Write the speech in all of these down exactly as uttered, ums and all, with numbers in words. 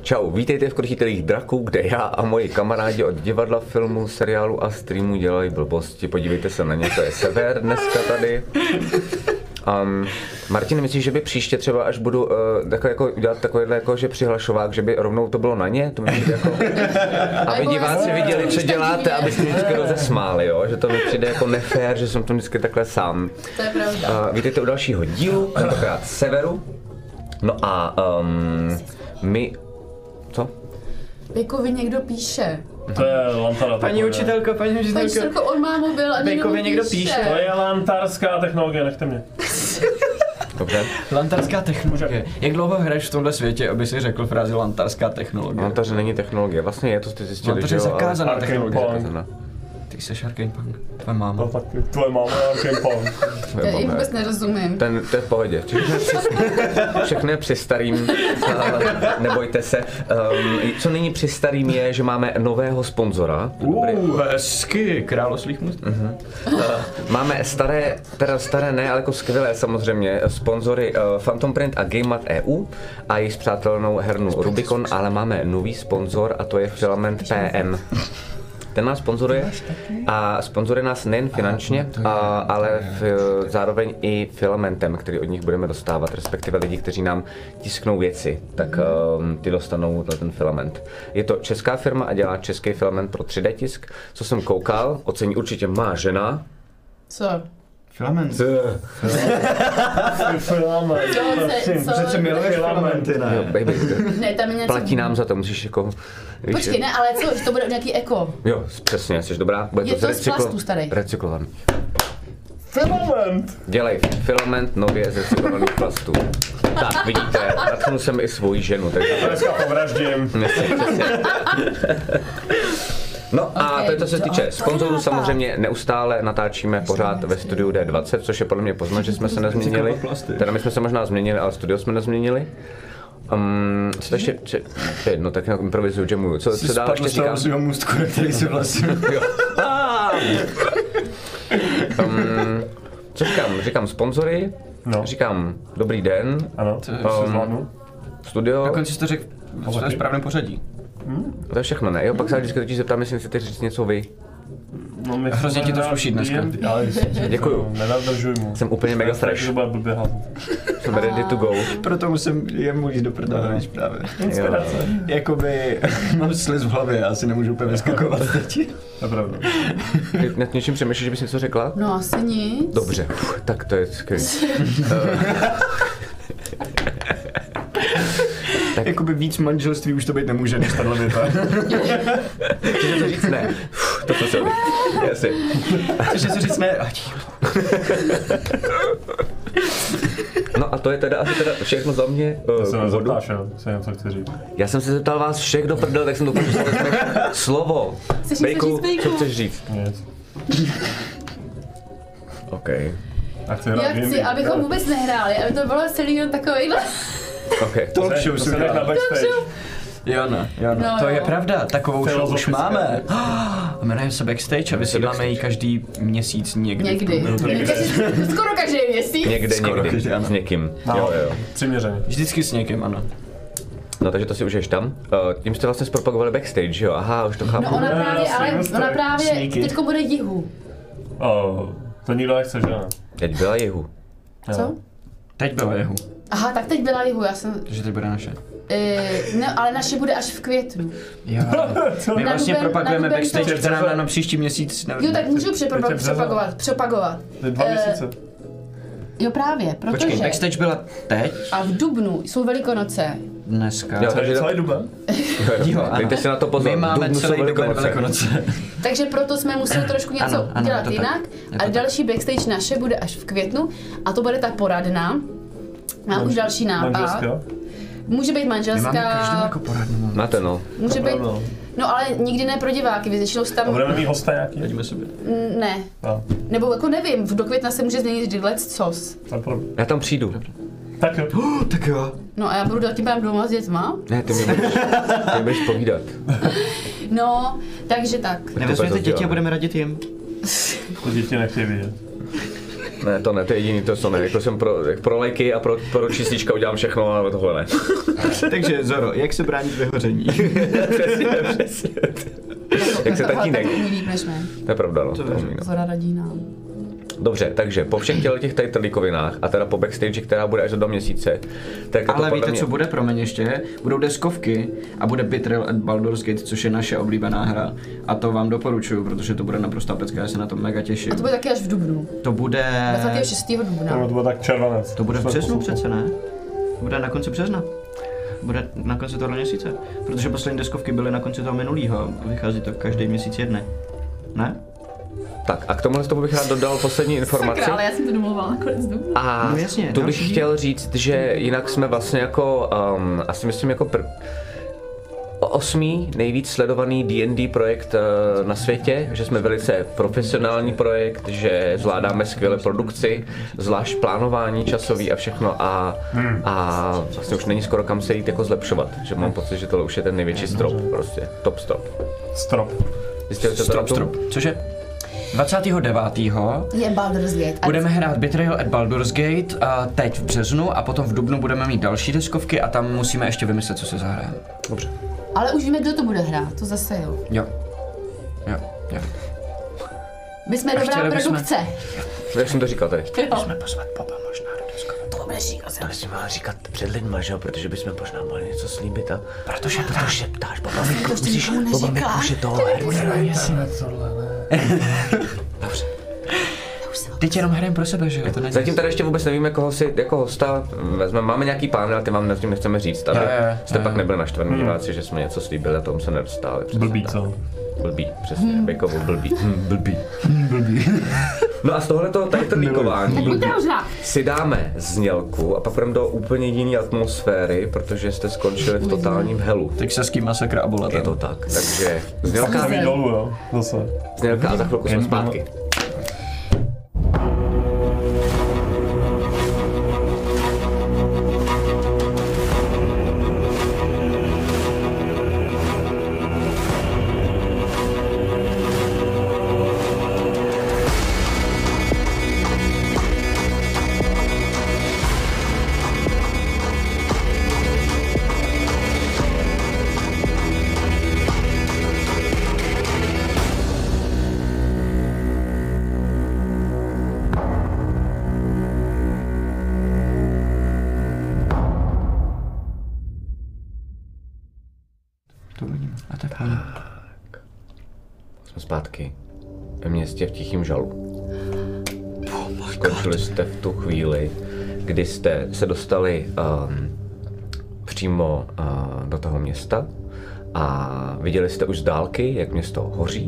Čau, vítejte v Krotitelích draků, kde já a moji kamarádi od divadla, filmu, seriálu a streamu dělají blbosti. Podívejte se na ně, to je Sever dneska tady. Um, Martin, myslíš, že by příště třeba, až budu uh, takový, jako, dělat takovýhle jako, že přihlašovák, že by rovnou to bylo na ně? To myslíš, jako... Aby diváci viděli, co děláte, abyste mě vždycky rozesmáli, jo? Že to mi přijde jako nefér, že jsem to vždycky takhle sám. To je pravda. Uh, vítejte u dalšího dílu, tentokrát Severu. No a um, my... Co? Bejkovi někdo píše. To je Lantara. Paní učitelko, paní Paní učitelko. učitelko, on má mobil a Bejkovi někdo někdo píše. To je lantarská technologie, nechte mě. Dobře. Lantarská technologie. Jak dlouho hraješ v tomhle světě, aby si řekl frázi lantarská technologie? Lantaře není technologie, vlastně je to, jste zjistili, Lantař že je jo, zakázaná ale- technologie. Zakázaná. Ty jsi Arcane Punk, tvoje máma. No tak tvoje máma je Arcane Punk. Já jim vůbec nerozumím. Ten, to je v pohodě. Všechno je při, všechno je při starým, uh, nebojte se. Um, co není při starým je, že máme nového sponzora. Uh, hezky, králoslých must. Uh, máme staré, teda staré ne, ale jako skvělé samozřejmě, sponzory uh, Phantom Print a GameMat E U a jejich spřátelenou hernu Rubicon, ale máme nový sponzor a to je Filament P M. Ten nás sponzoruje a sponzoruje nás nejen finančně, a, ale v, zároveň i filamentem, který od nich budeme dostávat, respektive lidi, kteří nám tisknou věci, tak um, ty dostanou ten filament. Je to česká firma a dělá český filament pro tři dé tisk, co jsem koukal, ocení určitě má žena. Co? Filament. Filament. Co? Přece miluješ filamenty, ne? Jo, baby, Ne, tam je něco... platí nám za to, musíš jako... víš, Počkej, ne, ale co, že to bude nějaký eko. Jo, přesně, jsi dobrá. Bude Je to z recyklo- plastu starý. recyklovaný. Filament. Dělej filament nově z recyklovaných plastů. Tak, vidíte, natknu jsem i svoji ženu, takže... To dneska povraždím. No a Okay, to je to se to- týče to je sponzorů, nápad. samozřejmě neustále natáčíme pořád ve studiu D dvacet, což je podle mě poznat, že jsme se nezměnili. Teda my jsme se možná změnili, ale studio jsme nezměnili. Um, co to ještě, če, to je jedno, tak nějak improvizuju, jamuju. Co, co dál ještě říkám? svého můstku, na který si vlastně... Jo. um, co říkám? Říkám sponzory, No. říkám dobrý den, Ano, To je- to Um, se zvládnu. studio, Dokonce jsi to řekl v správném pořadí. to je všechno, ne? Jo, pak se vždycky totiž zeptám, jestli chcete říct něco vy. No, my Hrozně chceme ti to hrát sluší dneska. D and D, ale Děkuju. Nenadržuj mu. Jsem úplně mega To je fresh, To bude blbě hlavně. jsem ready to go. Proto musím jemu jít do prdele, víš právě. Inspirace. Jakoby mám sliz v hlavě, já si nemůžu úplně vyskakovat teď. To je pravda. Ty nad něčím přemýšlíš, že bys něco řekla? No asi nic. Dobře, uf, tak to je skvělé. Tak. Jakoby víc manželství už to být nemůže, než tahle věta. Chceš to říct? Ne. Uf, to to se Jasně. Chceš něco říct? Ne? Ať. No a to je teda asi teda všechno za mě. To Uh, se úvodu. nezeptáš, jo? To se jen co chci říct. Já jsem se zeptal vás všech do prdele, tak jsem to poslal slovo. Chceš něco Bejku, říct, Bejku? co chceš říct? Nic. OK. A chci hrát Já chci, abychom vůbec nehráli, aby to bylo celý jenom takovýhle. OK. Talk To show se si nech na udělal. backstage. Jana, Jana. No To je jo. pravda, takovou show už Filozofická. máme. A jmenujeme se Backstage a vysíláme ji každý měsíc někdy. Někdy. Někdy. Každý- Skoro každý měsíc. Někde, Skoro někdy. každý, ano. S někým. No. Jo, jo. Přiměřeně. Vždycky s někým, ano. No takže to si užiješ tam. Uh, tím jste vlastně zpropagovali backstage, že jo? Aha, už to chápu. No ona Ne, právě, ale snímek, ona právě sníky. teďko bude jihu. Oh, to nikdo nechce, že ne? Teď byla jihu. Co? Teď byla jeho, Aha, tak teď byla jihu, já jsem... takže teď bude naše. E, no, ale naše bude až v květnu. Jo. My Na vlastně duben- propagujeme na duben Backstage, to- která nám na příští měsíc... Ne, Jo, tak můžu Teď je přepro- březen. přepagovat, přepagovat. To je dva Eh, měsíce. Jo právě, Počkej, protože... Backstage byla teď, A v dubnu jsou Velikonoce. dneska. Jo, To je takže celý duben? Jo, ano. Dejte si na to pozor. My máme Dubnu jsou celý duben Velikonoce. Velikonoce. Takže proto jsme museli trošku něco Ano, ano, dělat je to jinak. tak. Je to A tak. další backstage naše bude až v květnu. A to bude ta poradna. Mám už další nápad. Manželská? Může být My máme každou manželská, jako poradnu. Máte no. může být... Opravdu. No ale nikdy ne pro diváky, většinou se A tam... budeme mít hosta nějaký? Vidíme sobě. Mm, Ne. No, Nebo jako nevím, do května se může změnit vždyhlec cos. to je problém. Já tam přijdu. Tak jo. Tak jo. No a já budu tím pádem doma s dětma. Ne, ty mi budeš, ty mi budeš povídat. No, takže tak. to Nevezměte bude děti a dělat. budeme radit jim. To děti nechtějí vidět. Ne, to ne, to je jediný, to co ne. Jako jsem pro, pro lajky a pro, pro číslička udělám všechno, ale tohle ne. Takže Zoro, jak se bránit vyhoření? Přesně, přesně. Jak se tatínek. To je pravda, no. To je Zora radí nám. Dobře, takže po všech těch tady trlíkovinách a teda po backstage, která bude až za dva měsíce, tak ale to víte, mě... co bude pro mě ještě? Budou deskovky a bude Betrayal at Baldur's Gate, což je naše oblíbená hra. A to vám doporučuju, protože to bude naprosto pecka, já se na to mega těším. A to bude taky až v dubnu. To bude... dvacátého šestého dubna. To bude tak červenec. To bude v březnu přece, ne? To bude na konci března. Bude na konci tohle měsíce. Protože poslední deskovky byly na konci toho minulýho. Vychází to každý měsíc jedné. Ne? Tak a k tomuhle tomu bych rád dodal poslední informaci. Sakra, ale já jsem to domluvala na konec dubna. A no jasně, tu bych další. chtěl říct, že jinak jsme vlastně jako, um, asi myslím jako pr- osmý nejvíc sledovaný D and D projekt uh, na světě, že jsme velice profesionální projekt, že zvládáme skvěle produkci, zvlášť plánování časový a všechno a, hmm. a vlastně už není skoro kam se jít jako zlepšovat, že mám pocit, že tohle už je ten největší strop, prostě top strop. Strop. Zjistil jste to Strop, strop. Cože? dvacátého devátého je Baldur's Gate. budeme hrát Betrayal at Baldur's Gate a teď v březnu a potom v dubnu budeme mít další deskovky a tam musíme ještě vymyslet, co se zahraje. Dobře. Ale už víme, kdo to bude hrát, to zase jo. Jo. Jo, jo. My jsme dobrá chtěli bychom- produkce. Jak jsem to říkal tady? Jsme pozvat Boba možná do deskovky. To budeš říkat. To bys měla říkat před lidma, že jo, protože bychom možná mohli něco slíbit a... Protože to šeptáš, Boba, Vlastně to ještě nikomu Boba mi neříká. kuše toho herce. Tohle ne. Dobře. teď jenom hrajeme pro sebe, že jo? To není... Zatím tady ještě vůbec nevíme, koho si jako hosta vezmeme. Máme nějaký plán, ale ty vám s tím nechceme říct, ale Je, je, jste je. pak nebyli naštvaní diváci, že jsme něco slíbili a tomu se nedostali. Přesně Blbý, tak. co? Blbý, přesně, Bejkovo blbý. Hm, blbý. blbý. No a z tohoto tady to líkování Buďte možná. si dáme znělku a pak půjdeme do úplně jiné atmosféry, protože jste skončili v totálním helu. Texaský masakr a bola Je to tak, takže znělka, Samý dolů, jo? Zase. znělka a za chvilku jsme zpátky. To vidíme. A tak máme. Jsme zpátky ve městě v Tichým žalu. Skončili jste v tu chvíli, kdy jste se dostali um, přímo uh, do toho města a viděli jste už z dálky, jak město hoří.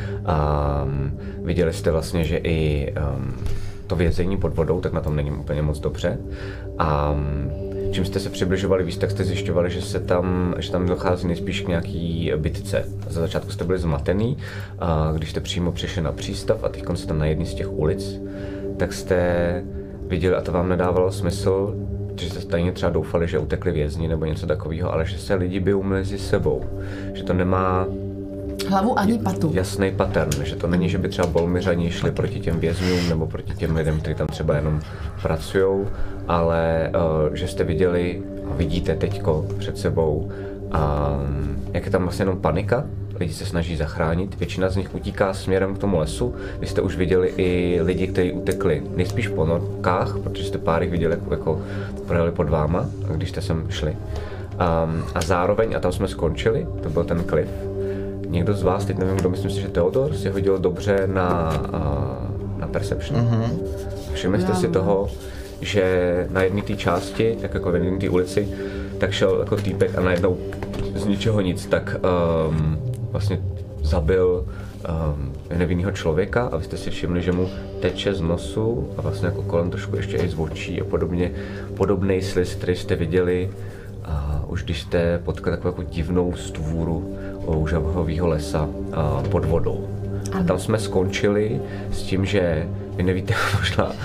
Um, viděli jste vlastně, že i um, to vězení pod vodou, tak na tom není úplně moc dobře. A um, čím jste se přibližovali víc, tak jste zjišťovali, že se tam, že tam dochází nejspíš k nějaký bitce. Za začátku jste byli zmatený, a když jste přímo přišli na přístav a teď jste tam na jedné z těch ulic, tak jste viděli, a to vám nedávalo smysl, že jste tajně třeba doufali, že utekli vězni nebo něco takového, ale že se lidi bijou mezi sebou. Že to nemá Hlavu ani patu. jasný pattern, že to není, že by třeba bolmiřani šli proti těm vězňům nebo proti těm lidem, kteří tam třeba jenom pracujou, ale uh, že jste viděli a vidíte teďko před sebou, um, jak je tam vlastně jenom panika, lidi se snaží zachránit, většina z nich utíká směrem k tomu lesu. Vy jste už viděli i lidi, kteří utekli nejspíš po norkách, protože jste pár jich viděli, jako, jako projeli pod váma, když jste sem šli. Um, a zároveň, a tam jsme skončili, to byl ten klif. Někdo z vás, teď nevím kdo, myslím si, že Theodor si hodil dobře na, uh, na Perception. Mm-hmm. Všimli jste si toho, že na jedné té části, tak jako v jedné té ulici, tak šel jako týpek a najednou z ničeho nic, tak um, vlastně zabil um, nevinného člověka a vy jste si všimli, že mu teče z nosu a vlastně jako kolem trošku ještě i z očí a podobně. Podobný sliz, který jste viděli a už když jste potkali takovou jako divnou stvůru žabhového lesa a, pod vodou. A tam jsme skončili s tím, že vy nevíte možná, uh,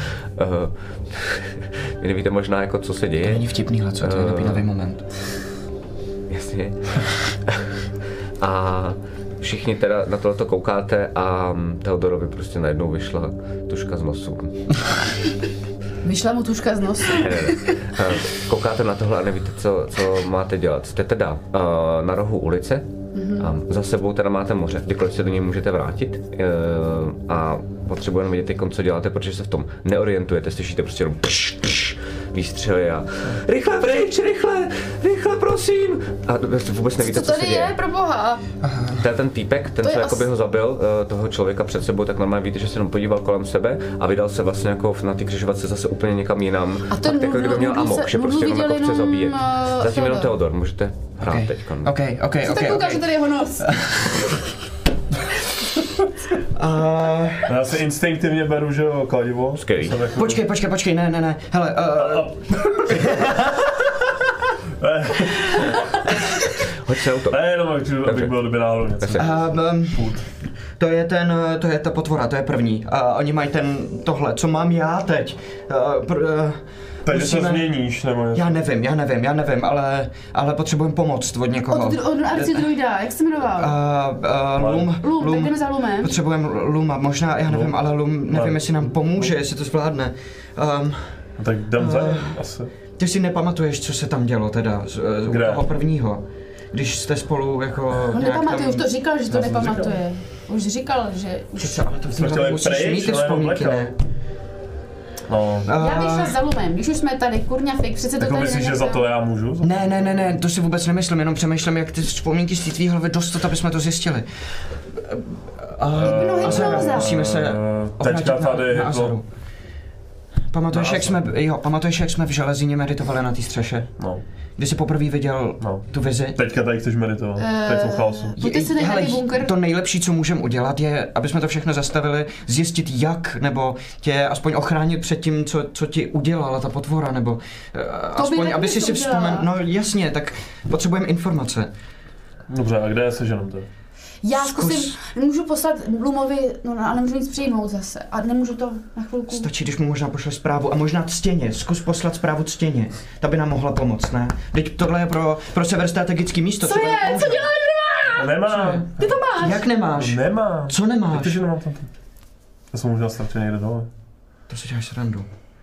vy nevíte možná jako co se děje. To není vtipný, co to je napínavý moment. Jasně. A všichni teda na tohleto koukáte a Teodorovi prostě najednou vyšla tuška z nosu. Vyšla mu tuška z nosu. Ne, ne, ne. Koukáte na tohle a nevíte, co, co máte dělat. Jste teda uh, na rohu ulice mm-hmm. a za sebou teda máte moře. Kdykoliv se do něj můžete vrátit uh, a potřebujeme vědět teď, co děláte, protože se v tom neorientujete. Slyšíte prostě jenom pš, pš, výstřely a rychle pryč, rychle, rychle prosím. A vůbec nevíte, co, co se tady děje. je, pro boha? To je ten týpek, ten, To co je jakoby as- ho zabil, toho člověka před sebou, tak normálně víte, že se jenom podíval kolem sebe a vydal se vlastně jako na ty křižovatce zase úplně někam jinam. A ten tak jako kdyby Nudl- měl Nudl amok, se- že Nudl prostě jenom viděl jako chce jenom, zabíjet. uh, Zatím jenom Theodor. Teodor, můžete hrát Okay. teďka. OK, OK, Co OK, tak OK. ukážu tady jeho nos? Uh, Já si instinktivně beru, že jo, kladivo. Skvělý. Jsem jako- počkej, počkej, počkej, ne, ne, ne. Hele, uh, Hoď se auto. Ne, jenom abych, Dobře. abych byl době náhodou něco. Dobře. um, to je ten, to je ta potvora, to je první. A oni mají ten, tohle, co mám já teď. Uh, pr, uh, Takže se musíme- změníš, nebo něco. Já nevím, já nevím, já nevím, ale, ale potřebujeme pomoct od někoho. Od, od arcidruida, jak se jmenoval? Uh, uh, Lum, Lum, tak jdeme za Lumem. Potřebujeme Luma, možná, já nevím, ale Lum, nevím, jestli nám pomůže, jestli to zvládne. Um, No, tak jdem za ním, asi. ty si nepamatuješ, co se tam dělo teda, z, z, u Kde? toho prvního, když jste spolu jako On nějak nepamatuje, tam... už to říkal, že to Já jsem nepamatuje. Už říkal, že... Už... Přece, ale to Jsme chtěli musíš pryč, mít ty ale vzpomínky, jenom ne? No. Já bych Uh, šla za Lumem, když už jsme tady, kurňa fik, přece to Jako tady myslíš, že za to já můžu? Za- Ne, ne, ne, ne, to si vůbec nemyslím, jenom přemýšlím, jak ty vzpomínky z té tvý hlavy dostat, aby jsme to zjistili. Uh, Hypno, Azara, hypnoza. musíme se Eh, obrátit teďka na, tady na to- Azaru. Pamatuješ, Na jak jsme, jo, pamatuješ, jak jsme v železině meditovali na té střeše? No. Kdy jsi poprvé viděl No. tu vizi? Teďka tady chceš meditovat. Teď jsem v chaosu. Pojďte si najít Hele, nějaký bunkr. to nejlepší, co můžeme udělat, je, aby jsme to všechno zastavili, zjistit jak, nebo tě aspoň ochránit před tím, co, co ti udělala ta potvora, nebo uh, aspoň, taky aby si něco si udělala. vzpomenul, no jasně, tak potřebujeme informace. Dobře, a kde je seženem to? Já Zkus. zkusím, můžu poslat Lumovi, no a nemůžu nic přijmout zase. A nemůžu to na chvilku. Stačí, když mu možná pošle zprávu a možná Ctěně, zkus poslat zprávu Ctěně, ta by nám mohla pomoct, ne? Teď tohle je pro, pro sever strategický místo. Co třeba je? nepomůže. Co děláš? Nemám. Ty to máš? Jak nemáš? Nemám. Co nemáš? Jak to, že nemám tam? Já jsem možná ztratil někde dole. To si děláš srandu.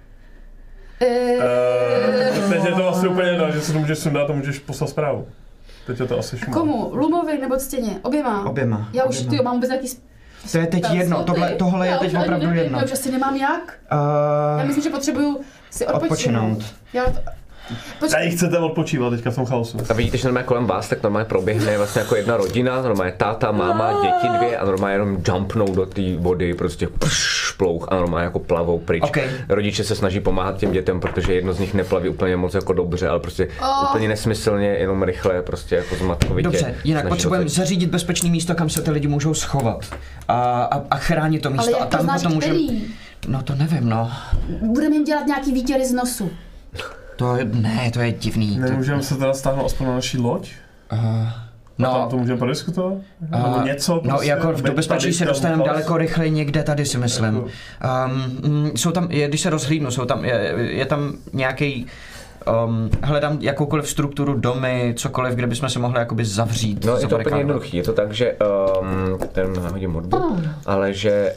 Uh, teď je to asi úplně jedno, že si to můžeš sundat a můžeš poslat zprávu. Teď je to asi šumá. Komu? Lumovi nebo Ctěně? Oběma? Oběma. Já už, oběma. ty mám vůbec nějaký... To je teď jedno, tohle, tohle je Já teď už ani opravdu nevím, jedno. Já už asi nemám jak. Já Uh, myslím, že potřebuju si odpočinout. odpočinout. Já to... Počkej. Tady chcete odpočívat teďka v tom chaosu. A vidíte, že normálně kolem vás tak normálně proběhne vlastně jako jedna rodina, normálně táta, máma, děti dvě a normálně jenom jumpnou do té vody, prostě pš, plouch a normálně jako plavou pryč. Okay. Rodiče se snaží pomáhat těm dětem, protože jedno z nich neplaví úplně moc jako dobře, ale prostě Oh. úplně nesmyslně, jenom rychle, prostě jako zmatkovitě. Dobře, jinak snaží potřebujeme odsaď. zařídit bezpečné místo, kam se ty lidi můžou schovat. A, a, a chránit to místo. Ale a jak to tam znáš, potom můžeme. který? No to nevím, no. Budeme jim dělat nějaký výtěry z nosu. To je, ne, to je divný. To, Nemůžeme se teda stáhnout aspoň na naší loď? uh, No, tam no, to můžeme prodiskutovat? Nebo uh, něco? no prostě, jako v aby do bezpečí tady se v tom dostaneme chaosu- daleko rychleji někde tady, si myslím. Jako- Um, mm, jsou tam, je, když se rozhlídnu, jsou tam, je, je tam nějaký. Um, hledám jakoukoliv strukturu, domy, cokoliv, kde bychom se mohli jakoby zavřít. No je to úplně zabarikádovat. jednoduchý, je to tak, že um, ten hodím modbu, ale že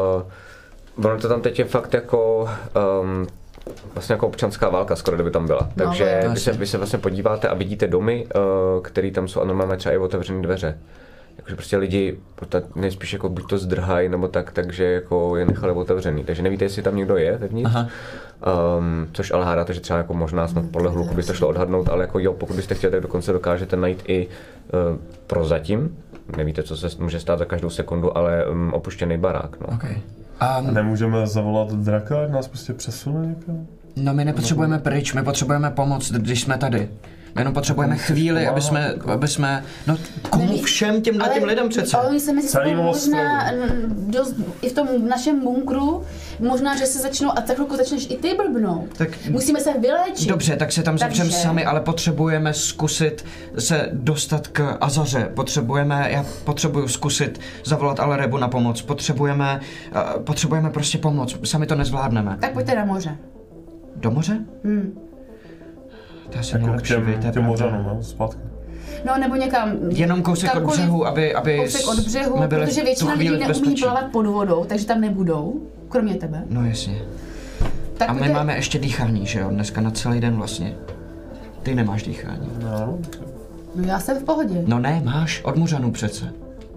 uh, ono to tam teď je fakt jako um, vlastně jako občanská válka skoro, kdyby tam byla. Takže No, vy, se, vy se vlastně podíváte a vidíte domy, uh, které tam jsou a normálně třeba i otevřené dveře. Jakože prostě lidi nejspíš jako buď to zdrhají nebo tak, takže jako je nechali otevřený. Takže nevíte, jestli tam někdo je vevnitř. Aha. Um, což ale hádáte, že třeba jako možná snad podle hluku by to šlo odhadnout, ale jako jo, pokud byste chtěli, tak dokonce dokážete najít i uh, prozatím. Nevíte, co se může stát za každou sekundu, ale um, opuštěný barák. No. Okay. A Um, nemůžeme zavolat draka, ať nás prostě přesune někam? no my nepotřebujeme pryč, my potřebujeme pomoc, když jsme tady. My jenom potřebujeme chvíli, aby jsme, aby jsme, no komu všem těmhle těm lidem přece. Ale oni se mezi sebou Celým možná mm, dost, i v tom našem bunkru, možná, že se začnou, a tak chvilku začneš i ty blbnout. Tak- Musíme se vyléčit. Dobře, tak se tam zavřeme Takže- sami, ale potřebujeme zkusit se dostat k Azaře. Potřebujeme, já potřebuju zkusit zavolat Alerebu na pomoc. Potřebujeme, uh, potřebujeme prostě pomoc, sami to nezvládneme. Tak pojďte na moře. Do moře? Hmm. To je asi Jako k nejlepší, těm, vej, to je těm pravda. mořanům, no, zpátky. No nebo někam. Jenom kousek od kamkoliv, břehu, aby, aby Kousek od břehu, jsme byli protože v tu většina lidí chvíli v neumí bezpečí. plavat pod vodou, takže tam nebudou, kromě tebe. No jasně. Tak A my pojďte- máme ještě dýchání, že jo? Dneska na celý den vlastně. Ty nemáš dýchání. No, No já jsem v pohodě. No ne, máš od Muřanů přece.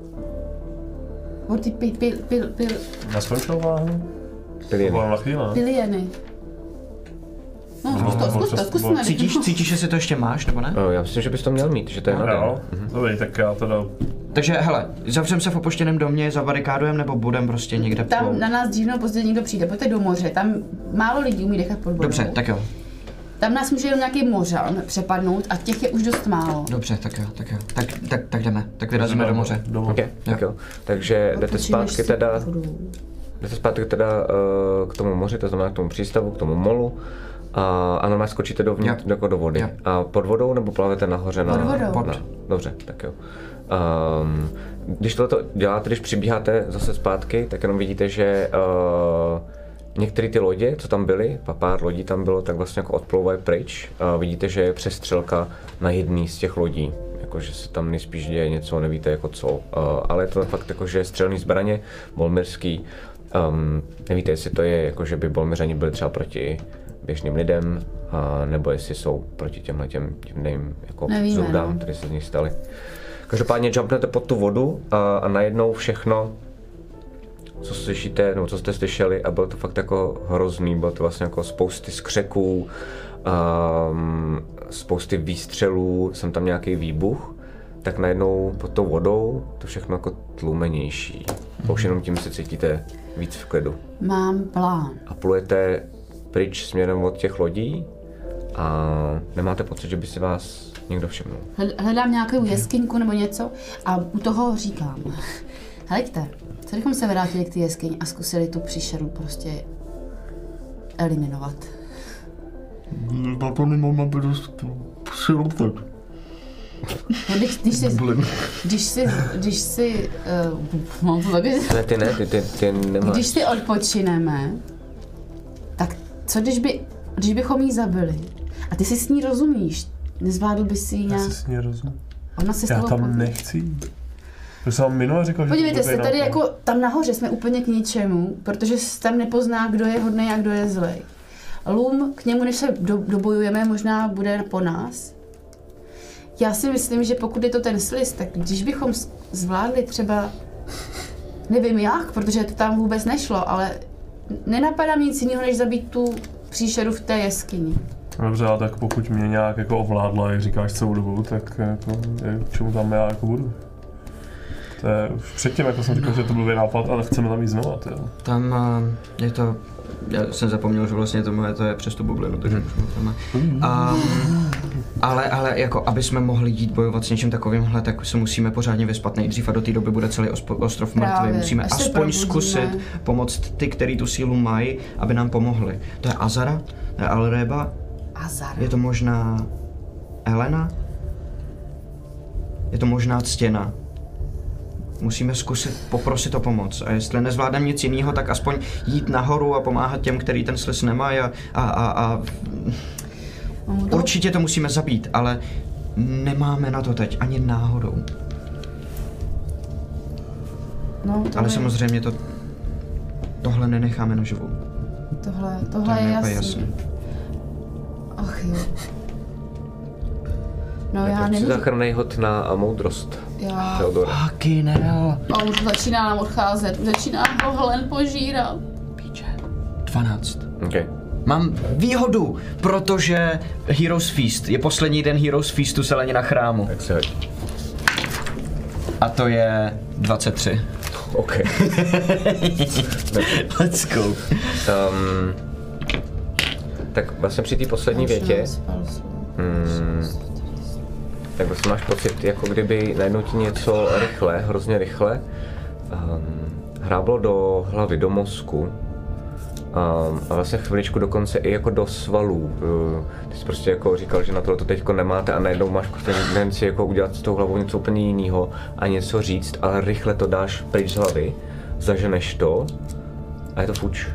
Od ty pil, pil, pil, pil, naskončil váhu? Piliny. Byla na chvíli. pilieny. No, zkus to, zkus to, zkusme. Cítíš, cítíš, že si to ještě máš, nebo ne? No, já myslím, že bys to měl mít, že to je na den. Jo, dobrý, tak já teda... Takže hele, zavřem se v opuštěném domě, zabarikádujeme, nebo budem prostě někde Tam plout? na nás dřív nebo později někdo přijde, pojďte do moře, tam málo lidí umí dechat pod vodou. Dobře, tak jo. Tam nás může jenom nějaký mořan přepadnout a těch je už dost málo. Dobře, tak jo, tak jo. Tak, tak, tak jdeme, tak vyrazíme do moře. Do Ok, moře. tak jo. Takže jdete Odpočineš zpátky si teda, pod vodou. jdete zpátky teda uh, k tomu moři, to znamená k tomu přístavu, k tomu molu. A, a normálně skočíte dovnitř, Jo. jako do vody. Jo. A pod vodou nebo plavete nahoře na... Pod vodou. Pod. Na, dobře, tak jo. Um, když tohle děláte, když přibíháte zase zpátky, tak jenom vidíte, že uh, některé ty lodě, co tam byly, a pár lodí tam bylo, tak vlastně jako odplouvají pryč. Uh, vidíte, že je přestřelka na jedný z těch lodí. Jakože se tam nejspíš děje něco, nevíte jako co. Uh, ale je to fakt jako, že střelný zbraně, bolmirský. Um, nevíte, jestli to je jako, že by bolmiřani byli třeba proti běžným lidem, a nebo jestli jsou proti těmhle těm divným jako Nevíme, zrůdám, no. které se z nich staly. Každopádně jumpnete pod tu vodu a, a najednou všechno, co slyšíte, nebo co jste slyšeli, a bylo to fakt jako hrozný, bylo to vlastně jako spousty skřeků, um, spousty výstřelů, jsem tam nějaký výbuch, tak najednou pod tou vodou to všechno jako tlumenější. A už jenom tím se cítíte víc v klidu. Mám plán. A plujete pryč směrem od těch lodí a nemáte pocit, že by si vás někdo všimnul. Hled- Hledám nějakou jeskyňku nebo něco a u toho říkám. Heleďte, co bychom se vrátili k té jeskyni a zkusili tu příšeru prostě eliminovat. Na to nemáme dost sirotek. No, když, když si, když si, když si, uh, mám to taky, Ne, ty ne, ty, ty, ty nemáš. když si odpočineme, tak co když by, když bychom jí zabili a ty si s ní rozumíš, nezvládl bys si ji Já nějak, si s ní rozumím. ona se s Já tebou tam poví. nechci jít. To jsem vám minule říkal, že Podívejte to se, bude tady jinak. jako tam nahoře jsme úplně k ničemu, protože se tam nepozná, kdo je hodný a kdo je zlej. Lum, k němu, než se do, dobojujeme, možná bude po nás. Já si myslím, že pokud je to ten sliz, tak když bychom s- zvládli třeba, nevím jak, protože to tam vůbec nešlo, ale nenapadá mě nic jiného, než zabít tu příšeru v té jeskyni. Dobře, ale tak pokud mě nějak jako ovládla, jak říkáš celou dobu, tak jako, je, k čemu tam já jako budu? To je už předtím, jako jsem říkal, že to byl nápad, ale chceme tam jít znova, tyjo. Tam uh, je to, já jsem zapomněl, že vlastně to moje, to je přes tu bublinu, takže mm. um, ale, ale jako, aby jsme mohli jít bojovat s něčím takovýmhle, tak se musíme pořádně vyspat nejdřív a do té doby bude celý ospo, ostrov Právě, mrtvý. Musíme až se aspoň probudíme. zkusit pomoct ty, který tu sílu mají, aby nám pomohli. To je Azara, to je Alreba, Azar. je to možná Elena, je to možná Ctěna. Musíme zkusit poprosit o pomoc a jestli nezvládneme nic jiného, tak aspoň jít nahoru a pomáhat těm, který ten sliz nemají a, a, a, a Mám to- určitě to musíme zabít, ale nemáme na to teď ani náhodou. No, Ale tohle, samozřejmě to, tohle nenecháme naživu. tohle, To tohle je mi úplně jasný. Ach jo. No já Tak si nevím, záchranný hod na a moudrost. já... Theodora. Fucking hell. A už začíná nám odcházet, už začíná ho Helen požírat. Píče. dvanáct. Okay. Mám výhodu, protože Heroes Feast je poslední den Heroes Feastu Selenina chrámu. Tak se hoď. A to je dvacet tři. OK. Let's go. Um, tak vlastně při té poslední větě, hmm, tak vlastně máš pocit, jako kdyby najednou ti něco rychle, hrozně rychle, um, hráblo do hlavy, do mozku. Um, a vlastně chviličku dokonce i jako do svalů. Uh, ty jsi prostě jako říkal, že na tohle to teďko nemáte a najednou máš tendenci jako udělat s tou hlavou něco úplně jiného a něco říct, ale rychle to dáš pryč z hlavy, zaženeš to a je to fuč.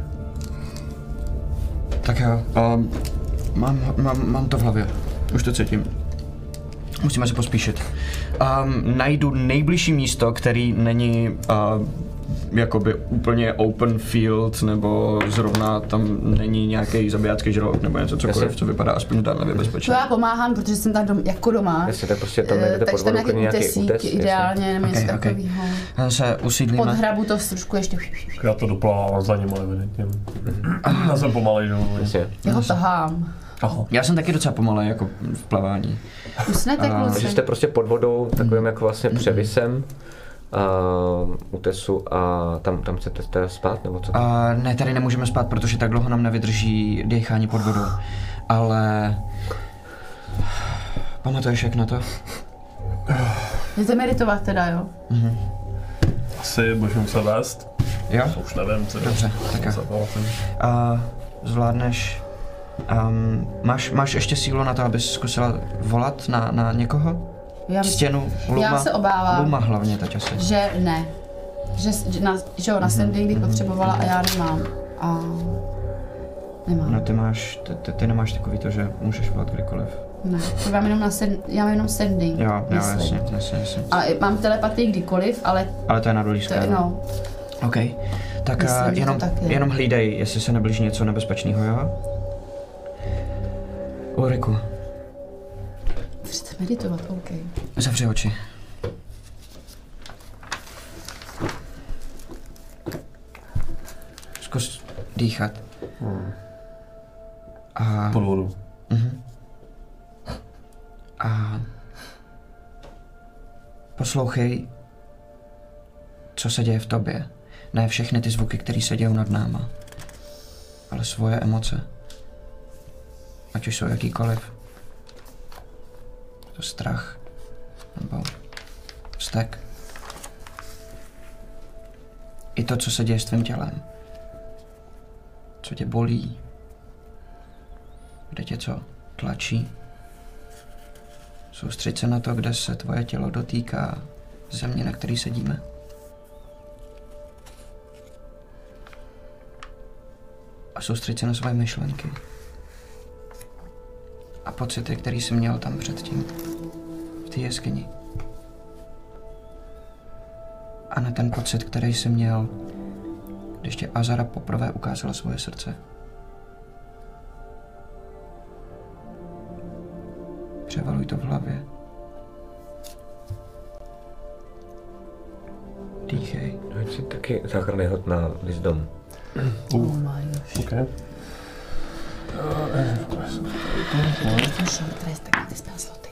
Tak jo, um, mám, mám, mám to v hlavě. Už to cítím. Musíme se pospíšit. Um, najdu nejbližší místo, který není uh, jakoby úplně open field, nebo zrovna tam není nějaký zabijácký žralok, nebo něco cokoliv, co vypadá aspoň zdánlivě bezpečně. To já pomáhám, protože jsem tam dom, jako doma. Jasně, tak prostě tam někde pod vodou nějaký nějaký útesík, útes. ideálně, nebo něco okay, okay. takového. Tam se usídlíme. Pod hrabu to trošku ještě. Já to doplávám za ním, evidentně. Já jsem pomalej, že jo. Já ho tahám. Aha. Já jsem taky docela pomalej jako v plavání. Usnete, kluci. Takže jste prostě pod vodou, takovým jako vlastně převisem uh, útesu a tam, tam chcete teda spát, nebo co? Uh, ne, tady nemůžeme spát, protože tak dlouho nám nevydrží dýchání pod vodou. Ale... Pamatuješ jak na to? Jdete meditovat teda, jo? Mhm. Asi budeš muset vést. Jo? To už nevím, co Dobře, tak jo. Uh, zvládneš... Um, máš, máš ještě sílu na to, abys zkusila volat na, na někoho? Já, Stěnu? Luma? já se obávám, Luma hlavně teď asi. že ne. Že, že na, že jo, na standing bych potřebovala a já nemám. A nemám. No ty máš, ty, ty, ty nemáš takový to, že můžeš volat kdykoliv. Ne, to mám jenom na send, já mám jenom standing. Jo, jo, myslím. jasně, jasně, jasně. A mám telepatii kdykoliv, ale Ale to je na dolí to je, no. OK. Tak Myslím, uh, že to jenom, tak je. jenom hlídej, jestli se neblíží něco nebezpečného, jo? Ulriku, Chcete meditovat, OK. zavři oči. Zkus dýchat. Hmm. A, Pod vodu. mhm. A poslouchej, co se děje v tobě. Ne všechny ty zvuky, které se dějou nad náma, ale svoje emoce. Ať už jsou jakýkoliv. To strach. Nebo vztek. I to, co se děje s tvým tělem. Co tě bolí. Kde tě co tlačí. Soustřeď se na to, kde se tvoje tělo dotýká země, na který sedíme. A soustřeď se na své myšlenky. A pocity, který jsi měl tam předtím. V té jeskyni. A na ten pocit, který jsi měl, když tě Azara poprvé ukázala svoje srdce. Převaluj to v hlavě. Dýchej. Hoď si taky záchranný hod na Wisdom. Oh my gosh. OK. Short rest, tak ty spell sloty.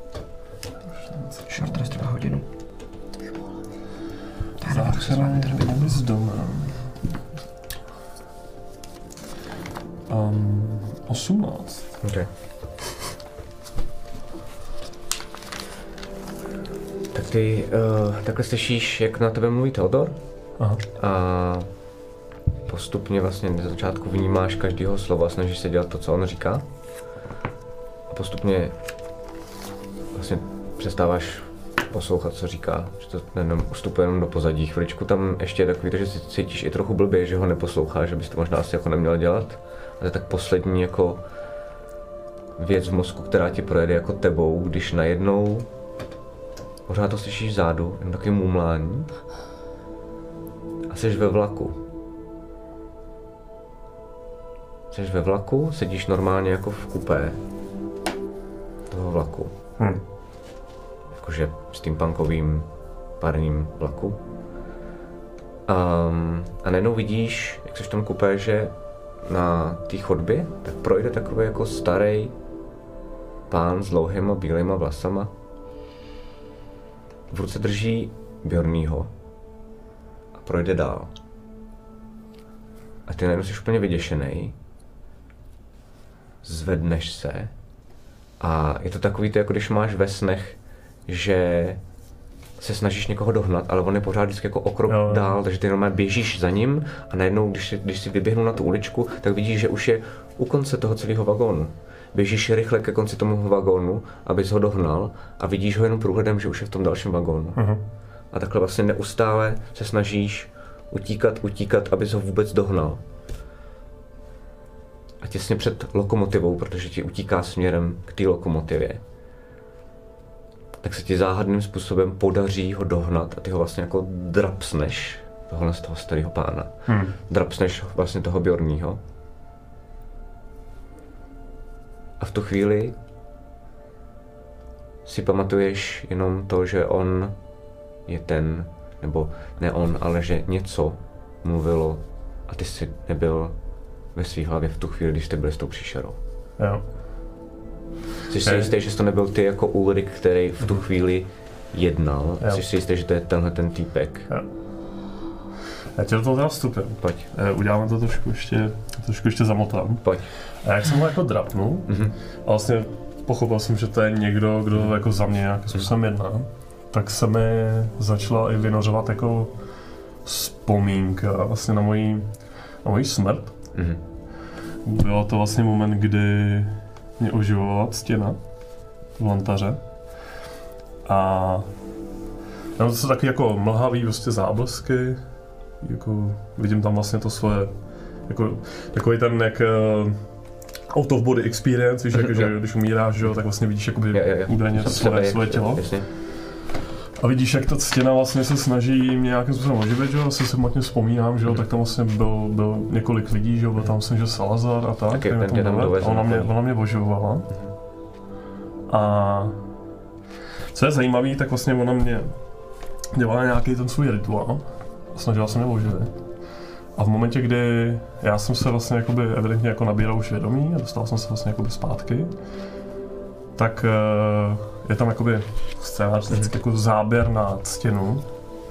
Short rest trvá hodinu. To bych mohla. Záchranný Wisdom. Um, osmnáct. Okay. Tak ty uh, takhle slyšíš, jak na tebe mluví Theodor. Aha. A postupně vlastně na začátku vnímáš každého slova, snažíš se dělat to, co on říká. A postupně vlastně přestáváš poslouchat, co říká, že to jenom ustupuje jenom do pozadí. Chviličku tam ještě je takový, že si cítíš i trochu blbě, že ho neposloucháš, že bys to možná asi jako neměl dělat. A to je tak poslední jako věc v mozku, která ti projede jako tebou, když najednou pořád to slyšíš vzadu, jen takový mumlání. A jsi ve vlaku. Jsi ve vlaku, sedíš normálně jako v kupé toho vlaku. Hm. Jakože steampunkovým parním vlaku. Um, a najednou vidíš, jak jsi v tom kupé, že na té chodbě tak projde takový jako starý pán s dlouhýma bílejma vlasama. V ruce drží Bjornýho a projde dál. A ty najednou jsi úplně vyděšenej. Zvedneš se a je to takový to, jako když máš ve snech, že se snažíš někoho dohnat, ale on je pořád vždycky jako o krok jo. dál, takže ty normálně běžíš za ním a najednou, když si, když si vyběhnu na tu uličku, tak vidíš, že už je u konce toho celého vagónu. Běžíš rychle ke konci tomu vagónu, abys ho dohnal a vidíš ho jenom průhledem, že už je v tom dalším vagónu. Uh-huh. A takhle vlastně neustále se snažíš utíkat, utíkat, abys ho vůbec dohnal. A těsně před lokomotivou, protože ti utíká směrem k té lokomotivě, tak se ti záhadným způsobem podaří ho dohnat a ty ho vlastně jako drapsneš, tohle z toho starého pána. Hmm. Drapsneš vlastně toho Bjornýho. A v tu chvíli si pamatuješ jenom to, že on je ten, nebo ne on, ale že něco mluvilo a ty jsi nebyl ve svý hlavě v tu chvíli, když jste byli s tou příšerou. Jo. Jsi si jistý, že to nebyl ty jako Ulrik, který v tu chvíli jednal? Jo. Jsi si jistý, že to je tenhle ten týpek? Jo. Já tě do toho teda vstupím. Pojď. Uděláme to trošku ještě, trošku ještě zamotám. Pojď. A jak jsem ho jako drapnul, mm-hmm. a vlastně pochopil jsem, že to je někdo, kdo mm-hmm. jako za mě nějakým způsobem jedná, tak se mi začala i vynořovat jako vzpomínka vlastně na moji, na moji smrt. Mm-hmm. Bylo to vlastně moment, kdy mě oživovala stěna v lantaře. A tam to jsou taky jako mlhavý prostě záblesky, jako vidím tam vlastně to svoje, jako takový ten jak uh, out of body experience, víš, jako, že když umíráš, že, tak vlastně vidíš jakoby údajně svoje, svoje tělo. Jasně. A vidíš, jak ta stěna vlastně se snaží mě nějakým způsobem oživit, že jo, asi si matně vzpomínám, že jo, tak tam vlastně byl, byl několik lidí, že jo, byl tam vlastně, že Salazar a tak, tak ten tam a ona mě, ona mě oživovala. A co je zajímavé, tak vlastně ona mě dělala nějaký ten svůj rituál a snažila se mě oživit. A v momentě, kdy já jsem se vlastně jakoby evidentně jako nabíral už vědomí a dostal jsem se vlastně jakoby zpátky, tak je tam jakoby scénář, mm-hmm. jako záběr na stěnu.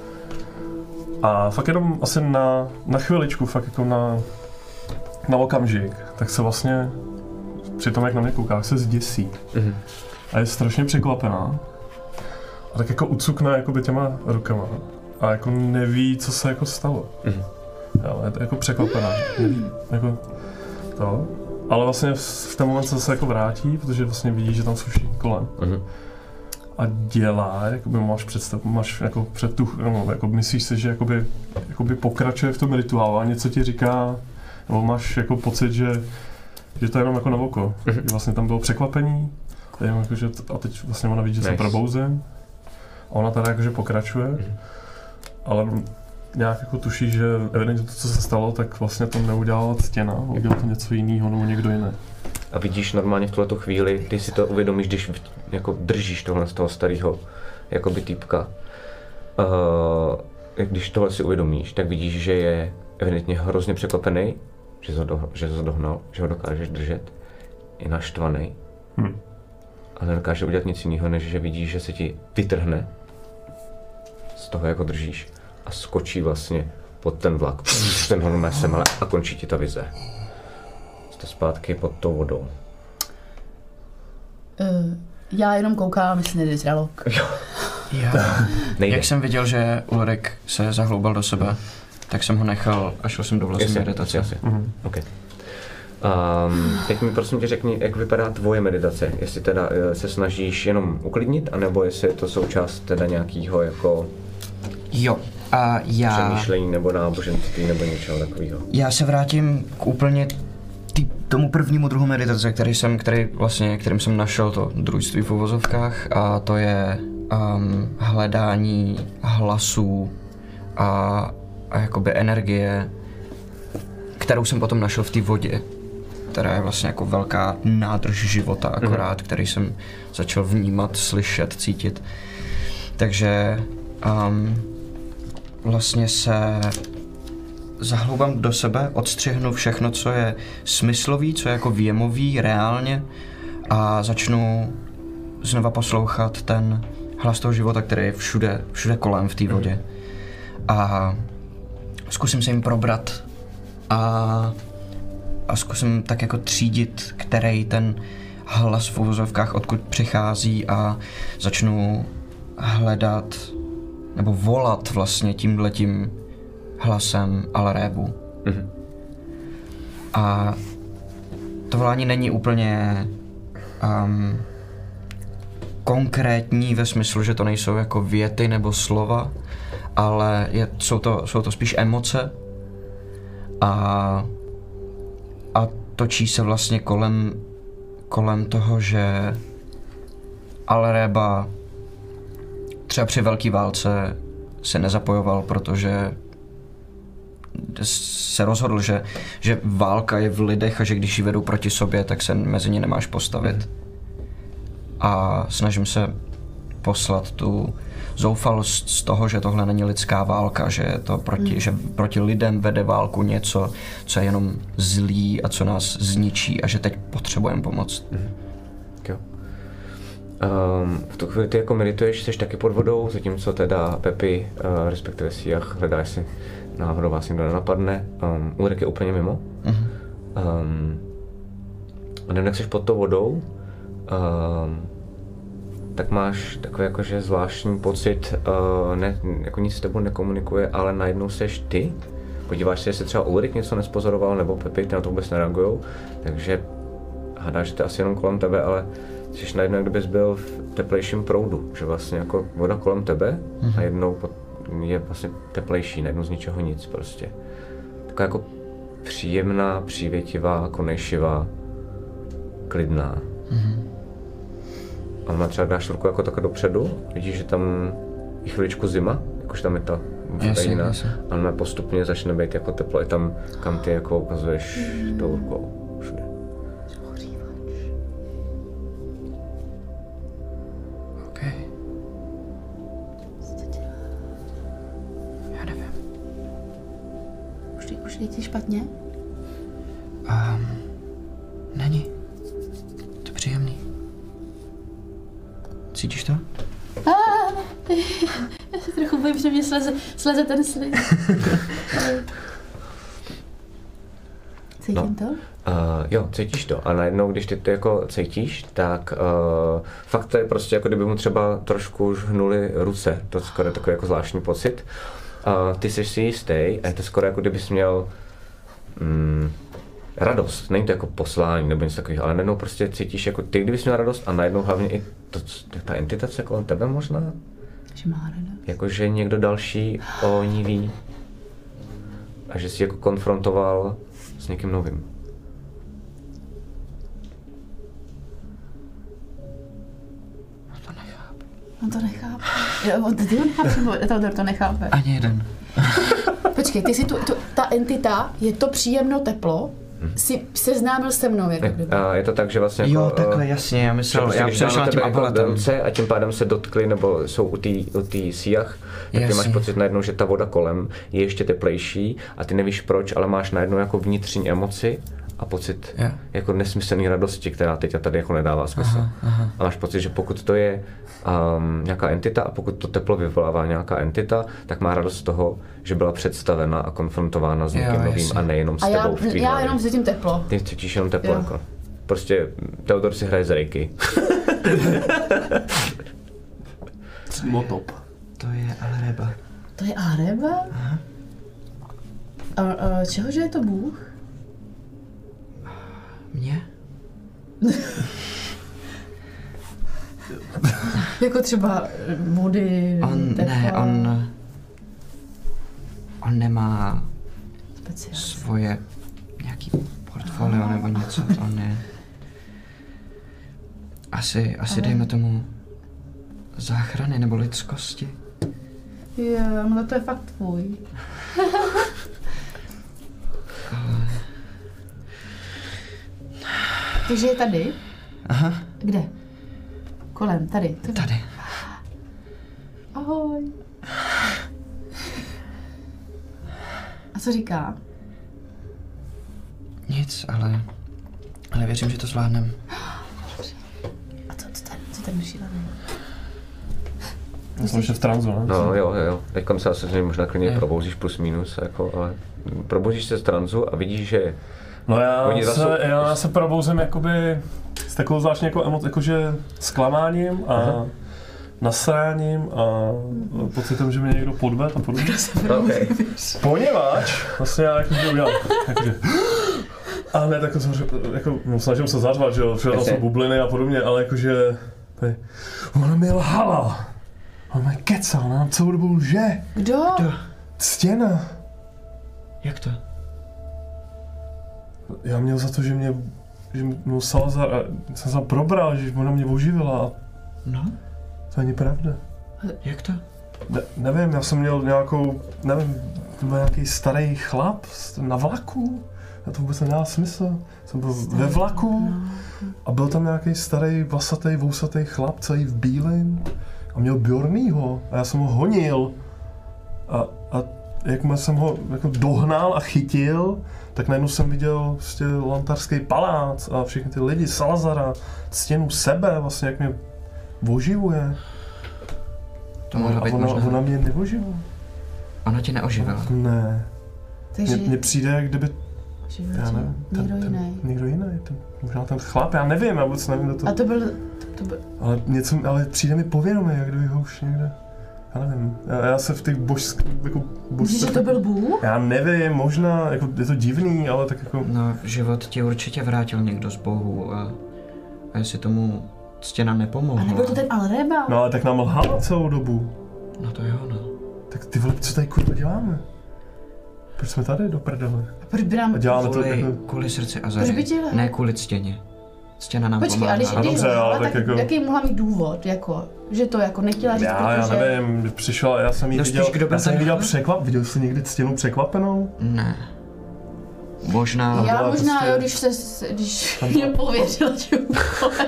A fakt jenom asi na, na chviličku, fakt jako na, na okamžik, tak se vlastně při tom, jak na mě kouká, se zděsí. Mm-hmm. A je strašně překvapená. A tak jako ucukne jakoby těma rukama. A jako neví, co se jako stalo. Mm-hmm. Jo, je to jako překvapená. Neví, jako to. Ale vlastně v ten moment se jako vrátí, protože vlastně vidí, že tam jsou všichni kolem. Mm-hmm. A dělá, jakoby máš představ, máš jako předtuch, no, jako myslíš si, že jakoby, jakoby pokračuje v tom rituálu a něco ti říká, nebo máš jako pocit, že, že to je jenom jako na oko. Mm-hmm. Vlastně tam bylo překvapení, jako, že t- a teď vlastně ona vidí, že nice. Se probouzím. A ona teda jakože pokračuje, mm-hmm. ale nějak jako tuší, že evidentně to, co se stalo, tak vlastně to neudělala stěna, udělal to něco jiného nebo někdo jiný. A vidíš normálně v tuhletu chvíli, ty si to uvědomíš, když jako držíš tohle z toho starého jakoby týpka. Uh, když tohle si uvědomíš, tak vidíš, že je evidentně hrozně překvapený, že ho, do, že ho dohnal, že ho dokážeš držet. Je naštvaný. Hmm. A nedokáže udělat nic jiného, než že vidíš, že se ti vytrhne z toho, jak ho držíš a skočí vlastně pod ten vlak, ten honmé semele a končí ti ta vize. Jste zpátky pod tou vodou. Uh, já jenom koukám, jestli nejde žralok. Já, jak jsem viděl, že Ulrik se zahloubal do sebe, tak jsem ho nechal a šel jsem do vlastní meditace. Jasně. Mm-hmm. Okay. Um, teď mi prosím tě řekni, jak vypadá tvoje meditace, jestli teda uh, se snažíš jenom uklidnit, anebo jestli je to součást teda nějakého jako jo, a já... přemýšlení nebo náboženství nebo něčeho takového. Já se vrátím k úplně tý, tomu prvnímu druhu meditace, který jsem, který vlastně, kterým jsem našel to družství v uvozovkách, a to je um, hledání hlasů a, a jakoby energie, kterou jsem potom našel v té vodě, která je vlastně jako velká nádrž života akorát, mm. který jsem začal vnímat, slyšet, cítit. Takže um, vlastně se zahloubám do sebe, odstřihnu všechno, co je smyslový, co je jako věmový, reálně, a začnu znova poslouchat ten hlas toho života, který je všude, všude kolem v té vodě. A zkusím se jim probrat a, a zkusím tak jako třídit, který ten hlas v uvozovkách odkud přichází, a začnu hledat nebo volat vlastně tímhletím hlasem Alarébu. Mm-hmm. A to volání není úplně um, konkrétní ve smyslu, že to nejsou jako věty nebo slova, ale je, jsou, to, jsou to spíš emoce a, a točí se vlastně kolem, kolem toho, že Alaréba třeba při velké válce se nezapojoval, protože se rozhodl, že, že válka je v lidech a že když ji vedou proti sobě, tak se mezi ně nemáš postavit. A snažím se poslat tu zoufalost z toho, že tohle není lidská válka, že je to proti, mm. že proti lidem vede válku něco, co je jenom zlý a co nás zničí a že teď potřebujeme pomoc. Mm. Jo. Um, v tu chvíli ty jako medituješ, jsi taky pod vodou, zatímco teda Pepi, uh, respektive Siach, hledáš si náhodou vás někdo nenapadne. Um, Ulrik je úplně mimo. Mm. Um, a nevím, jak jsi pod tou vodou, um, tak máš takový jakože zvláštní pocit, uh, ne, jako nic s tebou nekomunikuje, ale najednou seš ty. Podíváš se, jestli třeba Ulrik něco nespozoroval, nebo Pepi, ty na to vůbec nereagujou, takže hádáš, že to je asi jenom kolem tebe, ale jsi najednou, jak kdybys byl v teplejším proudu, že vlastně jako voda kolem tebe, mm-hmm. najednou je vlastně teplejší, najednou z ničeho nic prostě. Taková jako příjemná, přívětivá, konejšivá, klidná. Mm-hmm. A ona třeba dáš ruku jako takhle dopředu, vidíš, že tam je chviličku zima, jakože tam je ta krajina, a ona postupně začne být jako teplo, i tam, kam ty jako ukazuješ mm. tou rukou, všude. Okay. Já nevím. Už, už je ti špatně? Um, není. To je příjemný. Cítíš to? Ah, já se trochu bojím, že mě sleze, sleze ten slib. Cítím no. to? Uh, jo, cítíš to. A najednou, když ty to jako cítíš, tak uh, fakt to je prostě jako kdyby mu třeba trošku už hnuli ruce. To je skoro takový jako zvláštní pocit. Uh, ty jsi si jistý a je to skoro jako kdybys měl mm, radost. Není to jako poslání nebo něco takového, ale najednou prostě cítíš jako ty, kdybys měl radost a najednou hlavně i to, ta entitace kolem tebe možná. Že má radost. Jakože někdo další o ní ví. A že jsi jako konfrontoval s někým novým. On to nechápe. On to nechápe. Jo, on, ty on chápe, nebo Teodor to nechápe? Ani jeden. Počkej, ty si tu, tu, ta entita je to příjemno teplo, hmm. si seznámil se mnou, jako kdyby. A je to tak, že vlastně jo, jako, takhle, jasně, já myslel, prostě, já přešel na tím apeletem. A tím pádem se dotkli, nebo jsou u té u tý Siach, tak ty máš pocit najednou, že ta voda kolem je ještě teplejší a ty nevíš proč, ale máš najednou jako vnitřní emoci a pocit yeah. jako nesmyslný radosti, která teď a tady jako nedává smysl. Aha, aha. A máš pocit, že pokud to je um, nějaká entita a pokud to teplo vyvolává nějaká entita, tak má radost z toho, že byla představena a konfrontována s někým novým a nejenom s a tebou já, v tvý já hlavě. jenom cítím teplo. Ty cítíš jenom teplo jako. Prostě Teodor si hraje z Reiki. Cimotop. To je Alreba. To je Alreba? Aha. A, a čehože je to Bůh? Mě? Jako třeba vody, On, tepla. ne, on... On nemá Speciál. svoje nějaký portfolio nebo něco, to on je... Asi, asi Ale... dejme tomu záchrany nebo lidskosti. Jo, no to je fakt tvůj. Ale... Takže je tady? Aha. Kde? Kolem, tady. tady. Tady. Ahoj. A co říká? Nic, ale... Ale věřím, že to zvládneme. A co, co ten, co ten šílený? Já jsem ještě v tranzu, ne? No jo, jo, jo. Teďkom se asi možná klidně probouzíš plus minus, jako, ale probouzíš se z tranzu a vidíš, že No já oni se, jsou... já se probouzím jakoby s takovou zvláštní jako emo, jakože zklamáním a aha. nasráním a pocitem, že mě někdo podved a podobně. Okay. Poněvadž vlastně já jakože udělám, jakože... A ne, tak jsem jako, no, snažím se zařvat, že jo, všude tam jsou bubliny a podobně, ale jakože... Tady, ona mi lhala. Ona mi kecal, ona nám celou dobu lže. Kdo? Kdo? Stěna. Jak to? Já měl za to, že mě, že mě Salazar, jsem se probral, že ona mě oživila. No? To není pravda. Jak to? Ne, nevím, já jsem měl nějakou, nevím, to byl nějaký starý chlap na vlaku. A to vůbec nedá smysl. Jsem byl ve vlaku a byl tam nějaký starý, vlasatý, vousatý chlap, celý v bílém. A měl Bjornýho a já jsem ho honil. A, a jakmile jsem ho jako dohnal a chytil, tak najednou jsem viděl prostě lantarský palác a všechny ty lidi, Salazara, stěnu sebe, vlastně jak mě oživuje. To mohlo být ona, možná. ona mě neoživuje. Ona tě neoživila. Ne. Takže Mně přijde, jak kdyby, já nevím, ten, někdo ten, jiný. někdo jiný, ten, možná ten chlap, já nevím, já vůbec nevím, kdo to, A to byl, to byl, ale něco, ale přijde mi povědomý, jak kdyby ho už někde, já nevím, já, já se v těch božských, jako myslíš, že to byl Bůh? já nevím, možná, jako je to divný, ale tak jako, No, život ti určitě vrátil někdo z bohu a, a jestli tomu stěna A nepomohla. nebyl to ten Alreba? no ale tak nám lhala celou dobu, No to jo, no. tak ty vole, co tady kurva děláme? Proč jsme tady do prdele? A proč by nám... A děláme to Kvůli, jako, kvůli srdci Proč by Azary. ti lhal? Ne kvůli stěně. Stěna nám Počkej, a když, pomáhala. když dobře, ale lhala, tak tak jako- jaký mohla mít důvod, jako, že to jako nechtěla říct, já, já protože... nevím, přišel, já jsem jí No viděl, spíš, kdo byl já jsem jí ten viděl chlap? překvap, viděl jsi někdy stěnu překvapenou? Ne. Možná... Já byla možná, prostě- jo, když se, když Tam mě byla- pověřila, že úkolem.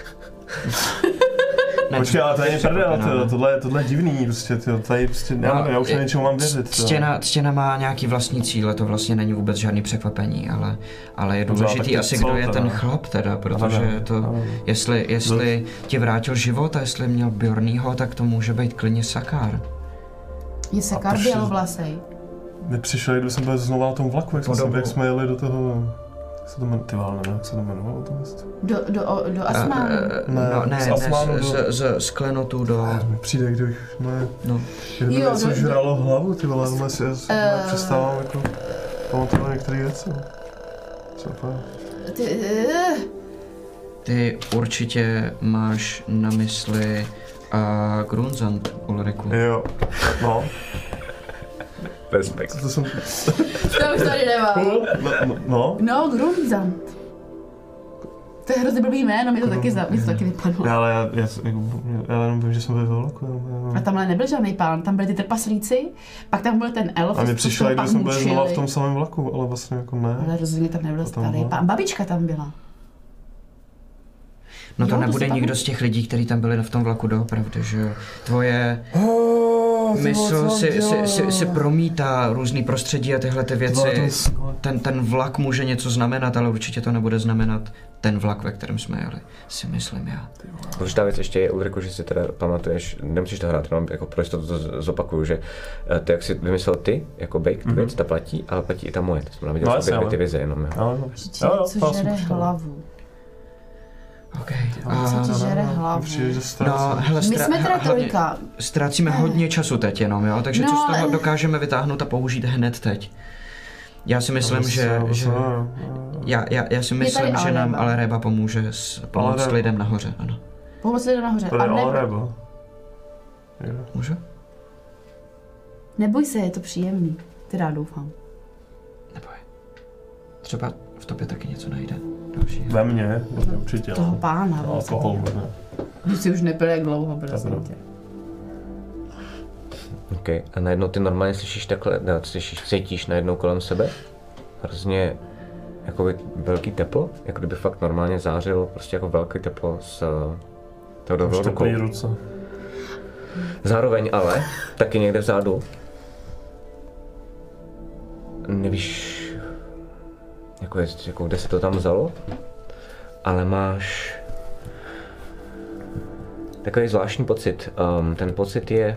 Ne, Počkej, ale to není prdel, překvapená, tyjo, ne. tohle, tohle je divný, prostě, tyjo, tady prostě, já, No, nevím, já už je- na něčemu mám věřit. tyjo. Ctěna, ctěna má nějaký vlastní cíle, to vlastně není vůbec žádný překvapení, ale, ale je Dobře, důležitý tak asi, co kdo je teda? ten chlap teda, protože Ano, to, ano. jestli, jestli ti vrátil život a jestli měl Bjornýho, tak to může být klidně Sakár. Je se A proč- karběl vlasej. My přišli, když jsme byli znovu na tom vlaku, jak jsme, Podobu. jak jsme jeli do toho, jak se to jmenuje, ty vole, nevím, jak se to jmenovalo to město. Do, do, o- do Asmánu. Ne, no, ne, z ne, Asmánu z, do- z, z Klenotu do... Mi přijde, kdybych, ne, No, kdyby Jo, mi něco do- žralo hlavu, ty vole, ale si já Eh. přestávám jako pamatovat některé věci. Co to je? Ty, eh, ty určitě máš na mysli uh, Grunzand, Ulriku. Jo, no, Respekt. to jsem, to už tady nemám. no, no, no. No, Grunzand. To je hrozně blbý jméno, mi to taky, za, mi to taky vypadlo. Já, ale já, já, jako, já jenom vím, že jsme byli ve vlaku. Já, A já. tamhle nebyl žádný pán, tam byli ty trpaslíci, pak tam byl ten elf, A mi co přišlo, toho když pak jsme byli znova v mučili. tom samém vlaku, ale vlastně jako ne. Ale rozhodně tam nebyl To tam starý bylo. pán. Babička tam byla. No to Jo, to nebude si nikdo pamatuju. z těch lidí, kteří tam byli v tom vlaku doopravdy, že jo. Tvoje Oh, mysl si, si, si, si promítá různý prostředí a tyhle ty věci. Ten, ten vlak může něco znamenat, ale určitě to nebude znamenat ten vlak, ve kterém jsme jeli, si myslím já. Důležitá věc ještě je, Ulriku, že si teda pamatuješ, nemusíš to hrát, jenom jako pro jistotu to z- zopakuju, že eh, to, jak si vymyslel ty, jako Bake, tu věc, ta platí, ale platí i ta moje. To znamená, viděl No, jsem jasně, obě ale- ty vize jenom. Jo. Jo, jo. Ještě Jo, jo, co to jsem žere počítal. hlavu. OK. Co ti žere hlavu? Přijde, že No, ztrácím. hele, My stra- jsme teda hlavně trojka. ztrácíme hodně času teď jenom, jo, takže No, co z toho eh. dokážeme vytáhnout a použít hned teď? Já si myslím, Ale že, co- že co- já, já, já si myslím, tady že nám Alreba. Alreba pomůže s pomoct Alreba. lidem nahoře, ano. Pomoc lidem nahoře. To je A nebo, Alreba. Jo. Můžu? neboj se, je to příjemný. Teda doufám. Neboj. Třeba v tobě taky něco najde dalšího. Ve mně, určitě. Toho no. pána. Alkohol, ne. Když jsi už nepil, jak dlouho, prosím Dobro. tě. OK. A najednou ty normálně slyšíš takhle, ne, slyšíš, cítíš najednou kolem sebe hrozně jakoby velký teplo, jako kdyby fakt normálně zářilo prostě jako velké teplo z toho Už dovolku. teplý ruce. Zároveň ale taky někde vzadu nevíš, jako, je, jako kde se to tam vzalo, ale máš takový zvláštní pocit. Um, ten pocit je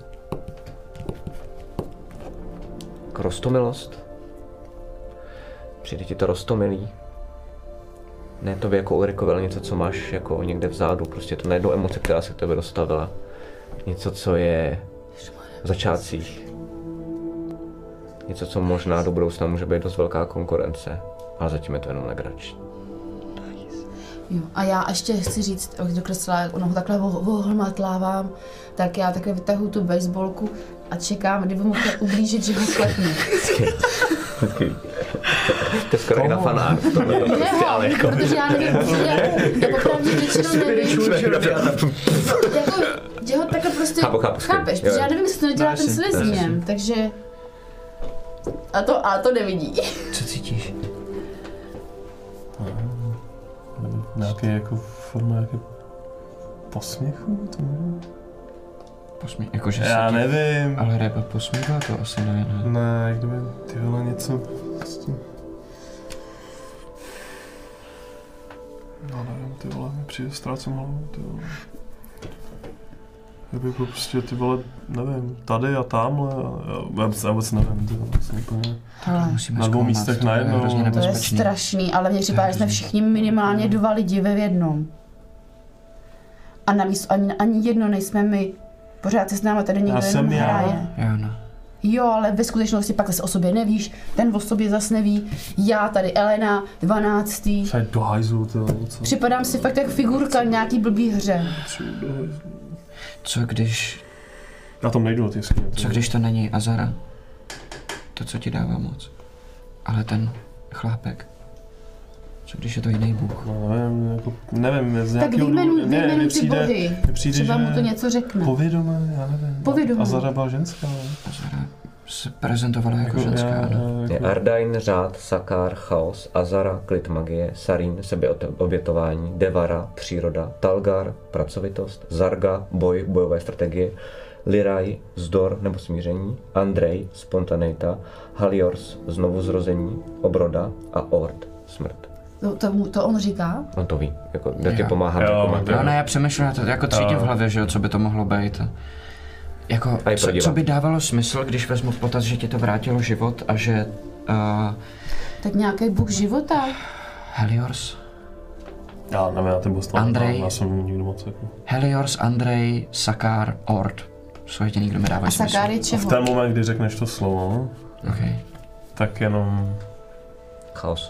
jako roztomilost. Přijde ti to roztomilý. Ne to by jako Ulrikovi, ale něco, co máš jako někde vzadu. Prostě je to najednou emoce, která se k tebe dostavila. Něco, co je v začátcích. Něco, co možná do budoucna může být dost velká konkurence. Ale zatím je to jenom legrační. Jo. A já ještě chci říct, abych to kreslila, jak ono ho takhle ohlmatlávám, tak já takhle vytahuji tu baseballku a čekám, kdy budu chtěl ublížit, že ho klepnu. To je skoro i na fanart. Ne, ale jako... protože já nevím, že já, já opravdu většinou nevím, jako, že ho takhle prostě Chápu, chápu, chápeš, jo, protože jo. já nevím, jestli to nedělá No, ten jasně, slezněm, takže... A to, a to nevidí. Co cítíš? Nebo nějaký jako forma nějaký posměchu? To nevím. Posmí, jakože Já se ti- nevím. Ale Reba posmívá to asi ne, ne. Ne, jak kdyby ty vole něco prostě... No nevím, ty vole, mi přijde, ztrácím hlavu, ty vole. Jak jako prostě ty vole, nevím, tady a tamhle, a já, já, já vůbec nevím, ty vole, jsem úplně Hele, Musíme na dvou zkoumat, místech to je najednou. hrozně To je to je nebezpečný. strašný, ale mně připadá, že jsme všichni minimálně dva lidi ve v jednom. A navíc ani, ani jedno nejsme my. Pořád se s námi tady někdo Já jsem jenom já. hraje. Jo, no. Jo, ale ve skutečnosti pak zase o sobě nevíš, ten o sobě zase neví, já tady Elena, dvanáctý. Přijď do hajzlu, ty vole, co? Připadám si fakt jak figurka v nějaký blbý hře. Přijď do hajzlu. Co když, Já tam nejdu do té jeskyně. co když to není Azara? To, co ti dává moc. Ale ten chlápek. Co když je to jiný bůh? No nevím, jako, nevím, z Tak nějakého vyjmenuj, důvodu- ne, vyjmenuj mi ty přijde, bohy. mi přijde, Třeba že mu to něco řekne. Povědomé, já nevím. Povědomé. A Zara byla ženská. Azara se prezentovala jako, jako ženská, já, ano. Je jako, Ardain, řád, Sakár, chaos, Azara, klid magie, Sarin, sebeobětování, Devara, příroda, Talgar, pracovitost, Zarga, boj, bojové strategie, Liraj, vzdor nebo smíření, Andrej, spontaneita, Haliors, znovuzrození, obroda a Ord, smrt. To, to, mu- to on říká? On to ví, jako, kde ti Jo. pomáhám. Jo, Jako, to Jo, ne, já přemýšlím na to, jako třídím v Jo. hlavě, že jo, co by to mohlo být. Jako, A i pro co, co diváky. by dávalo smysl, když vezmu v potaz, že ti to vrátilo život a že uh, Tak nějaký bůh života? Heliors, já nevím, já ten boss Andrej. já jsem nikdo moc jako. Heliors, Andrej, Sakár, Ord. Jsou jediný, kdo mi A dávají smysl. Sakár je A v čeho? ten moment, kdy řekneš to slovo, Okay. tak jenom... chaos.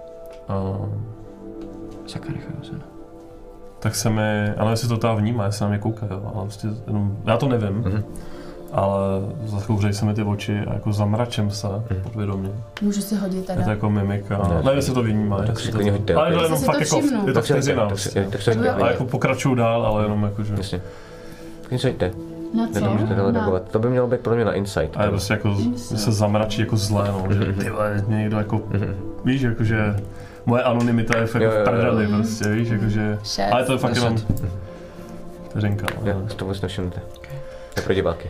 Uh, Sakár je chaos, ano. tak se mi, ale jestli to ta vnímá, jestli na mě kouká, jo, ale prostě jenom, já to nevím, Mhm. ale zakouřejí se mi ty oči a jako zamračím se podvědomě. Můžu si hodit Je to teda. jako mimika, Ne, nevím, jestli to vnímá, tak jestli si to, klidně hoďte, ale je to ok. jenom Si fakt to jako, všimnu. je to Tak se hoďte, vteřina, tak se- prostě. tak se hoďte, Ale Ale jako pokračuju dál, ale jenom jako, že... Jasně. Klidně se hoďte, Na co? nemůžete Na- reagovat. To by mělo být podle mě na insight. A je prostě jako, že se zamračí jako zlé, no, že ty vole, mě někdo jako, víš, jako že moje anonymita je fakt Jo, jako jo, v jo. prdeli, prostě, víš, jako že, Šest. ale to je fakt jenom Deset. vteřinka, Jo, no. z toho vůbec nevšimnete. To je pro diváky.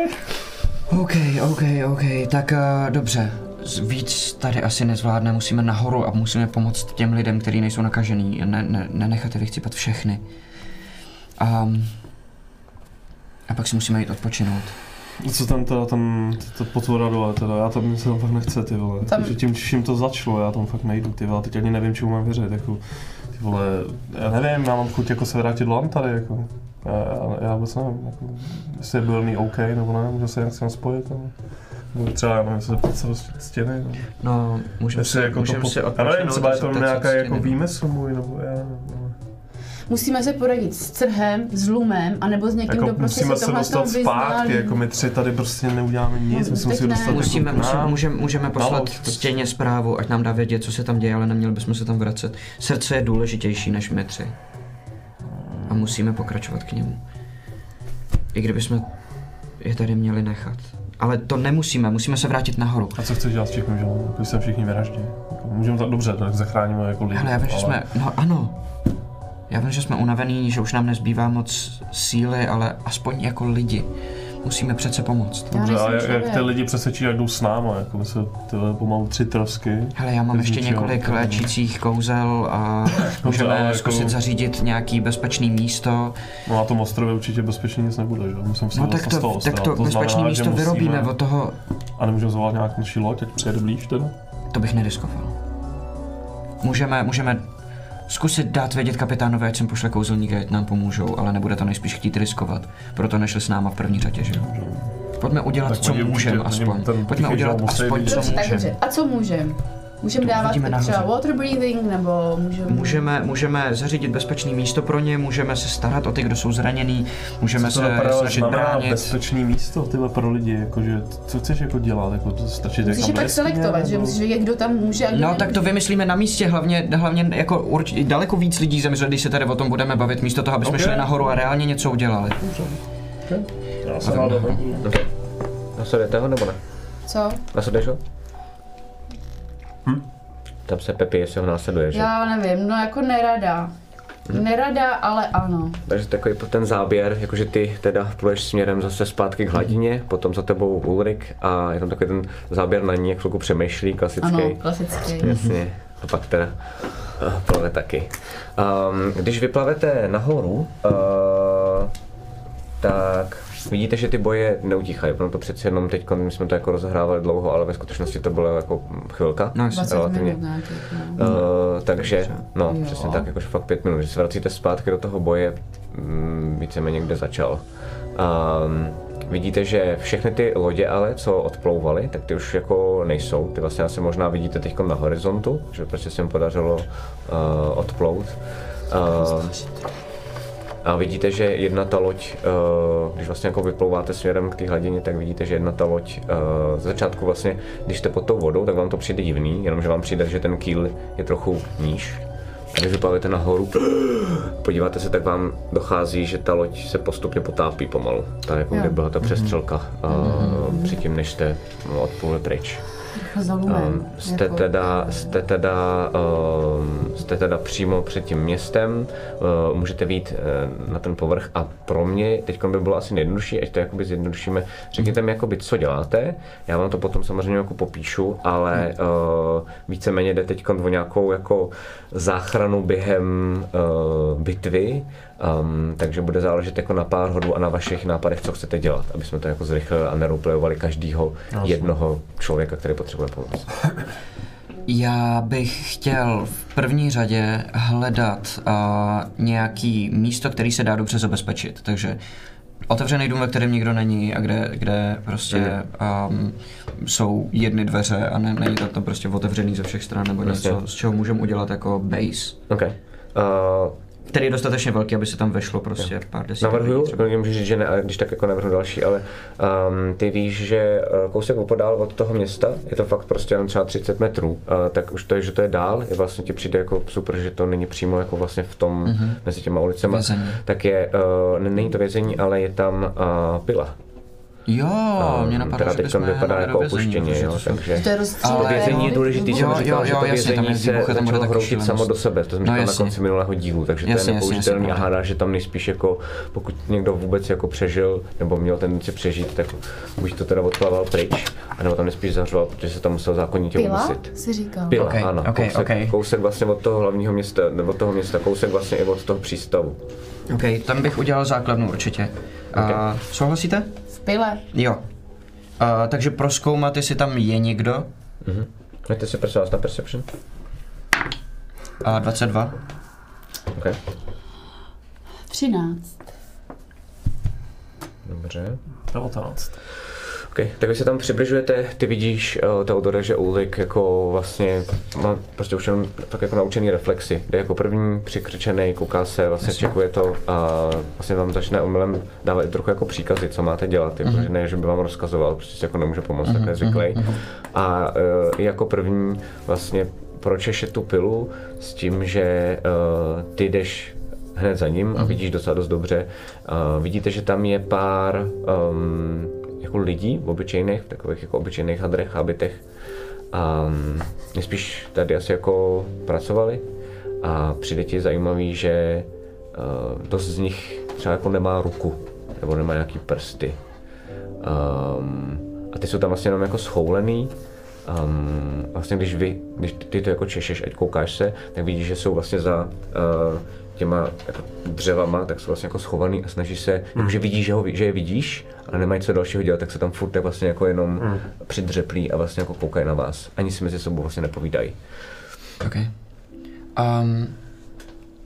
OK, OK, OK, tak uh, dobře. Z- Víc tady asi nezvládne, musíme nahoru a musíme pomoct těm lidem, kteří nejsou nakažený. Ne, ne, nenechat je vychcípat všechny. Um, a pak si musíme jít odpočinout. Co tam teda, tam, to potvora dole teda, já tam se tam fakt nechce, ty vole, Tam- tam... tím, čím to začalo, já tam fakt nejdu, ty vole, teď ani nevím, čemu mám věřit, jako, ty vole, já nevím, já mám chuť jako se vrátit do Antary, jako, já, já, já vůbec nevím, jako, jestli je bylný OK, nebo ne, můžu se nějak s tím spojit, nebo, nebo třeba, já nevím, se zeptat se do stěny, nebo, No, můžeme jestli se, jako můžeme to, se já odpočinout. nevím, třeba je to zeptat se nějaká jako stěny. výmysl můj, nebo já nevím, ale- Musíme se poradit s Crhem, s Lumem, anebo s někým, jako kdo prostě musíme si se tohle dostat zpátky, jako my tři tady prostě neuděláme nic, No, my se teď musíme ne. dostat Musíme, jako k musíme, nám. můžeme, můžeme poslat loď, prostě. stěně zprávu, ať nám dá vědět, co se tam děje, ale neměli bychom se tam vracet. Srdce je důležitější než my tři. A musíme pokračovat k němu. I kdybychom je tady měli nechat. Ale to nemusíme, musíme se vrátit nahoru. A co chceš dělat s všichni, že jo? Když se všichni vyraždí. Jako, můžeme tak dobře, tak zachráníme jako lidi. Hele, já vím, že ale- jsme, no ano. Já vím, že jsme unavení, že už nám nezbývá moc síly, ale aspoň jako lidi musíme přece pomoct. Já Dobře, a nejsem jak, jak člověk. ty lidi přesvědčí, jak jdou s náma, jako my se tyhle pomalu tři trosky. Hele, já mám Bez ještě ničeho. několik léčících kouzel a ale můžeme jako- zkusit zařídit nějaký bezpečný místo. No na tom ostrově určitě bezpečně nic nebude, že jo? Musím se No dostat tak z toho to, ostrova. tak to bezpečné znamená, místo že musíme- vyrobíme, od toho, A nemůžeme zavolat nějak naši loď, ať přijede blíž teda? to bych neriskoval. Můžeme, můžeme zkusit dát vědět kapitánovi, ať sem pošle kouzelníky, ať nám pomůžou, ale nebude to nejspíš chtít riskovat. Proto nešli s náma v první řadě, že jo? Pojďme udělat, Tak co oni určitě- můžeme oni aspoň. ten Pojďme tichý udělat žal musí aspoň, být. co Dobře, tak můžeme. dobře. A co můžem? Můžeme dávat uvidíme tak třeba nahoře. water breathing, nebo můžeme... Můžeme, můžeme zařídit bezpečné místo pro ně, můžeme se starat o ty, kdo jsou zraněný, můžeme Co to se napadá, snažit znamená bránit. bezpečný místo tyhle pro lidi, jakože co chceš jako dělat, jako to stačí Musíš je pak selektovat, že musíš vědět, kdo tam může a kdo No nemůže. tak to vymyslíme na místě, hlavně, hlavně jako určitě daleko víc lidí zemře, když se tady o tom budeme bavit, místo toho, aby jsme Okay. šli nahoru a reálně něco udělali. Já jsem Okay. Nasledujete ho nebo ne? Co? Nasleduješ ho? Hm? Tam se Pepi, jestli ho následuje, že? Já nevím, no jako nerada. Nerada, ale ano. Takže takový ten záběr, jakože ty teda pluješ směrem zase zpátky k hladině, potom za tebou Ulrik a je tam takový ten záběr na ní, jak chvilku přemýšlí, klasický. Ano, klasický. Jasně, a pak teda uh, plave taky. Um, když vyplavete nahoru, uh, tak vidíte, že ty boje neutichají, ono to přeci jenom teď, my jsme to jako rozehrávali dlouho, ale ve skutečnosti to bylo jako chvilka. No, dvacet minut nějakých, no. Uh, takže, no, Jo. přesně tak, jakože fakt pět minut, že se vracíte zpátky do toho boje, mm, víceméně kde začal. Um, vidíte, že všechny ty lodě ale, co odplouvaly, tak ty už jako nejsou, ty vlastně asi možná vidíte teď na horizontu, že prostě se jim podařilo uh, odplout. Uh, a vidíte, že jedna ta loď, uh, když vlastně jako vyplouváte směrem k té hladině, tak vidíte, že jedna ta loď, uh, z začátku vlastně, když jste pod tou vodou, tak vám to přijde divný, jenomže vám přijde, že ten kýl je trochu níž. A když vyplavíte nahoru, podíváte se, tak vám dochází, že ta loď se postupně potápí pomalu. Ta jako Jo. kdy byla ta přestřelka, uh, předtím, než jste no, odpluli pryč. Za lumem, Um, jste, jako- teda, jste, teda, um, jste teda přímo před tím městem, uh, můžete vyjít uh, na ten povrch a pro mě teď by bylo asi nejjednodušší, ať to jakoby zjednodušíme, řekněte mi, jakoby, co děláte, já vám to potom samozřejmě jako popíšu, ale uh, víceméně jde teď o nějakou jako záchranu během uh, bitvy, um, takže bude záležet jako na pár hodů a na vašich nápadech, co chcete dělat, aby jsme to jako zrychlili a neroleplayovali každýho jednoho člověka, který potřebuje pomoc. Já bych chtěl v první řadě hledat uh, nějaký místo, který se dá dobře zabezpečit, takže otevřený dům, ve kterém nikdo není a kde, kde prostě um, jsou jedny dveře a ne, není to tam prostě otevřený ze všech stran nebo něco, Jasně. z čeho můžeme udělat jako base. Okay. Uh, Který je dostatečně velký, aby se tam vešlo prostě jo. pár desítek Navrhuju, lidí třeba. můžu říct, že ne, ale když tak jako navrhu další, ale um, ty víš, že uh, kousek opodál od toho města, je to fakt prostě jen třeba třicet metrů, uh, tak už to je, že to je dál, je vlastně ti přijde jako super, že to není přímo jako vlastně v tom, mm-hmm. mezi těma ulicema, Vězení. tak je, uh, není to vězení, ale je tam uh, pila. Jo, Um, mě napadlo, která že teď bychom vypadá jeli jako do vězení, opuštěně, protože jo, to jsou- takže To je rozstřílené. Ale- vězení je důležitý, jsem Jo, říkal, jo, že jo, to jasně, tam vězení je výbuch, se tam bude začalo taky hroutit šílenost. samo do sebe, to jsem říkal No, na jasně. konci minulého dílu, takže Jasně, to jasně, je nepoužitelný jasně, a hádá, že tam nejspíš jako, pokud někdo vůbec jako přežil, nebo měl tendenci přežít, tak buď to teda odplaval pryč, anebo tam nejspíš zařval, protože se tam musel zákonitě Pila, udusit. si říkal. Pila, Okay, ano, okay, kousek, okay. kousek vlastně od toho hlavního města, nebo od toho města, kousek vlastně i od toho přístavu. OK, tam bych udělal základnu určitě. Okay. Uh, souhlasíte? V pile. Jo. Uh, takže prozkoumat, jestli tam je někdo. Mhm. Mějte si prosím vás na Perception. A dvacet dva. Okay. třináct. Dobře. devatenáct. Okay, tak vy se tam přibližujete, ty vidíš uh, Teodore, že Ulrik jako vlastně má prostě už jenom tak jako naučený reflexy, jde jako první přikřčený, kouká se, vlastně čekuje to a vlastně vám začne omylem dávat i trochu jako příkazy, co máte dělat, jako, mm-hmm. že ne, že by vám rozkazoval, prostě si jako nemůže pomoct, mm-hmm. takhle zvyklej. A uh, jako první vlastně pročeše tu pilu s tím, že uh, ty jdeš hned za ním a vidíš docela dost dobře. Uh, vidíte, že tam je pár um, jako lidí obyčejných, v takových jako obyčejných hadrech, habitech. Um, nejspíš tady asi jako pracovali a přijde ti zajímavý, že uh, dost z nich třeba jako nemá ruku nebo nemá nějaký prsty. Um, a ty jsou tam vlastně jenom jako schoulený. Um, vlastně když vy, když ty to jako češeš, ať koukáš se, tak vidíš, že jsou vlastně za uh, těma jako dřevama, tak jsou vlastně jako schovaný a snažíš se, mm. jakože vidíš, že, ho, že je vidíš, ale nemají co dalšího dělat, tak se tam furt tak vlastně jako jenom mm. přidřeplí a vlastně jako koukají na vás. Ani si mezi sebou vlastně nepovídají. OK. Um,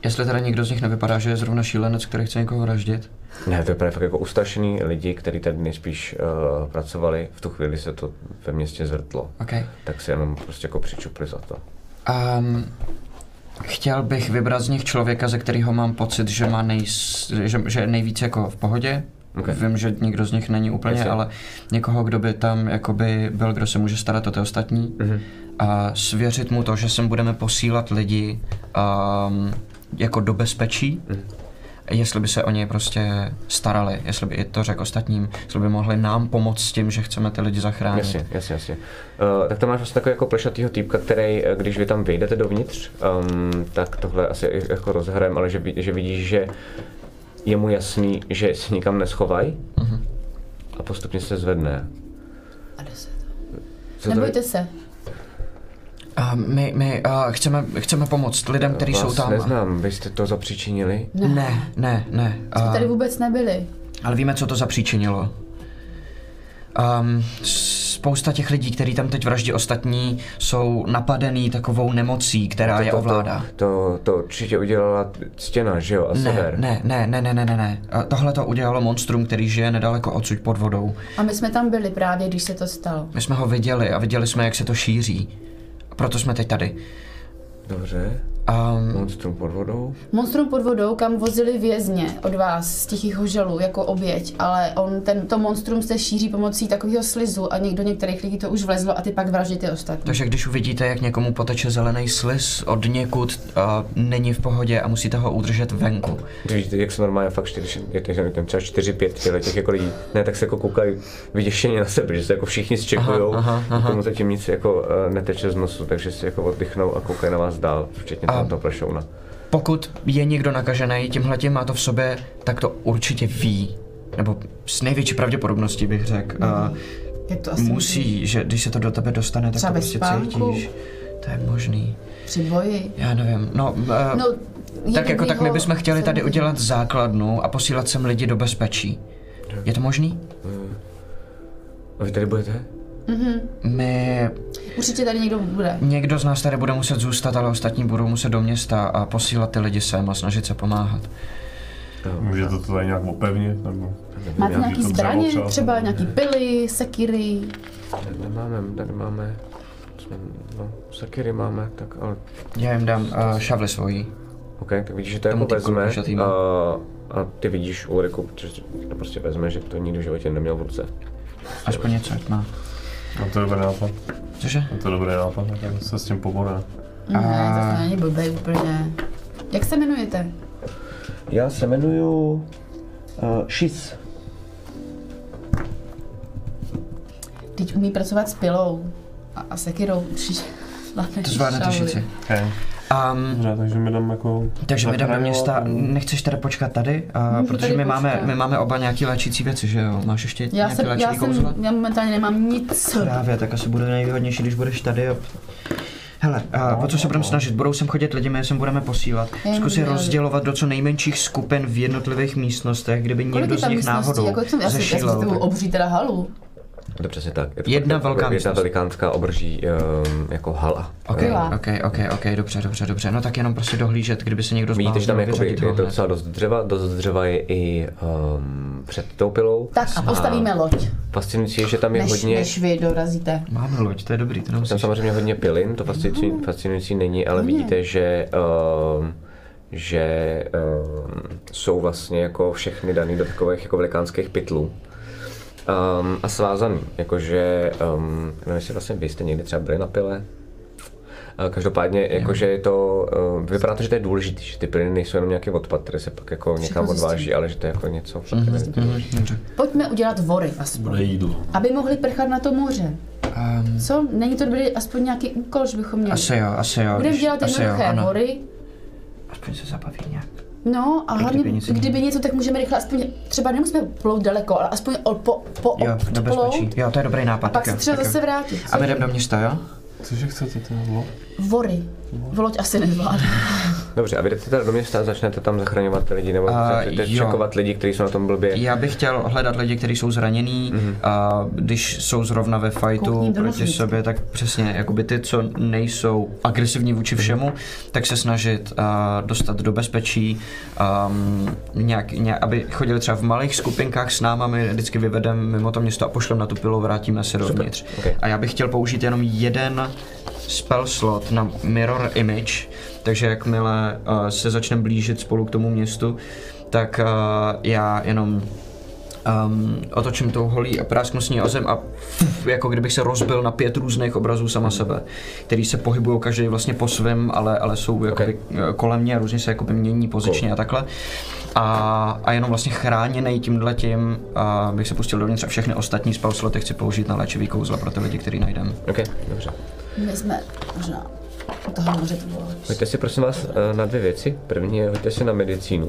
Jestli teda někdo z nich nevypadá, že je zrovna šílenec, který chce někoho vraždit. Ne, to je právě fakt jako ustrašený lidi, kteří tady nejspíš uh, pracovali, v tu chvíli se to ve městě zvrtlo. Okay. Tak se jenom prostě jako přičupli za to. Um, chtěl bych vybrat z nich člověka, ze kterého mám pocit, že má nej, že, že je nejvíc jako v pohodě. Okay. Vím, že nikdo z nich není úplně, Jasně. ale někoho, kdo by tam jakoby byl, kdo se může starat o ty ostatní. Mm-hmm. A svěřit mu to, že sem budeme posílat lidi um, jako do bezpečí. Mm-hmm. Jestli by se o něj prostě starali, jestli by i to řekl ostatním, jestli by mohli nám pomoct s tím, že chceme ty lidi zachránit. Jasně, jasně, jasně. Uh, tak to máš vlastně takový jako plešatýho týpka, který, když vy tam vyjdete dovnitř, um, tak tohle asi jako rozhrajem, ale že, že vidíš, že je mu jasný, že se nikam neschovají uh-huh. a postupně se zvedne. A jde se to. Nebojte to... se. Uh, my my uh, chceme, chceme pomoct lidem, kteří jsou tam. Neznám, vy jste to zapříčinili? Ne, ne, ne. ne. Jsme uh, tady vůbec nebyli. Ale víme, co to zapříčinilo. Um, spousta těch lidí, kteří tam teď vraždí ostatní, jsou napadený takovou nemocí, která to, to, je ovládá. To, to, to určitě udělala stěna, že jo? A ne, sever. ne, ne, ne, ne, ne, ne, ne. Tohle to udělalo monstrum, který žije nedaleko odsud pod vodou. A my jsme tam byli právě, když se to stalo. My jsme ho viděli a viděli jsme, jak se to šíří. A proto jsme teď tady. Dobře. Um, monstrum pod vodou? Monstrum pod vodou, kam vozili vězně od vás z tichých žalů jako oběť, ale on, ten, to monstrum se šíří pomocí takového slizu a někdo některých lidí to už vlezlo a ty pak vraždí ty ostatní. Takže když uvidíte, jak někomu poteče zelený sliz od někud, a není v pohodě a musíte ho udržet venku. Vidíte, jak se normálně fakt čtyři, třeba čtyři, pět těch jako lidí, ne, tak se jako koukají vyděšeně na sebe, že se jako všichni zčekujou, tomu zatím nic jako neteče z nosu, takže si jako oddychnou a koukají na vás dál, včetně a toho plešouna. Pokud je někdo nakažený tímhletím, má to v sobě, tak to určitě ví. Nebo s největší pravděpodobností bych řekl. Mm. Jak to asi musí, může? Že když se to do tebe dostane, tak třeba to prostě cítíš. To je možný. Při boji. Já nevím. No, uh, no tak jako tak my bychom chtěli tady udělat základnu a posílat sem lidi do bezpečí. Je to možný? Mm. A vy tady budete? Mhm. My... Určitě tady někdo bude. Někdo z nás tady bude muset zůstat, ale ostatní budou muset do města a posílat ty lidi sem a snažit se pomáhat. Můžete to tady nějak opevnit? Nebo... Máte nějaký zbraně, třeba, třeba nějaký pily, sekiry? Nemáme, tady máme, jsme, no, sekiry máme, tak ale... Já jim dám uh, šavli svojí. Ok, tak vidíš, že to jako vezme a, a ty vidíš Ulriku, že to prostě vezme, že to nikdy v životě neměl v ruce. Aspoň něco, ať má. No to je dobrý nápad. Cože? No to je dobrý nápad, tak se s tím pobore. Ne, a... to není blbej úplně. Jak se jmenujete? Já se jmenuju uh, Šiz. Teď umí pracovat s pilou a, a sekirou určitě. To zvládnete všichni. Okay. Um, Dobře, takže mi dám jako... Takže mi dám do města, nechceš teda počkat tady? Uh, protože my máme, my máme oba nějaký léčící věci, že jo? Máš ještě já nějaký léčivý kouzla? Já momentálně nemám nic. Právě, tak asi bude nejvýhodnější, když budeš tady. A... Hele, uh, o co se budeme snažit? Budou sem chodit lidi, my je sem budeme posílat. Zkus je rozdělovat do co nejmenších skupin v jednotlivých místnostech, kdyby někdo z nich náhodou jako zešílel. Já si obří teda halu. To přesně tak. Je to jedna tak, velká jedna velikánská obří um, jako hala. Ok, ok, ok, ok, dobře, dobře, dobře. No tak jenom prostě dohlížet, kdyby se někdo zbál. Vidíte, že tam jakoby, je to docela dost dřeva, dost dřeva je i um, před tou pilou. Tak a postavíme a loď. Fascinující je, že tam je než, hodně... Než vy dorazíte. Máme loď, to je dobrý. To tam samozřejmě hodně pilin, to fascinující, no. fascinující není, ale hodně. Vidíte, že... Um, že um, jsou vlastně jako všechny daný do takových jako velikánských pytlů. Um, a svázaný, jakože, um, nevím, jestli vlastně vy jste někdy třeba byli na pile. Uh, každopádně, jakože je to, uh, vypadá to, že to je důležité, že ty plyny nejsou jenom nějaký odpad, který se pak jako někam odváží, ale že to je jako něco fakt mm-hmm. Pojďme udělat vory aspoň, aby mohli prchat na to moře. Um, Co? Není to dobrý aspoň nějaký úkol, že bychom měli? Asi jo, asi jo. Budeme dělat jednoduché vory. Aspoň se zabaví nějak. No a hlavně, kdyby, kdyby něco, tak můžeme rychle aspoň, třeba nemusíme plout daleko, ale aspoň po, po jo, do bezpečí. Jo, to je dobrý nápad. A pak se třeba zase vrátit. A my jdeme do města, jo? Cože chcete, ten loď? Vory. Loď asi nezvládne. Dobře, a vy jdete teda do města a začnete tam zachraňovat lidi, nebo Uh, začnete jo. čekovat lidi, kteří jsou na tom blbě? Já bych chtěl hledat lidi, kteří jsou zranění, Mhm. a když jsou zrovna ve fightu Koukni do proti nožnic. sobě, tak přesně, jakoby ty, co nejsou agresivní vůči všemu, tak se snažit uh, dostat do bezpečí, um, nějak, nějak, aby chodili třeba v malých skupinkách s náma, my vždycky vyvedeme mimo to město a pošlem na tu pilu, vrátíme se dovnitř. Okay. A já bych chtěl použít jenom jeden spell slot na Mirror Image, takže jakmile uh, se začneme blížit spolu k tomu městu, tak uh, já jenom um, otočím tou holí a prásknu s ní o zem a pff, jako kdybych se rozbil na pět různých obrazů sama sebe, který se pohybují každý vlastně po svém, ale, ale jsou jakoby okay. kolem mě a různě se jakoby mění pozičně cool. a takhle. A, a jenom vlastně chráněnej tímhletím a bych se pustil dovnitř a všechny ostatní spell sloty chci použít na léčivý kouzla pro ty lidi, který najdem. Ok, dobře. My jsme možná u toho moře to bylo. Hoďte si prosím vás na dvě věci. První je, hoďte si na medicínu.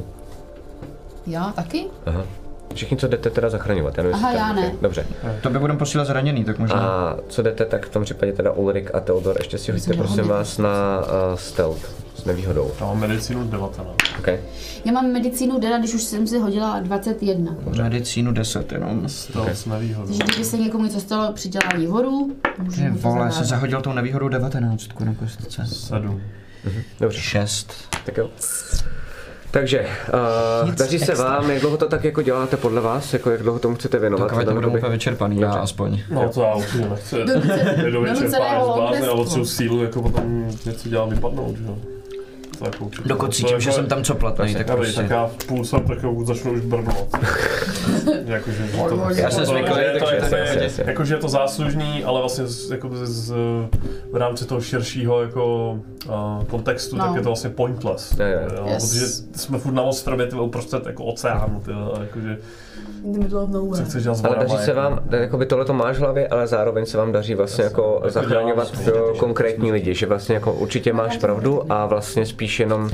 Já taky? Aha. Všichni, co jdete teda zachraňovat, já nevím, Aha, jestli já tam- ne. ok, dobře. To by budeme posílat zraněný, tak možná. A co jdete, tak v tom případě teda Ulrik a Theodor, ještě si hoďte Myslím, že prosím hodně. vás na uh, stealth s nevýhodou. Já mám medicínu devatenáct. Okay. Já mám medicínu dena, když už jsem si hodila dvacet jedna. Medicínu deset jenom. Stealth s nevýhodou. Takže kdyby se někomu něco stalo při dělání horu, můžu Ty mu to vole, se zahádat. zahodil tou nevýhodou devatenáctku na kostce. sedm. Dobře, šest. tak jo. Takže, uh, Nic daří se extra. vám, jak dlouho to tak jako děláte podle vás, jako jak dlouho tomu chcete věnovat? Dokud Tam nebudeme jakoby- úplně vyčerpaný, já aspoň. No to já určitě nechci. Donucené- Je do donucené vyčerpání z bláze a holokaustu. potřebuji sílu, jako potom něco dělat vypadnout, že jo. To jako určitě. Dokud To cítím, jako- že jsem tam coplatnej, tak Dobrý, prostě. tak já v půl jsem tak jako začnu už brblovat. Jakože to, Já jsem to- zvyklý, to je- to takže je- to je- jasně, jasně. Jakože je to záslužný, ale vlastně z, jako z, z, v rámci toho širšího jako uh, kontextu, No. tak je to vlastně pointless. Jo, jo. Jo, Yes. Protože jsme furt na ostrově, ty uprostřed jako oceánu, ty, a jakože In the middle of co nowhere. chceš dělat s Ale vodama, daří se jako- vám, jakoby tohle to máš v hlavě, ale zároveň se vám daří vlastně Jasně. jako Jako zachraňovat děláš- jo, konkrétní lidi, že vlastně jako určitě máš pravdu a vlastně spíš jenom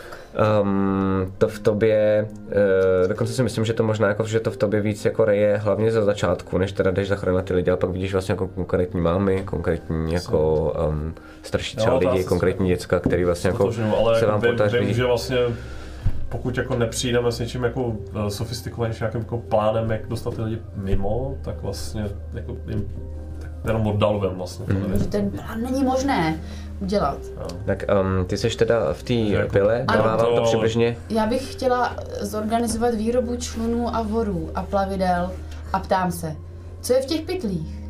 um, to v tobě, uh, dokonce si myslím, že to možná jako, že to v tobě víc jako reje hlavně za začátku, než teda jdeš zachraňovat ty lidi, ale pak vidíš vlastně jako konkrétní mámy, konkrétní jako um, starší třeba Jo, to lidi, asi- konkrétní děcka, který vlastně jako Stotožňuju, ale se vám vím, podaří. vím, že vlastně pokud jako nepřijdeme s něčím jako uh, sofistikovanějším nějakým jako plánem, jak dostat ty lidi mimo, tak vlastně jako jim tak jenom oddalujeme vlastně. Mhm. To nevím. Že ten plán není možné udělat. Tak um, ty seš teda v té Jako- pile, Ano. dává vám to To- přibližně, Já bych chtěla zorganizovat výrobu člunů a vorů a plavidel a ptám se, co je v těch pytlích?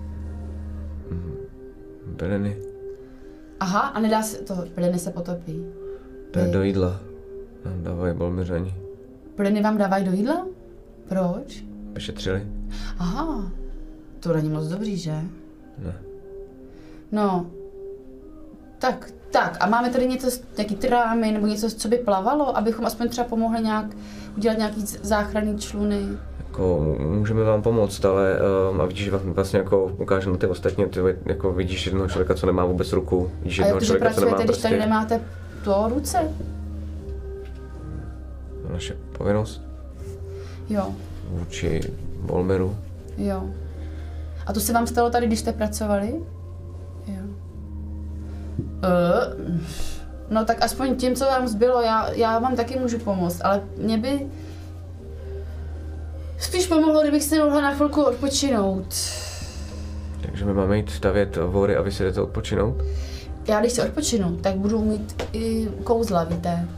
byliny, Aha, a nedá se to, plyny se potopí. to je Vy- do jídla, nám dávají bolmiřani, Plyny vám dávají do jídla? Proč? vyšetřili, Aha, to není moc dobrý, že? ne. No, tak, tak, a máme tady něco, nějaký trámy nebo něco, co by plavalo, abychom aspoň třeba pomohli nějak udělat nějaký z- záchranný čluny. Jako, můžeme vám pomoct, ale um, a vidíš, že vám vlastně jako ukážu na ty ostatní, ty jako vidíš jednoho člověka, co nemá vůbec ruku, vidíš A jak jednoho to, že člověka, co nemá pracujete, když tady prostě nemáte to ruce? naše povinnost Jo, vůči Bolmeru. jo. A to se vám stalo tady, když jste pracovali? Jo. Uh, no tak aspoň tím, co vám zbylo, já, já vám taky můžu pomoct, ale mě by spíš pomohlo, kdybych si mohla na chvilku odpočinout. Takže my máme jít stavět vory a vy si jdete odpočinout? Já když si odpočinu, tak budu mít i kouzla, víte.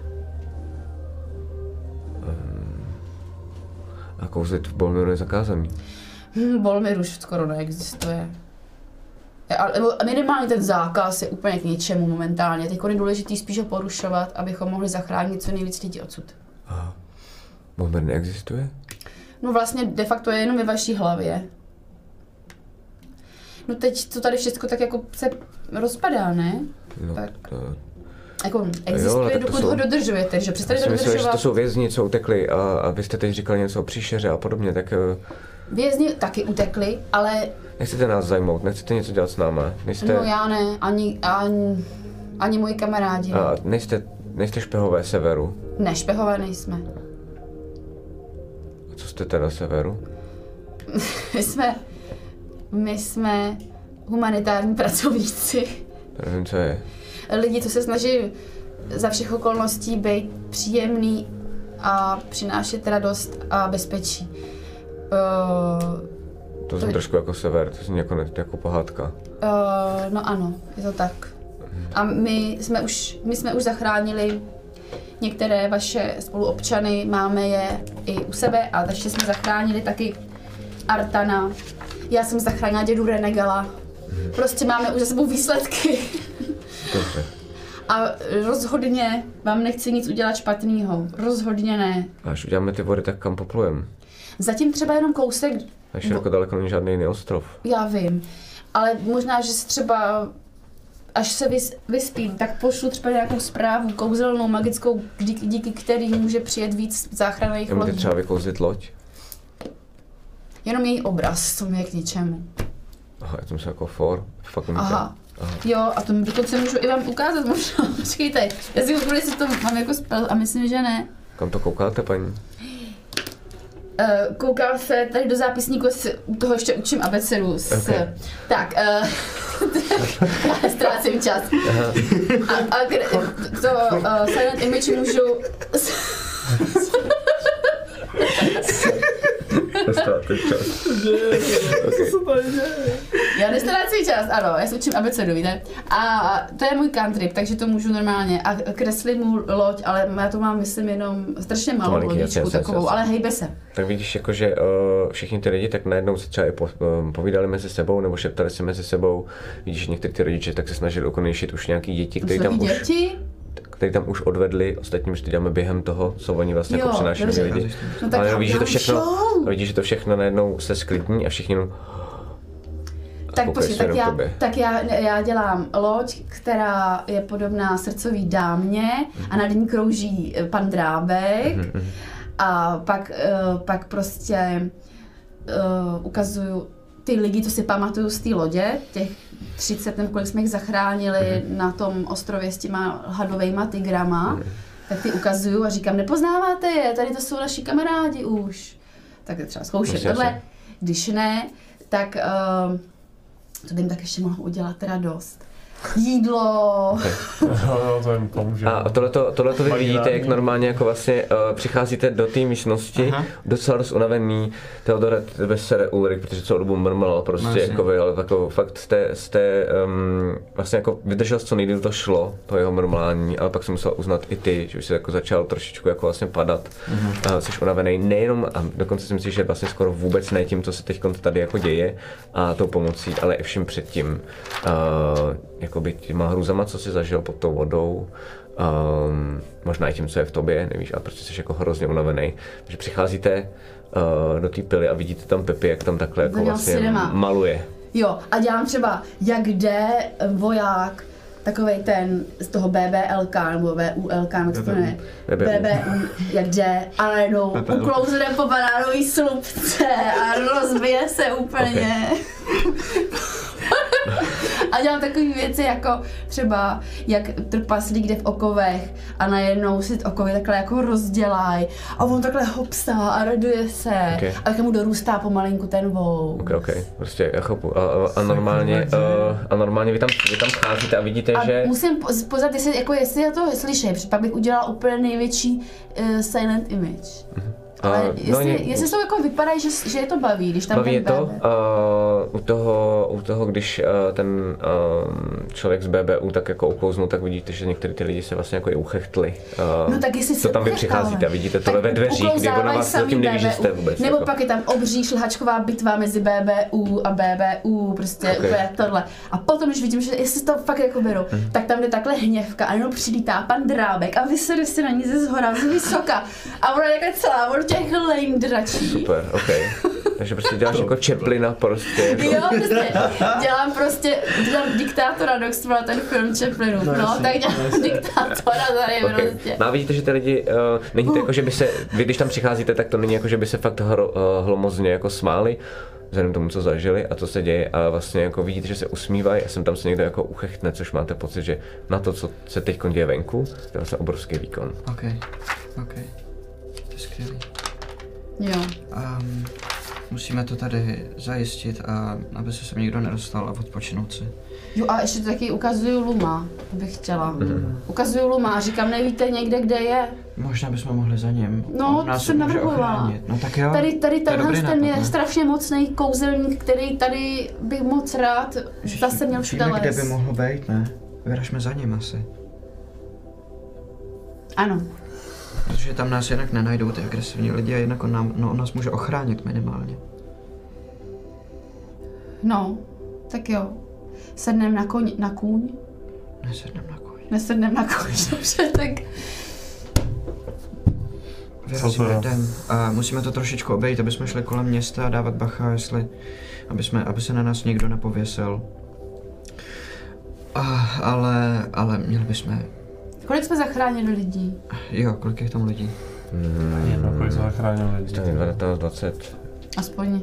A kouzlit v Bolmeru je zakázaný. Hm, Bolmir už skoro neexistuje. Ale nebo minimálně ten zákaz je úplně k ničemu momentálně. Teď je důležitý spíš ho porušovat, abychom mohli zachránit co nejvíc lidí odsud. Aha. Bolmer neexistuje? No vlastně de facto je jenom ve vaší hlavě. No teď to tady všechno tak jako se rozpadá, ne? No, Tak. to, Jako ale existuje, tak to dokud jsou- ho dodržujete, že já přestaňte si myslel, že to dodržovat. jsou vězni, co utekli a, a vy jste teď říkali něco o příšeře a podobně, tak eh, Vězni taky utekli, ale nechcete nás zajmout, nechcete něco dělat s náma, nejste, no já ne, ani, ani, ani moji kamarádi. a nejste, nejste špehové severu. Ne, špehové nejsme. A co jste teda severu? My jsme, my jsme humanitární pracovníci. To nevím, co je. Lidi, co se snaží za všech okolností být příjemný a přinášet radost a bezpečí. Uh, To zní trošku jako sever, to zní jako, jako pohádka. Uh, no ano, je to tak. A my jsme už, my jsme už zachránili některé vaše spoluobčany, máme je i u sebe a ještě jsme zachránili taky Artana. Já jsem zachránila dědu Renegala. Prostě máme už za sebou výsledky. Dobře. A rozhodně vám nechci nic udělat špatného. Rozhodně ne. A až uděláme ty vody, tak kam poplujem? Zatím třeba jenom kousek. A široko daleko není žádný jiný ostrov. Já vím. Ale možná, že se třeba, až se vys, vyspím, tak pošlu třeba nějakou zprávu kouzelnou, magickou, díky, díky který může přijet víc záchranných lodí. Můžete třeba vykouzlit loď? Jenom její obraz, to mi je k ničemu. Aha, já jsem se jako for, fakt umíte. Aha. Aha. Jo, a to dokonce můžu i vám ukázat možná. Počkejte, já si úplně si to mám jako spel a myslím, že ne. Kam to koukáte, paní? Uh, koukám se tady do zápisníku, si u toho ještě učím abecedu. S, Okay. Tak, uh, já ztrácím čas. A, a kde, to uh, silent image můžu... Ztrácím čas. Já nestrácím čas, ano, já se učím abecedu, víte? A to je můj cantrip, takže to můžu normálně. A kreslím mu loď, ale já to mám, myslím, jenom strašně malou Malinký, lodičku jasně, takovou, jasně. ale hejbe se. Tak vidíš, jako, že uh, všichni ty lidi tak najednou se třeba i po, um, povídali mezi sebou nebo šeptali si mezi sebou. Vidíš, že někteří ty rodiče tak se snažili ukonejšit už nějaký děti, které tam, už, děti? který tam už odvedli. Ostatním, že to děláme během toho, co oni vlastně Jo, jako přinášeli dobře. lidi. No tak ale vidíš, že to dám všechno, show. vidíš, že to všechno najednou se sklidní a všichni jenom... Tak koukají počkej, se tak, jenom já, tobě. tak já, já dělám loď, která je podobná srdcový dámě a nad ní krouží eh, pan Drábek a pak, uh, pak prostě uh, ukazuju ty lidi, co si pamatuju z té lodě, těch třicet nebo kolik jsme jich zachránili na tom ostrově s těma hadovejma tygrama, tak ty ukazuju a říkám, nepoznáváte je, tady to jsou naši kamarádi už. Tak je třeba zkoušet Prostě tohle, asi. když ne, tak uh, to by jim tak ještě mohlo udělat radost. Jídlo. No, to jim pomůže. A tohleto, tohleto vy Mají vidíte, rádi. jak normálně jako vlastně uh, přicházíte do té místnosti, Aha. docela dost unavený, Theodore tebe sere Ulrik, protože celou dobu mrmlal prostě No, jako vy, ale jako fakt jste, jste um, vlastně jako vydržel co nejdýl to šlo, to jeho mrmlání, ale pak jsem musel uznat i ty, že už jsi jako začal trošičku jako vlastně padat, uh, jsi unavený nejenom, a dokonce si myslím, že vlastně skoro vůbec ne tím, co se teď tady jako děje a tou pomocí, ale i vším předtím, uh, jakoby těma hrůzama, co jsi zažil pod tou vodou, um, možná i tím, co je v tobě, nevíš, a prostě jsi jako hrozně unavený. Takže přicházíte uh, do té pily a vidíte tam Pepi, jak tam takhle jako Daniel vlastně Cinema. maluje. Jo, a dělám třeba, jak jde voják, takovej ten z toho B B L K, nebo V U L K, jak se to jmenuje? B B U. B B U, jak jde, a najednou uklouzne po banánový slupce a rozbije se úplně. A dělám takové věci jako třeba, jak trpaslík jde v okovech a najednou si okovy takhle jako rozdělají a on takhle hopsá a raduje se Okay. a tak mu dorůstá pomalinku ten vouk. Ok, ok, prostě já chápu. A, a, a, normálně, uh, a normálně vy tam, vy tam vcházíte a vidíte, A že... musím pozvat, jestli, jako jestli já to slyším, protože pak bych udělala úplně největší uh, silent image. Ale A, jestli, no, ně- jestli to jako vypadá, že, že je to baví, když tam Baví je ten to, B B. uh, u toho, u toho, když uh, ten uh, člověk z B B U tak jako uklouznul, tak vidíte, že některý ty lidi se vlastně jako i uchechtli. Uh, No tak jestli co se tam vy uchechtávají. přicházíte a vidíte tohle Tak ve dveřích, kdy ona uklouzávají vás sami zatím neví, že B B U. jste vůbec. Nebo jako. pak je tam obří šlehačková bitva mezi B B U a B B U, prostě Okay. úplně tohle. A potom, když vidím, že jestli to fakt jako berou, Hmm. tak tam jde takhle hněvka a jenom přilítá pan Drábek a vysede si na ní ze zhora, z vysoka. A ona je takhle celá od těch lame dračí. Super, ok. Takže prostě děláš jako Chaplina prostě. Jako. Jo, prostě, dělám prostě, dělám diktátora, Dox, to byl ten film Chaplinův, no, no tak dělám diktátora tady Okay. prostě. No a vidíte, že ty lidi, uh, není to jako, že by se, vy když tam přicházíte, tak to není jako, že by se fakt hro, uh, hlomozně jako smáli, vzhledem tomu, co zažili a co se děje, ale vlastně jako vidíte, že se usmívají a sem tam se někdo jako uchechtne, což máte pocit, že na to, co se teď děje venku, to je vlastně obrovský výkon. OK, OK. To je skvělý. Jo. Um, musíme to tady zajistit, a aby se sem nikdo nedostal a odpočinout si. Jo a ještě taky ukazuju Luma, bych chtěla. Mm. Ukazuju Luma a říkám, nevíte někde, kde je? Možná bychom mohli za ním. No, On nás to jsem může navrhovala. ochránit. No tak jo. Tady, tady to je dobrý tenhle ten je nápad, ne? strašně mocný kouzelník, který tady bych moc rád zase měl všude Víme, kde les. by mohl být, ne? Vyražme za ním asi. Ano. Protože tam nás jinak nenajdou ty agresivní lidi a jinak on, nám, no, on nás může ochránit minimálně. No, tak jo. Sednem na koň, na kůň? Nesednem na kůň. Nesednem na kůň, dobře, tak Vyrazíme jdem. A musíme to trošičku obejít, aby jsme šli kolem města a dávat bacha, jestli, aby, jsme, aby se na nás někdo nepověsil. A, ale, ale měli bychom... kolik jsme zachránili lidí? Jo, kolik je tam lidí? Hmm. No, kolik zachránil lidi. Tak dvanáct, dvacet. Aspoň.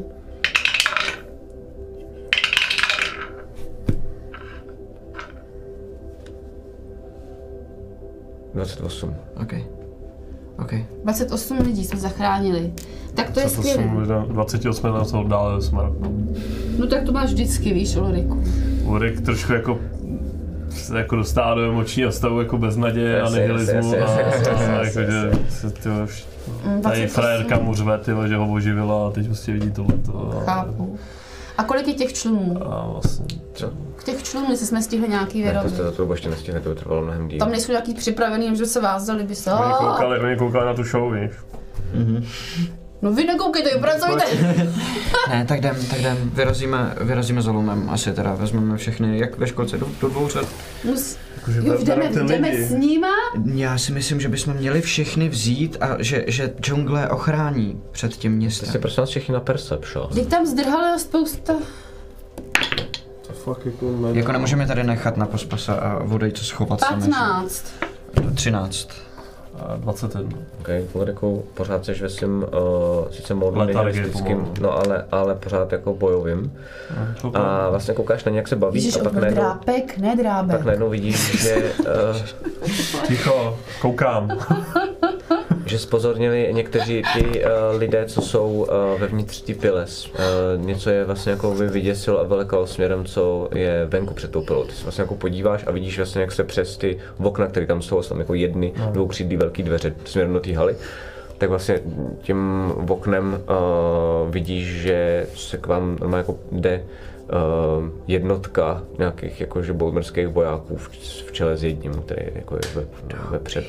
dvacet osm. OK. OK. dvacet osm lidí jsme zachránili. Tak to je skvělé. dvacet osm na to dále smrt. No tak to máš vždycky, víš, Ulriku. Ulrik trošku jako se jako dostává do emočního stavu jako beznaděje a Jasně, nihilismu jasně, a, jasně, jasně, a jasně, jakože jasně. se tyhle vš- Mm, tady dvacet osm. frajerka mu řve, tyhle, že ho oživila a teď prostě vidí tohleto. A, Chápu. A kolik je těch člunů? a vlastně, Co? Těch člunů, jestli jsme stihli nějaký Ne, to vyrobit. jste za to ještě nestihli, to by trvalo mnohem díl. Tam nejsou nějaký připravený, že se vázali by se. oni koukali, oni koukali na tu show, víš. No vy nekoukejte, pracujte. Ne, tak jdem, tak jdem. Vyrazíme, vyrazíme za Lumem. Asi teda vezmeme všechny, jak ve školce, do, do dvou řad. Mus... Jakože Jo, jdeme, berou ty jdeme lidi. s nima? Já si myslím, že bychom měli všechny vzít a že, že džungle ochrání před tím Jste městem. si prosím vás všichni na Perception. Teď tam zdrhalo spousta. To fakt jako ne- Jako nemůžeme tady nechat na pospasa a odejít schovat sami. patnáct. třináct. a dvacet jedna. OK, Ulriku, pořád jsi ve svým, uh, sice modlu Letargii nihilistickým, pomalu. no ale, ale pořád jako bojovým. A vlastně koukáš na ně, jak se baví Ježíš, a pak on byl najednou, drápek, ne drábek. pak najednou vidíš, že, uh, Ticho, koukám. že spozornili někteří ti uh, lidé, co jsou uh, vevnitř tí piles. Uh, něco je vlastně jako by vyděsil a velekal směrem, co je venku před tou pilou. Ty se vlastně jako podíváš a vidíš vlastně, jak se přes ty okna, které tam jsou, jsou tam jako jedny No. dvoukřídlý velký dveře směrem do té haly. Tak vlastně tím oknem uh, vidíš, že se k vám normálně jako jde uh, jednotka nějakých jakože bolmerských vojáků v, v čele s jedním, který jako je ve, vepředu.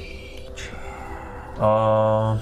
A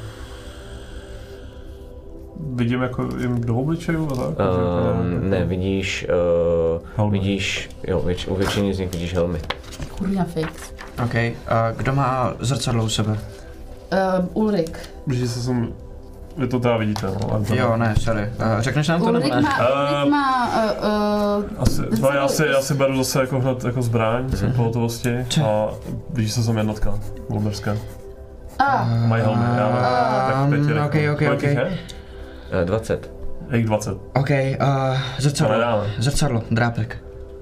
vidím jako jim do obličejů a tak? Um, ne, vidíš, uh, Helmy. vidíš, jo, věč, u většiny z nich vidíš helmy. Kurňa fix. OK. A kdo má zrcadlo u sebe? Uh, Ulrik. Když se sem, vy to teda vidíte, no. ale to Jo, ne, sorry. Uh, řekneš nám to nebo Ulrik ne? má, Ulrik Eh, má uh, uh, Asi, zrcadlo- já, si, já si beru zase jako hned jako zbraň, jsem pohotovosti a blíží se sem jednotka, bolmerská. a, Mají helmy, já mám tak pěti Um, jako. ok, ok, Kolik ok. jich je? Uh, dvacet. Je jich dvacet. OK, uh, To zrcadlo. nedáme. Zrcadlo, drápek.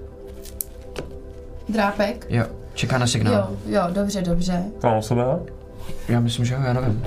drápek. Jo, čeká na signál. Jo, jo, dobře, dobře. To mám u sebe? Já myslím, že jo, já nevím.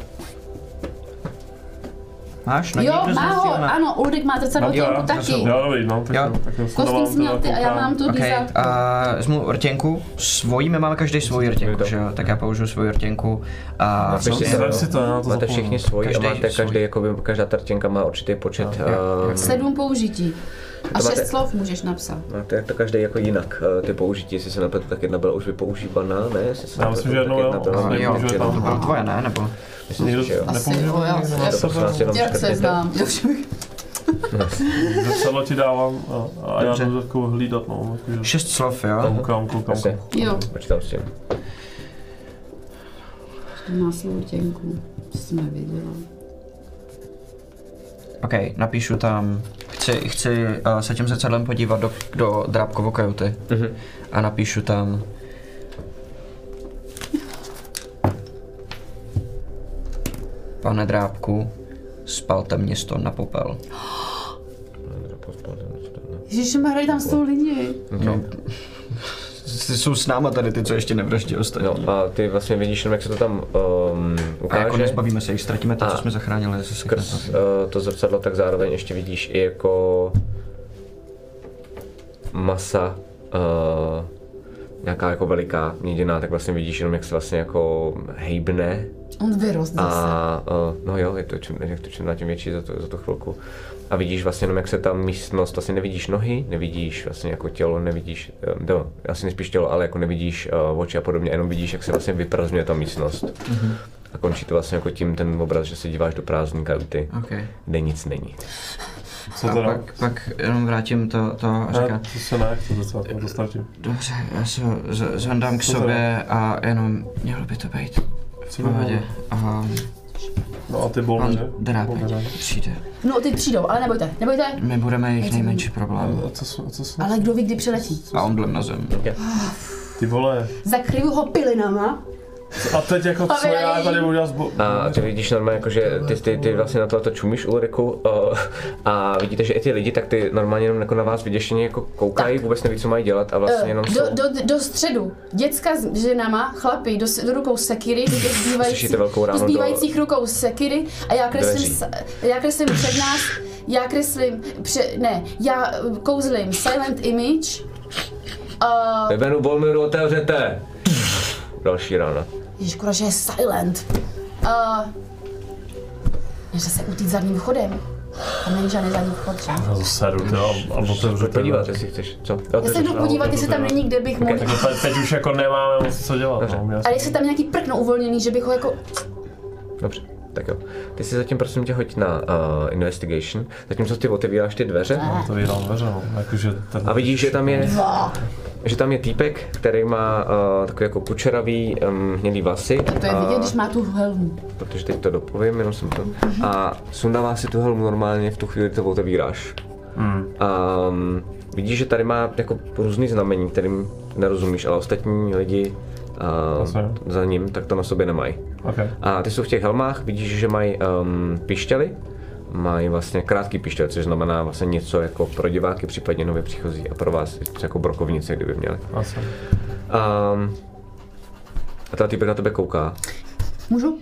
Máš? Na Jo, nikdo z má nás ho, těla? ano, Ulrik má zrcadlo No, jo, těnku taky. zrcadlo. Jo, dobrý, no, tak Jo. jo. Tak jo, jsem Kostým dával jsi měl teda ty a já koukám. mám tu OK, dýzátku. a vezmu rtěnku, svojí, my máme každý svoji rtěnku, že jo? Tak já použiju svoji rtěnku a... Napiš si Zem to, si to, já na to máte zapomenu. všichni svoji Každý a máte svůj. každý, jakoby, každá tartěnka má určitý počet. Jo, jo, jo. Uh, Sedm použití. A To máte- šest slov můžeš napsat. máte jak to každý jako jinak, uh, ty použití, jestli se napletu, tak jedna byla už vypoužívaná, ne? Jestli se Já napletu, myslím, že tak jednou jedna jo. byla Ale Jo, Nemůžu to tam- bylo tvoje, ne? Nebo? Myslím si, Někdo že jo. Asi, nepoužil? jo, já, Ne, já, To prosím vás jenom jak se škrtněte. znám. Já už bych- Zrcadlo ti dávám a, a já Dobře. jdu jako hlídat, no. Jakože Šest slov, jo? koukám, koukám. Jasně. Jo. Počítám s tím. Má svou těnku. To jsem nevěděla. OK, napíšu tam, chci, chci uh, se tím zrcadlem podívat do, do Drábkovo kajuty Mhm. a napíšu tam... Pane Drábku, spalte město na popel. Ježišmarja, tam jsou lidi. No, jsou s náma tady ty, co ještě nevraždí ostatní. No a ty vlastně vidíš jenom, jak se to tam um, A ukáže. jako nezbavíme se jich, ztratíme to, A co jsme zachránili ze Skrz uh, to zrcadlo, tak zároveň ještě vidíš i jako masa uh, nějaká jako veliká měděná, tak vlastně vidíš jenom, jak se vlastně jako hejbne. On vyrost zase. A uh, no jo, je to čím, je to čím dál tím větší za, to, za tu chvilku. A vidíš vlastně jenom, jak se ta místnost, vlastně nevidíš nohy, nevidíš vlastně jako tělo, nevidíš, no, asi nejspíš tělo, ale jako nevidíš uh, oči a podobně, jenom vidíš, jak se vlastně vyprazdňuje ta místnost. Mm-hmm. A končí to vlastně jako tím ten obraz, že se díváš do prázdné kajuty, Okay. kde nic není. Co A teda? pak, pak jenom vrátím to, to a Ne, říká, to se nechce docela, to starčím. dobře, já se ho z- zvandám k Co teda? sobě a jenom mělo by to být v Co by pohodě. A No a ty bolny, pan že? Drápek Bolny, přijde. No, ty přijdou, ale nebojte, nebojte. My budeme jejich Ať se nejmenší problém. A co, jsou- a co jsou? Ale kdo ví, kdy přiletí. A on blem na zem. Ty vole. Zakryju ho pilinama. A teď jako co A vy- já tady budu dělat s bo... A ty vidíš normálně, jako, že ty, ty, ty vlastně na tohle čumíš, Ulriku, uh, a vidíte, že i ty lidi, tak ty normálně jenom jako na vás vyděšeně jako koukají, Tak. vůbec neví, co mají dělat a vlastně jenom do, jsou... do, do středu. Děcka s ženama, chlapi, do, do rukou sekiry, do těch zbývajících, Slyšíte velkou do ránu do- zbývajících rukou sekiry a já kreslím, dveří. s- já kreslím před nás, já kreslím, pře, ne, já uh, kouzlím silent image. Uh, Nebenu Bolmiru, otevřete! Další rána. Ježiš, škoda, že je silent. Uh, než se utít zadním vchodem. Tam není žádný zadní vchod, že? Já to seru, ty a, a otevřu Pojď ten- podívat, jestli chceš. Co? Já se jdu podívat, jestli tam není, kde bych mohl. Tak te- teď už jako nemáme moc co dělat, no, A jasně. jestli tam nějaký prkno uvolněný, že bych ho jako... Dobře, tak jo. Ty si zatím prosím tě hoď na uh, investigation, zatímco ty otevíráš ty dveře To vydám dveře, no, jakože ten... a vidíš, že tam je, Dva. že tam je týpek, který má uh, takový jako kučeravý um, hnědý vlasy. To je a- vidět, když má tu helmu. Protože teď to dopovím, jenom jsem to. A sundává si tu helmu normálně v tu chvíli, to otevíráš. Hmm. Um, vidíš, že tady má jako různý znamení, kterým nerozumíš, ale ostatní lidi Asi. uh, za ním tak to na sobě nemají. Okay. A ty jsou v těch helmách, vidíš, že mají um, pištěly, mají vlastně krátký pištěl, což znamená vlastně něco jako pro diváky, případně nově příchozí a pro vás jako brokovnice, kdyby měli. Asi. Um, a ta týpek na tebe kouká. Můžu?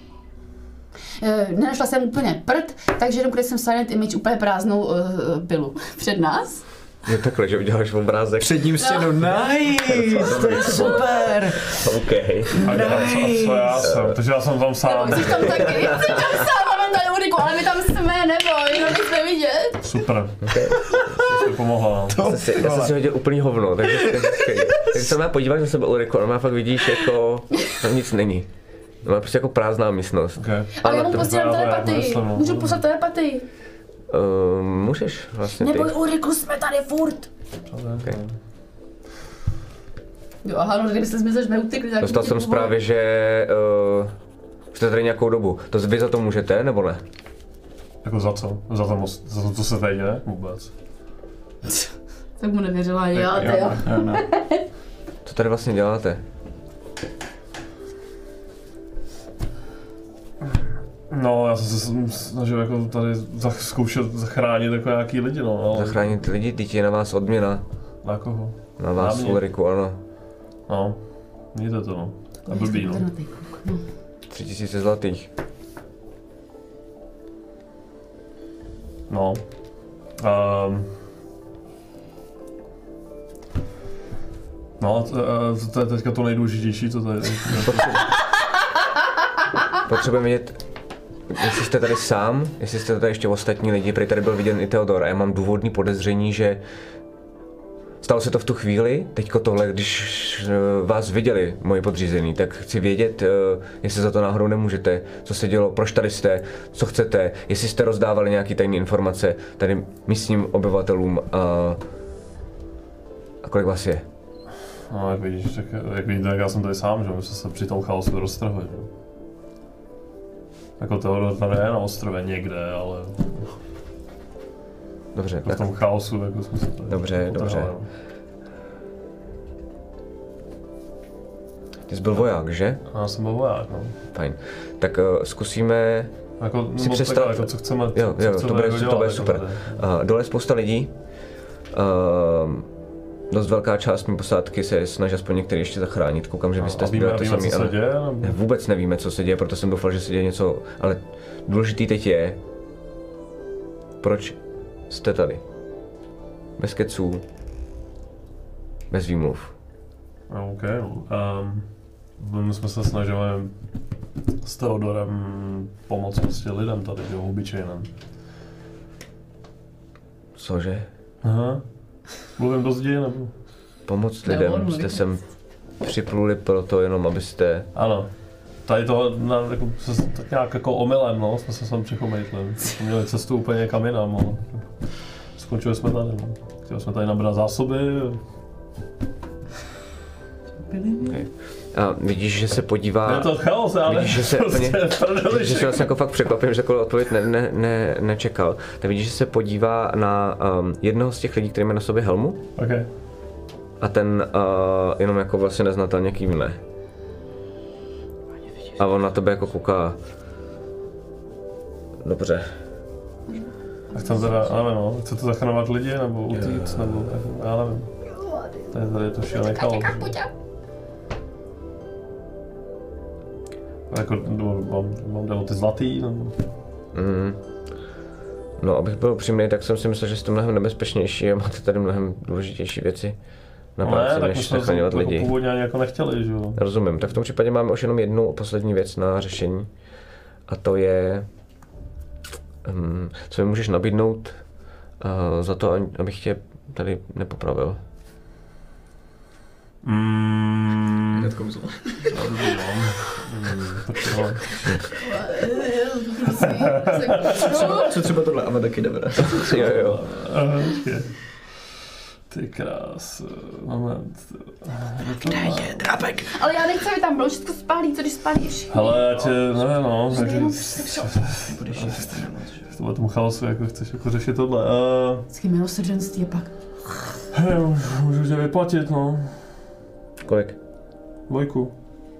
E, nenašla jsem úplně prd, takže jenom jsem silent image úplně prázdnou uh, pilu. Před nás. Jo takhle, že uděláš obrázek. Před ním stěnu, nice, to je super. OK. A, a, co, a co já jsem? Takže já jsem tam sám. Jsi tam taky, jsi tam sám, máme tady Ulriku, ale my tam jsme, nebo jenom byste vidět. Super. Okay. Jsi pomohla, no. Já jsem si, já jsem si hodil úplný hovno, takže takže se má podívat na sebe Ulriku, a má fakt vidíš jako, tam nic není. To má prostě jako prázdná místnost. Okay. Ale já na mu to- posílám já to telepatii. myslím, no. Můžu poslat telepatii. Uh, můžeš vlastně ty. Neboj Ulriku, jsme tady furt. Okay. Jo, aha, no, kdybyste zmizel, že jsme utekli, tak... Dostal jsem zprávy, že uh, jste tady nějakou dobu. To vy za to můžete, nebo ne? Jako za co? Za to, moc- za to co se tady děje? Vůbec. Tak mu nevěřila ani já, Já- ty jo. Já ne. Co tady vlastně děláte? No, já jsem se s- snažil jako tady za- zkoušet zachránit jako nějaký lidi, no. Ale Zachránit lidi, teď je na vás odměna. na koho? Na vás, Na mě. Ulriku, ano. No, mějte to, no. A blbý, no. Tři tisíce zlatých. No. Um, no, to, eh, to je teďka to nejdůležitější, co tady... Potřebujeme vědět, jestli jste tady sám, jestli jste tady ještě ostatní lidi, protože tady byl viděn i Theodor a já mám důvodný podezření, že stalo se to v tu chvíli, teďko tohle, když eh, vás viděli moji podřízení, tak chci vědět, eh, jestli za to náhodou nemůžete, co se dělo, proč tady jste, co chcete, jestli jste rozdávali nějaké tajné informace tady místním obyvatelům a, a kolik vás je. No, jak vidíš, tak, jak vidíte, tak já jsem tady sám, že my jsme se při tom chaosu roztrhli, že? Jako Theodor tady je na ostrově někde, ale Dobře, jako v tak tom chaosu jako jsme se tady Dobře, potrhali, dobře. no. ty jsi byl voják, že? A já jsem byl voják, no. Fajn. Tak uh, zkusíme Jako, si no, představ- takhle, jako co chceme, co, Jo, co jo, chceme to bude, jako to dělat, bude jako super. tady. Uh, dole je spousta lidí. Uh, dost velká část mé posádky se snaží aspoň některý ještě zachránit. Koukám, že vy jste A víme, dělali to víme, samý, co se ale děje? Nebo? ne, vůbec nevíme, co se děje, proto jsem doufal, že se děje něco, ale důležitý teď je, proč jste tady. Bez keců. Bez výmluv. OK. Um, my jsme se snažili s Theodorem pomoct prostě lidem tady, jo, obyčejným. Cože? Aha. Mluvím do zdi, nebo? Pomoct lidem, jste sem připluli proto jenom, abyste... Ano. Tady to na, jako, se, tak nějak jako omylem, no, jsme se sem přichomejtli. Měli cestu úplně někam jinam, no. Skončili jsme tady, no. Chtěli jsme tady nabrat zásoby. Okay. A vidíš, že se podívá... Je to chaos, ale... Vidíš, že se úplně... Vidíš, že se vlastně jako fakt překvapím, že takovou odpověď ne, ne, ne, nečekal. Tak vidíš, že se podívá na um, jednoho z těch lidí, který má na sobě helmu. Okay. A ten uh, jenom jako vlastně neznatelně kývne. A on na tebe jako kouká. Dobře. A chcem teda, já nevím, no, chcete zachraňovat lidi, nebo utíct, nebo já nevím. Tady, tady je to šílený chaos. Jako, mám, mám jde o ty zlatý, nebo? Mm. No, abych byl upřímný, tak jsem si myslel, že jste mnohem nebezpečnější a máte tady mnohem důležitější věci na práci, ne, než zachraňovat lidi. Jako původně ani jako nechtěli, že jo? Rozumím, tak v tom případě máme už jenom jednu poslední věc na řešení. A to je, um, co mi můžeš nabídnout uh, za to, abych tě tady nepopravil. Mm. Hned kouzlo. Co třeba tohle? A taky dobré. Jo, jo. Ty krás, moment. Kde je Drápek? Ale já nechci, aby tam bylo, že to spálí, co když spálíš. Hele, tě, ne, no, takže... Budeš jíst. V tomhle tomu chaosu, jako chceš jako řešit tohle. Uh, Vždycky milosrdenství a pak. hej, můžu tě vyplatit, no. Kolik? Dvojku.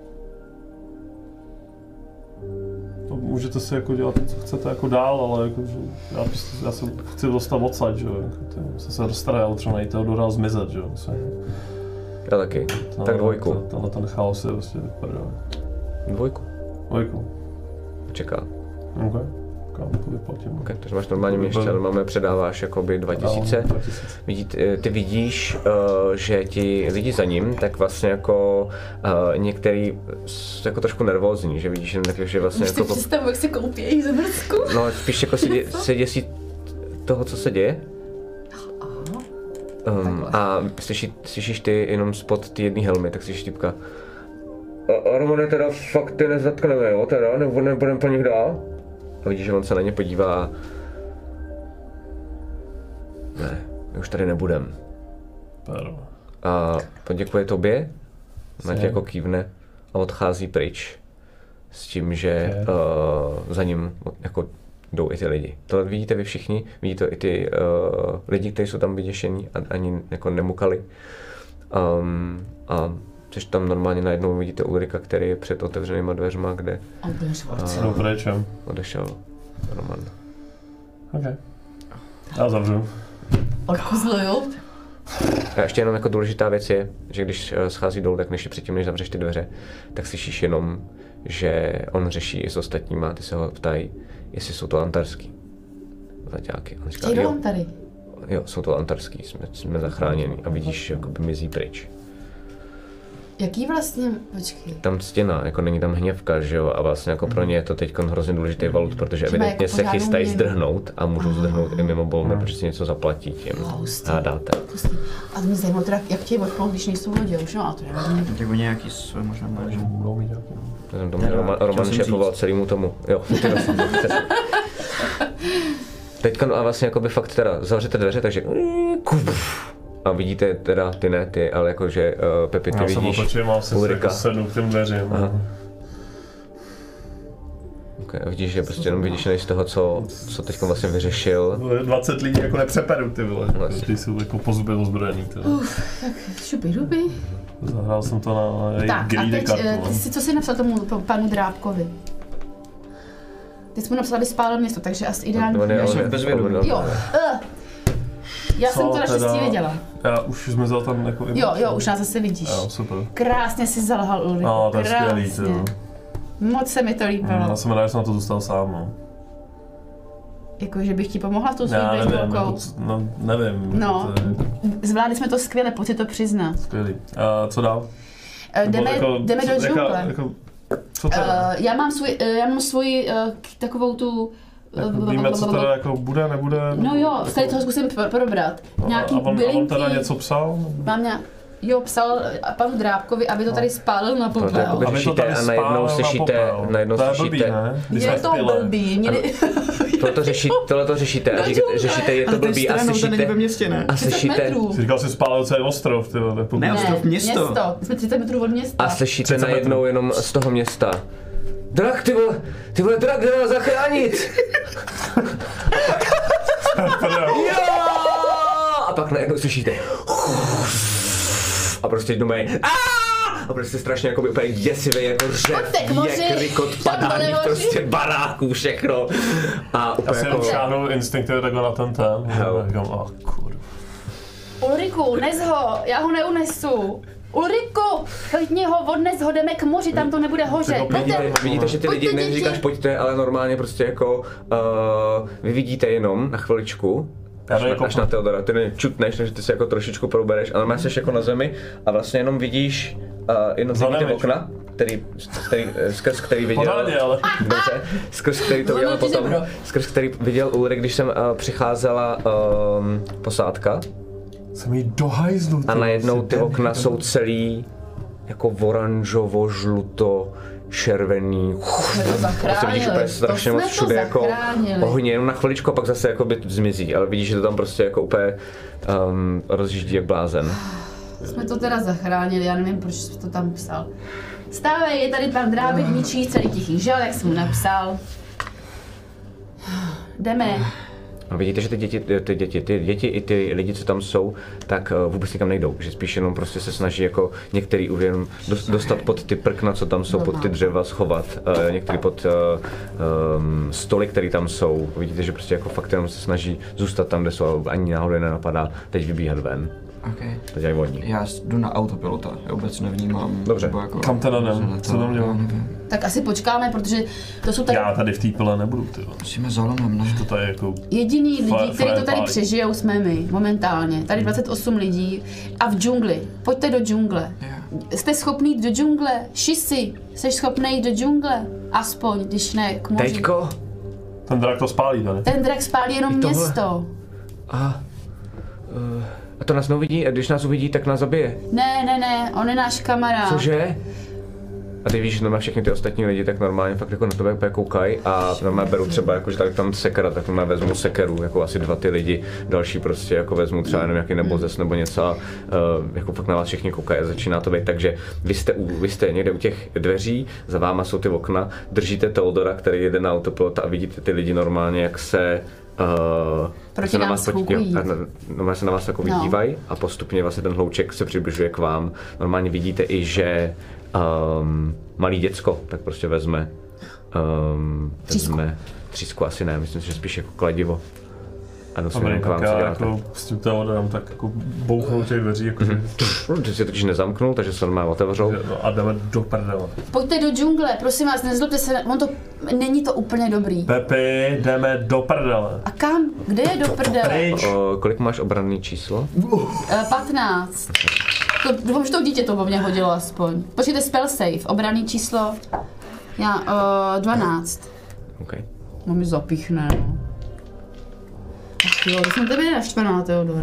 No, můžete si jako dělat, co chcete jako dál, ale jako, že já, já se chci dostat odsaď, že jo. Jako, jsem se rozstaral třeba najít Theodora a zmizet, že jo. Já taky. No, Tak dvojku. Tenhle ten chaos je prostě prdel. Dvojku. Dvojku. Čeká. OK. Kam to vyplatím. Okay, takže máš normálně měšťan, ale máme předáváš jakoby dva tisíce. Vidí, ty vidíš, uh, že ti lidi za ním, tak vlastně jako uh, některý jsou jako trošku nervózní, že vidíš, že vlastně Už si jako... představu, jak se koupějí za mrzku. No, spíš jako se, dě, se děsí toho, co se děje. Um, a slyší, slyšíš ty jenom spod ty jedné helmy, tak slyšíš typka. A Romane, teda fakt ty nezatkneme, jo, teda, nebo nebudeme po nich dál? A vidíš, že on se na ně podívá. Ne, my už tady nebudem. Pero. A poděkuje tobě, na tě jako kývne a odchází pryč. S tím, že okay. uh, za ním jako jdou i ty lidi. Tohle vidíte vy všichni, vidíte i ty uh, lidi, kteří jsou tam vyděšení a ani jako nemukali. Um, a což tam normálně najednou vidíte Ulrika, který je před otevřenýma dveřma, kde uh, odešel Roman. OK. Já zavřu. Odkuzluju. A ještě jenom jako důležitá věc je, že když schází dolů, tak než je předtím, než zavřeš ty dveře, tak slyšíš jenom, že on řeší i s ostatníma, ty se ho ptají, jestli jsou to lantarský zaťáky. On říká, jo, tady. jo, jsou to lantarský, jsme, jsme zachráněni a vidíš, že jakoby mizí pryč. Jaký vlastně, počkej. Tam stěna, jako není tam hněvka, že jo, a vlastně jako pro ně je to teď hrozně důležitý valut, protože evidentně jako se chystají měnu. zdrhnout a můžou zdrhnout i mimo bolme, protože si něco zaplatí tím hádáte. A to mě zajímalo teda, jak tě odplout, když nejsou lodě, už no, a to nevím. Tak oni nějaký své možná mají, že budou mít nějaký. To mě Roman, Roman šéfoval celému tomu, jo. Teďka no a vlastně jako by fakt teda zavřete dveře, takže a vidíte teda ty ne, ty, ale jakože uh, Pepi, ty já vidíš otočím, Ulrika. Jako sednu k těm dveřím. Okay, a vidíš, že prostě jenom vidíš z toho, co, co teď vlastně vyřešil. dvacet lidí jako nepřeperu, ty vole. Vlastně. Ty jsou jako po zubě ozbrojený, ty vole. Uf, tak šupi duby. Zahrál jsem to na její tak, green a teď, kartu. Ty si, co jsi napsal tomu panu Drábkovi? Ty jsi mu napsal, aby spálil město, takže asi ideální. Já jsem bezvědomý. Jo. Uh. Já Co jsem to naštěstí teda... věděla. Já už zmizel tam jako... Jo, jo, už nás zase vidíš. Jo, super. Krásně jsi zalhal, Ulriku. No, to je skvělý, ty. Moc se mi to líbilo. Já jsem rád, že jsem na to zůstal sám, no. Jako, že bych ti pomohla s tou Já svojí nevím, baseballkou. jako, c- no, nevím. No, To je zvládli jsme to skvěle, pojď si to přiznat. skvělý. A co dál? Eh, Nebo Jdeme, jako, jdeme co- do jaká- džungle. Jako, co teda? Uh, já mám svůj, uh, já mám svůj uh, takovou tu... Jako víme, co teda jako bude, nebude? No jo, jako, tady toho zkusím pro- probrat. no, Nějaký a on, a on bylinky. teda něco psal? Mám nějak... Jo, psal panu Drábkovi, aby to tady spálil na No, to jakoby popel. Aby to řešíte tady a najednou spálil na slyšíte, popel. najednou To je blbý, slyšíte, ne? Když jsme Je v to pile. blbý. Mě... tohle řeší, tohle to řešíte a No, říkáte, džungle. řešíte, je to Ale to je blbý a stranou, to není ve slyšíte, městě, ne? a třicet slyšíte, metrů. Jsi říkal, jsi spálil celý ostrov, ty vole, Ne, ostrov, město. Město. My jsme třicet metrů od města. a slyšíte třicet metrů. najednou jenom z toho města. Drak, ty vole, ty vole, drak, jde nás zachránit! Jo! A pak najednou slyšíte. A prostě doma je. A prostě strašně jako úplně děsivý jako Pojďte k řev, moři, jak rykot tam padání, dole hoří. prostě baráků, všechno. A Já úplně jsem jenom jako... šáhnul instinktivně takhle na ten ten. Hell. Říkám, oh, kurva. Ulriku, nes ho, já ho neunesu. Ulriku, pojďme ho, odnes ho, jdeme k moři, tam to nebude hořet. Ty ho Pojďte. vidíte, Vidíte, že ty Pojďte, lidi děti. neříkáš pojďte, ale normálně prostě jako uh, vy vidíte jenom na chviličku, Já až, to na, jako- až na Teodora, ty nečutneš, takže ty se jako trošičku probereš, ale normálně jsi jako na zemi a vlastně jenom vidíš, uh, jenom Za vidíte nemi. okna, který, který, skrz který viděl, Pořádně, ale. dobře, skrz který to viděl Zvolil ti potom, zebro. skrz který viděl Ulrik, když jsem uh, přicházela um, posádka Jsem jí do hajzlu. a ty, najednou jsi ty debil, okna to- jsou celý jako oranžovo, žluto, červený. Jsme to Prostě zachránili. vidíš úplně To strašně jsme moc to všude jako zachránili. ohně, jenom na chviličku a pak zase jako by zmizí, ale vidíš, že to tam prostě jako úplně um, rozjíždí jak blázen. Jsme to teda zachránili, já nevím, proč jsi to tam psal. Stávej, je tady pan Drábek, ničí celý tichý žal, jak jsem mu napsal. Jdeme. A vidíte, že ty děti, ty děti, ty děti i ty lidi, co tam jsou, tak uh, vůbec nikam nejdou, že spíš jenom prostě se snaží jako některý už jenom dos- dostat pod ty prkna, co tam jsou, pod ty dřeva schovat, uh, některý pod uh, um, stoly, které tam jsou. Vidíte, že prostě jako fakt jenom se snaží zůstat tam, kde jsou, a ani náhodou je nenapadá teď vybíhat ven. Okay. To dělají oni. Já jdu na autopilota, já vůbec nevnímám. Dobře. nebo jako, Kam teda jdem? že Co to- tam dělám? já nevím. Tak asi počkáme, protože to jsou tady Já tady v té pile nebudu, ty vole. Musíme za lomem, ne? To tady jako... jediní lidi, Fire- kteří to tady Firefly. přežijou, jsme my, momentálně. Tady dvacet osm lidí a v džungli. Pojďte do džungle. Jste schopný jít do džungle? Šisi, jsi schopný jít do džungle? Aspoň, když ne k moři. Teďko? Ten drak to spálí tady. Ten drak spálí jenom tohle? město. A, uh, a to nás neuvidí, a když nás uvidí, tak nás zabije. Ne, ne, ne, on je náš kamarád. Cože? A ty víš, že normálně všechny ty ostatní lidi tak normálně fakt jako na tebe úplně koukají a normálně beru třeba jako, že tady tam sekera, tak normálně vezmu sekeru, jako asi dva ty lidi, další prostě jako vezmu třeba jenom nějaký nebozes nebo něco a uh, jako fakt na vás všichni koukají a začíná to být, takže vy jste, u, vy jste někde u těch dveří, za váma jsou ty okna, držíte Teodora, který jede na autopilota a vidíte ty lidi normálně, jak se Uh, Proti se na nám vás podí- skoukují. jo, a na- normálně se na vás jako No. vydívají a postupně vlastně ten hlouček se přibližuje k vám. Normálně vidíte i, že um, malý děcko tak prostě vezme, um, Třísku. vezme třísku asi ne, myslím si, že spíš jako kladivo. A nosí Dobrý, jenom k vám, tak co já děláte. jako s tím Teodorem tak jako bouchnu těch dveří, jakože... Ty si totiž nezamknul, takže se normálně otevřou. No a jdeme do prdele. Pojďte do džungle, prosím vás, nezlobte se, on to, není to úplně dobrý. Pepi, jdeme do prdele. A kam? Kde je do prdele? Pryč. O, kolik máš obranný číslo? Eh, patnáct. To, doufám, že to dítě to po mně hodilo aspoň. Počkejte, spell save, obranný číslo. Já, uh, dvanáct. Okay. No mi zapíchne, no. Ach jo, to jsem tebe naštvaná, Teodore.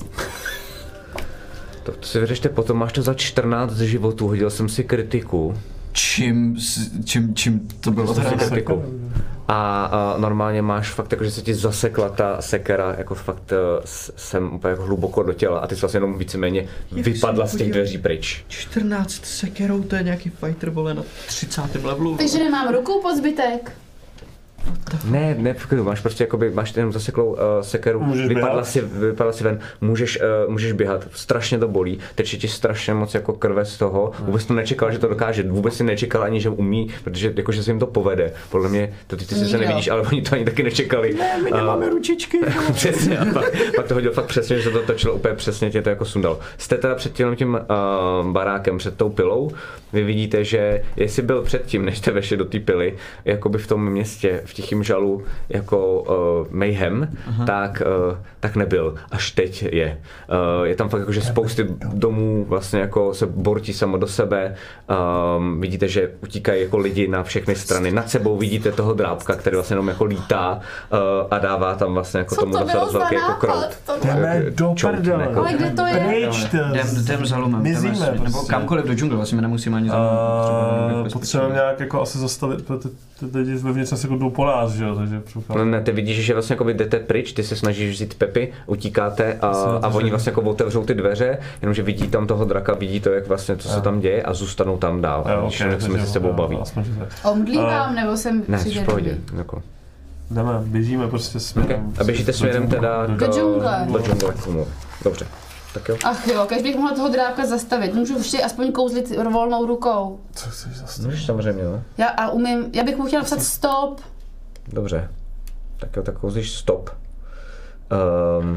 To, to si vyřešte potom, máš to za čtrnáct životů, hodil jsem si kritiku. Čím, s- čím, čím to bylo Jsem si teda? kritiku. A, a normálně máš fakt jako, že se ti zasekla ta sekera, jako fakt uh, s- sem úplně jako hluboko do těla a ty jsi vlastně jenom víceméně vypadla z těch dveří pryč. čtrnáct sekerou, to je nějaký fighter, vole, na třicátém levelu. Takže nemám ruku pod zbytek. Ne, ne, v klidu, máš prostě jakoby, máš jenom zaseklou uh, sekeru, Můžeš vypadla běhat? si, vypadla si ven, můžeš, uh, můžeš běhat, strašně to bolí, teče ti strašně moc jako krve z toho, vůbec to nečekal, že to dokáže, vůbec si nečekal ani, že umí, protože jakože se jim to povede, podle mě, to ty, ty si se Nikdo. nevidíš, ale oni to ani taky nečekali. Ne, my nemáme ručičky. Přesně, a pak, pak to hodil fakt přesně, že se to točilo úplně přesně, tě to jako sundal. Jste teda před tím, tím uh, barákem, před tou pilou, vy vidíte, že jestli byl předtím, než jste vešli do té pily, jakoby v tom městě, v Tichým žale, žalu jako uh, Mayhem, tak, uh, tak nebyl. Až teď je. Uh, je tam fakt jako, že spousty domů vlastně jako se bortí samo do sebe. Um, vidíte, že utíkají jako lidi na všechny strany. Nad sebou vidíte toho drápka, který vlastně jenom jako lítá uh, a dává tam vlastně jako Co tomu to docela bylo dost za velký jako nápad? krout. To Jdeme do Čout, prdele. jako- Ale kde to je? Pryč, ty. Jdem, jdem za lumem, jdeme Mizíme si- nebo prostě. kamkoliv do džungle, vlastně my nemusíme ani za lumem. Uh, potřebujeme nějak jako asi zastavit, protože ty ty lidi vevnitř asi jako jdou po nás, že jo, takže No předpokládám. ne, ty vidíš, že vlastně jako vy jdete pryč, ty se snažíš vzít Pepi, utíkáte a, a oni vlastně jako otevřou ty dveře, jenomže vidí tam toho draka, vidí to, jak vlastně, co se tam děje a zůstanou tam dál. Jo, A okay, jak se mezi sebou baví. Omdlívám, nebo jsem Ne, jsi v přivědomý? pohodě. Jako. Jdeme, běžíme prostě směrem. Okay. A běžíte směrem teda Do džungle. Do džungle. No, dobře. Tak jo. Ach jo, když bych mohla toho drápka zastavit, můžu ještě aspoň kouzlit volnou rukou. Co chceš zastavit? Můžeš samozřejmě, no. Já a umím, já bych mu chtěla napsat stop. Dobře. Tak jo, tak kouzlíš stop. Um,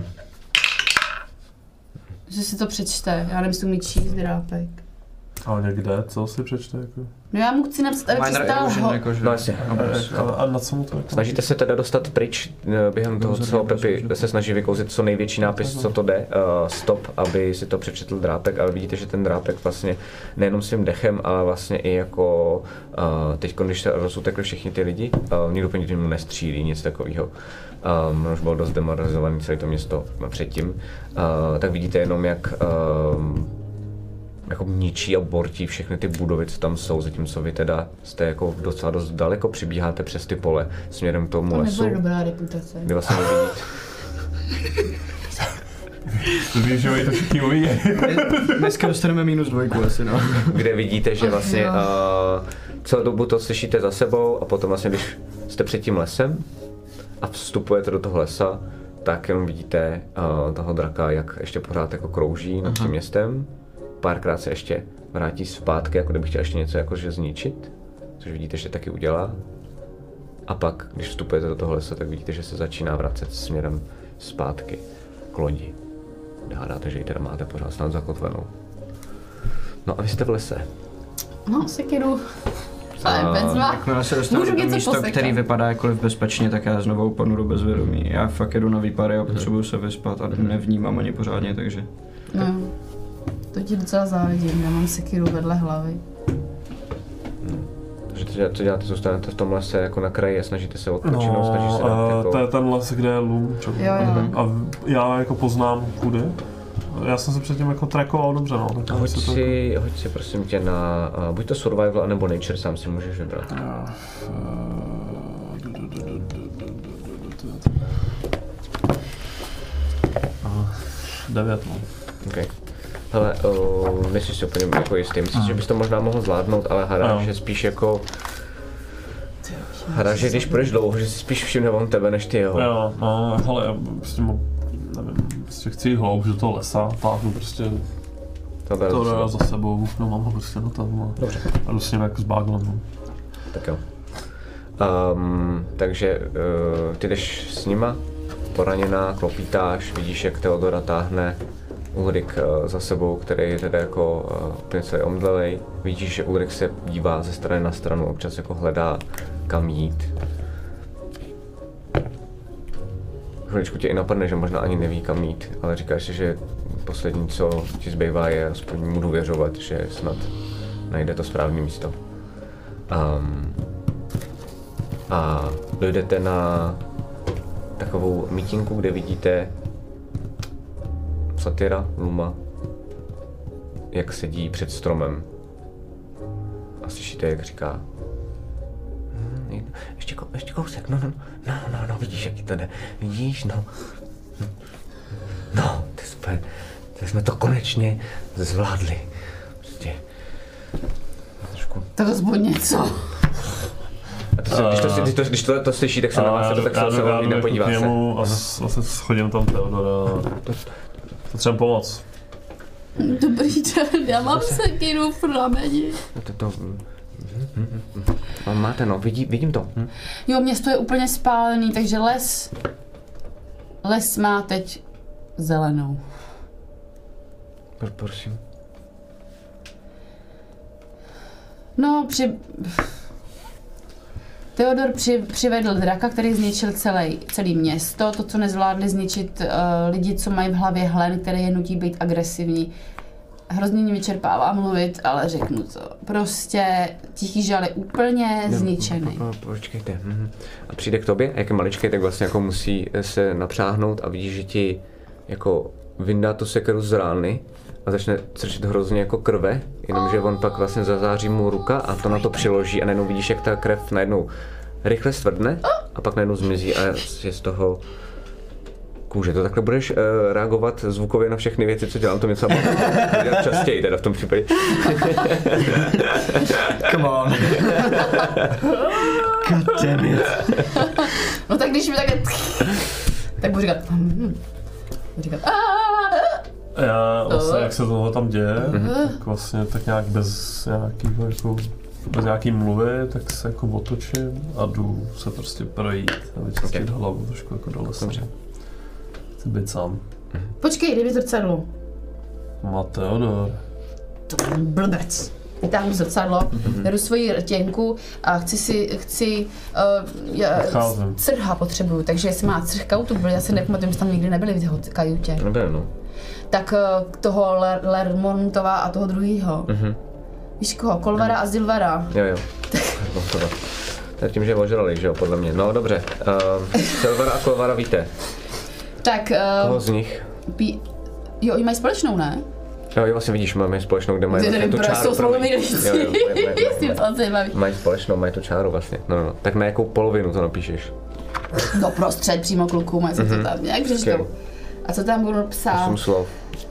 Že si to přečte, já nemyslím mít číst drápek. Ale někde, co si přečte jako? No já mu chci napsat, aby Minor přestal illusion, ho... jakože. no jasně. A, a na co mu to jako? Snažíte se teda dostat pryč, eh, během toho, co Pepi se snaží vykouzit co největší nápis, co to jde, uh, stop, aby si to přečetl drápek, ale vidíte, že ten drápek vlastně nejenom svým dechem, ale vlastně i jako uh, teď, když se rozutekli všichni ty lidi, uh, nikdo po něm nestřílí, nic takového. Um, už bylo dost demoralizovaný celé to město předtím, uh, tak vidíte jenom, jak uh, jako ničí a bortí všechny ty budovy, co tam jsou, zatímco vy teda jste jako docela dost daleko, přibíháte přes ty pole směrem k tomu To lesu, nebude dobrá reputace. kdy vlastně nevidíte. Víš, že to všichni uvidějí. Dneska dostaneme minus dvojku asi, no. Kde vidíte, že Ach vlastně jo. uh, celou dobu to slyšíte za sebou a potom vlastně, když jste před tím lesem a vstupujete do toho lesa, tak jenom vidíte uh, toho draka, jak ještě pořád jako krouží nad tím městem. Párkrát se ještě vrátí zpátky, jako kdyby chtěl ještě něco jakože zničit, což vidíte, že taky udělá. A pak, když vstupujete do toho lesa, tak vidíte, že se začíná vracet směrem zpátky k lodi. Hádáte, že ji teda máte pořád snad zakotvenou. No a vy jste v lese. No, sekiru. Ale bez má. Jakmile se dostanu Můžu do něco místa, posekat. který vypadá jakkoliv bezpečně, tak já znovu upanu do bezvědomí. Já fakt jedu na výpary a potřebuju se vyspat a nevnímám ani pořádně, takže... No, to ti docela závidím, já mám sekiru vedle hlavy. Takže to, děláte, to děláte, zůstanete v tom lese jako na kraji a snažíte se odpočinout, snažíš se dát No, jako... to je ten les, kde je lům. čo- Jo, jo. A já jako poznám kudy. Já jsem se předtím jako trackoval dobře, no. Tak Hoď se to si, hoď si prosím tě na uh, buď to survival, anebo nature, sám si můžeš vybrat. devět, no. Okay. Hele, uh, nejsi si úplně jako jistý, myslím si, že bys to možná mohl zvládnout, ale hádám, Ano. že spíš jako... Hádám, že když půjdeš dlouho, že si spíš všimne on tebe, než ty jeho. Jo, no, hele, já prostě mám, nevím, prostě chci jít hloub do toho lesa, táhnu prostě To bude to docela- dá za sebou, no mám ho prostě na tom a, Dobře. a jdu s ním jako s báglem, no. Tak jo. Um, takže uh, ty jdeš s nima, poraněná, klopítáš, vidíš, jak Theodora táhne Ulrik uh, za sebou, který je teda jako uh, úplně celý omdlelej. Vidíš, že Ulrik se dívá ze strany na stranu, občas jako hledá, kam jít. Chviličku tě i napadne, že možná ani neví, kam jít, ale říkáš si, že poslední, co ti zbývá, je aspoň mu důvěřovat, že snad najde to správné místo. Um, a dojdete na takovou mítinku, kde vidíte Satyra, Luma, jak sedí před stromem. A slyšíte, jak říká: "Hm, ještě, ko, ještě kousek, no, no, no, no, no, vidíš, jak ti to jde, vidíš, no. No, to je super, tak jsme to konečně zvládli. Prostě, trošku. Tak aspoň něco. A to se, když, to, když, to, když to, to slyší, tak se na vás, tak se, se vám nepodívá k se. němu a s- vlastně schodím tam Theodora. Potřebujeme pomoc. Dobrý den, já mám sekiru v rameni. No to, to, hm, hm, hm, hm. No, máte no, vidí, vidím to. Hm. Jo, město je úplně spálený, takže les... Les má teď zelenou. Pro, prosím. No, při... Theodor při, přivedl draka, který zničil celý, celý město, to, co nezvládli zničit uh, lidi, co mají v hlavě hlen, který je nutí být agresivní. Hrozně mě vyčerpává mluvit, ale řeknu to. Prostě Tichý žal je úplně zničený. No, počkejte. Mhm. A přijde k tobě, jak je maličkej, tak vlastně jako musí se napřáhnout a vidíš, že ti jako vyndá tu sekeru z rány a začne crčet hrozně jako krve, jenomže on pak vlastně zazáří mu ruka a to na to přiloží a najednou vidíš, jak ta krev najednou rychle stvrdne a pak najednou zmizí a je z toho kůže. To takhle budeš uh, reagovat zvukově na všechny věci, co dělám, to něco dělat častěji teda v tom případě. Come on. God damn it. No tak když mi takhle... tak budu říkat... Budu říkat... Já vlastně, jak se toho tam děje, tak vlastně tak nějak bez nějakého jako... bez nějaký mluvy, tak se jako otočím a jdu se prostě projít a vyčistit okay. hlavu trošku jako do lesa. Dobře. Chci být sám. Počkej, dej mi zrcadlo. Má Theodor. To je blbec. Vytáhnu zrcadlo, mm-hmm. beru svoji rtěnku a chci si, chci, uh, já, crha potřebuju, takže jestli má crh kautu, já si nepamatuju, že tam nikdy nebyli v jeho kajutě. Nebyl, no. Tak uh, toho Ler- Lermontova a toho druhýho. Mm-hmm. Víš koho? Kolvara mm. a Zilvara. Jo, jo. To je tím, že ožrali, že jo, podle mě. No dobře, uh, Silvara a Kolvara víte. Tak... Uh, Koho z nich? Pí... Jo, oni mají společnou, ne? Jo, jo, vlastně vidíš, máme společnou, kde mají nevím, tu čáru. Jsou jo, jo, mají, mají, mají společnou, mají tu čáru vlastně. No, no, tak na jakou polovinu to napíšeš? Do prostřed přímo kluků, mají se mm-hmm. to tam nějak přečtou. Okay. A co tam budu psát? Osm slov.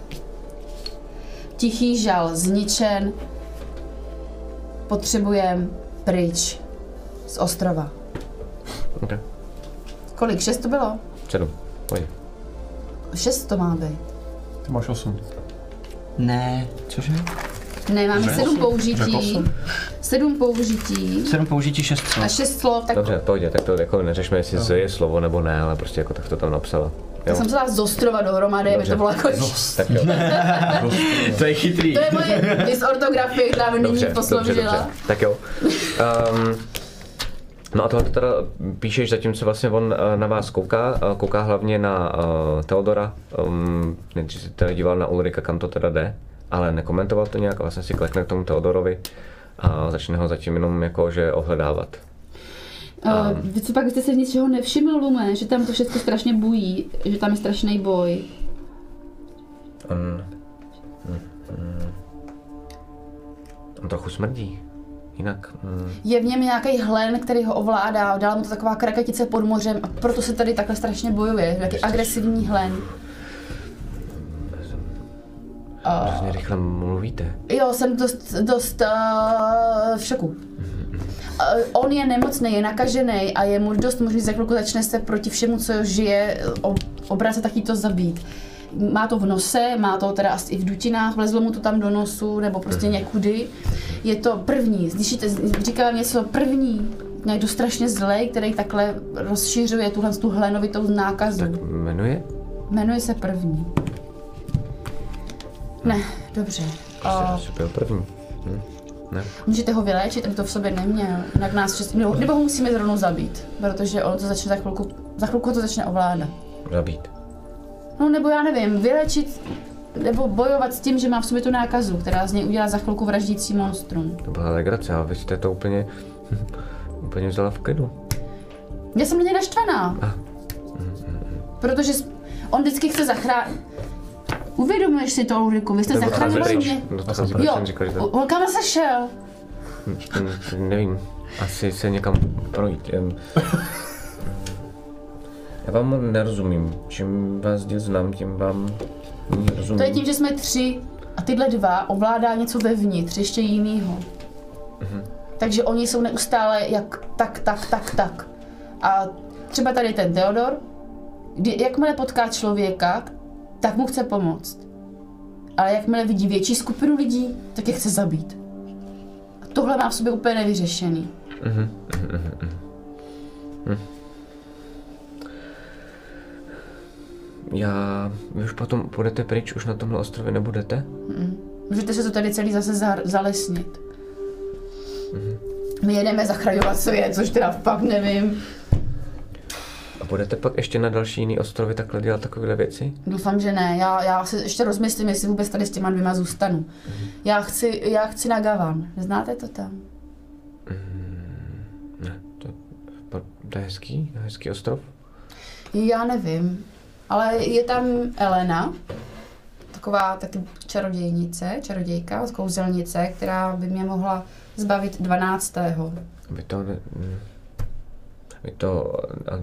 Tichý žal, zničen. Potřebujem pryč z ostrova. Okay. Kolik? Šest to bylo? Sedm, pojď. Šest to má být. Ty máš osm. Ne, cože? Ne, máme Řekl sedm osm. použití. Sedm použití. Sedm použití, šest slov. A šest slov, tak... Dobře, pojď, tak to jako neřešme, jestli no. je slovo nebo ne, ale prostě jako tak to tam napsala. Tak jsem psala z ostrova dohromady, aby to bylo jako... Tak jo. To je chytrý. To je moje dysortografie, která mi nyní posloužila. Tak jo. Um, no a tohle teda píšeš, zatímco vlastně on na vás kouká, kouká hlavně na uh, Theodora. Um, nejdřív se teda díval na Ulrika, kam to teda jde, ale nekomentoval to nějak a vlastně si klekne k tomu Theodorovi a začne ho zatím jenom jako, že ohledávat. Uh, um, vy co pak jste se z ničeho nevšiml, Lume, že tam to všechno strašně bují, že tam je strašný boj. On... Mm, mm, on trochu smrdí. Jinak... Mm. Je v něm nějaký hlen, který ho ovládá, dala mu to taková krakatice pod mořem a proto se tady takhle strašně bojuje, jaký agresivní hlen. Hrozně rychle mluvíte. Jo, jsem dost, dost uh, v šoku. Uh, on je nemocný, je nakažený a je mu dost možný, za chvilku začne se proti všemu, co žije, obracet taky to zabít. Má to v nose, má to teda asi i v dutinách, vlezlo mu to tam do nosu nebo prostě někudy. Je to první, slyšíte, říkám něco první, někdo strašně zlej, který takhle rozšiřuje tuhle tu hlenovitou nákazu. Tak jmenuje? Jmenuje se první. Ne, dobře. Jsi byl první. Hm. Ne. Můžete ho vyléčit, aby to v sobě neměl, jinak nás šest... nebo, nebo ho musíme zrovna zabít, protože on to začne za chvilku, za chvilku to začne ovládat. Zabít. No nebo já nevím, vyléčit, nebo bojovat s tím, že má v sobě tu nákazu, která z něj udělá za chvilku vraždící monstrum. To byla legrace, ale vy jste to úplně, úplně vzala v klidu. Já jsem na něj naštvaná, ah. protože on vždycky chce zachránit. Uvědomuješ si to, Ulriku, vy jste zachránili mě. Jo, on kam se šel? Nevím, asi se někam projít. Já vám nerozumím, čím vás díl znám, tím vám nerozumím. To je tím, že jsme tři a tyhle dva ovládá něco vevnitř, ještě jinýho. Mhm. Takže oni jsou neustále jak tak, tak, tak, tak. A třeba tady ten Theodor, kdy, jakmile potká člověka, tak mu chce pomoct. Ale jakmile vidí větší skupinu lidí, tak je chce zabít. A tohle má v sobě úplně nevyřešený. Mhm, mhm, mhm. Mhm. Já... Vy už potom půjdete pryč, už na tomhle ostrově nebudete? Mm. Můžete se to tady celý zase za, zalesnit. Mm. My jedeme zachraňovat svět, což teda fakt nevím. A budete pak ještě na další jiný ostrovy takhle dělat takovéhle věci? Doufám, že ne. Já, já si ještě rozmyslím, jestli vůbec tady s těma dvěma zůstanu. Mm. Já chci, já chci na Gavan. Neznáte to tam? Mm, ne, to, to je hezký, hezký ostrov. Já nevím, ale je tam Elena, taková taky čarodějnice, čarodějka, kouzelnice, která by mě mohla zbavit dvanáctého. Vy to... Ne, vy to...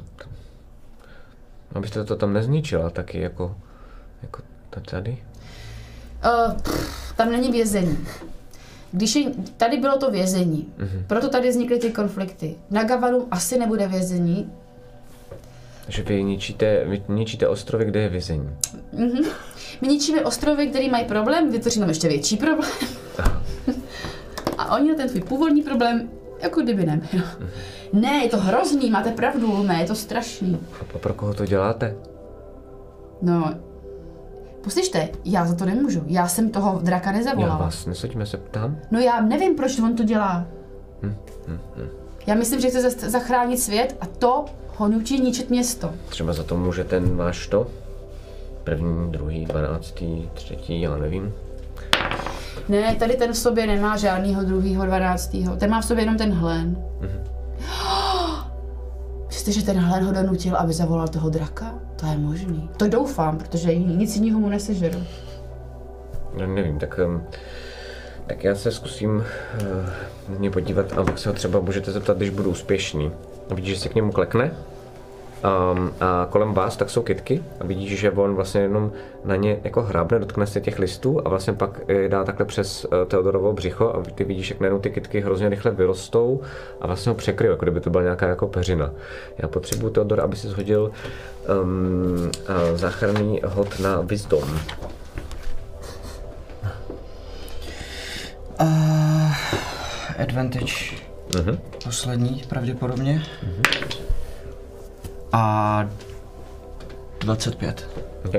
Abyste to tam nezničila taky jako... jako tady? Uh, pff, tam není vězení. Když je, tady bylo to vězení, mm-hmm. proto tady vznikly ty konflikty. Na Gavanu asi nebude vězení. Takže vy ničíte, vy ničíte ostrovy, kde je vězení. Mm-hmm. My ničíme ostrovy, které mají problém, vytvoříme ještě větší problém. A oni na ten tvůj původní problém, jako kdyby neměl. Mm-hmm. Ne, je to hrozný, máte pravdu, Lume, je to strašný. A pro koho to děláte? No, poslyšte, já za to nemůžu, já jsem toho draka nezavolala. Já vás nesoďme se ptám? No já nevím, proč on to dělá. Hm, hm, hm. Já myslím, že chce zachránit svět a to ho nutí ničit město. Třeba za to může ten váš to? První, druhý, dvanáctý, třetí, já nevím. Ne, tady ten v sobě nemá žádnýho druhýho, dvanáctýho. Ten má v sobě jenom ten hlen. Mm-hmm. Myslíte, že ten hlen ho donutil, aby zavolal toho draka? To je možný. To doufám, protože nic jiného mu nesežeru. No, nevím, tak, tak já se zkusím uh, mě podívat a pak se ho třeba můžete zeptat, když budu úspěšný. Vidíš, že se k němu klekne um, a kolem vás tak jsou kytky a vidíš, že on vlastně jenom na ně jako hrábne, dotkne se těch listů a vlastně pak je dá takhle přes uh, Theodorovo břicho a ty vidíš, jak najednou ty kytky hrozně rychle vyrostou a vlastně ho překryjí, jako kdyby to byla nějaká jako peřina. Já potřebuji, Theodor, aby si shodil um, uh, záchranný hod na Wisdom. Uh, advantage. Uh-huh. Poslední, pravděpodobně. Uh-huh. A dvacet pět. Okay.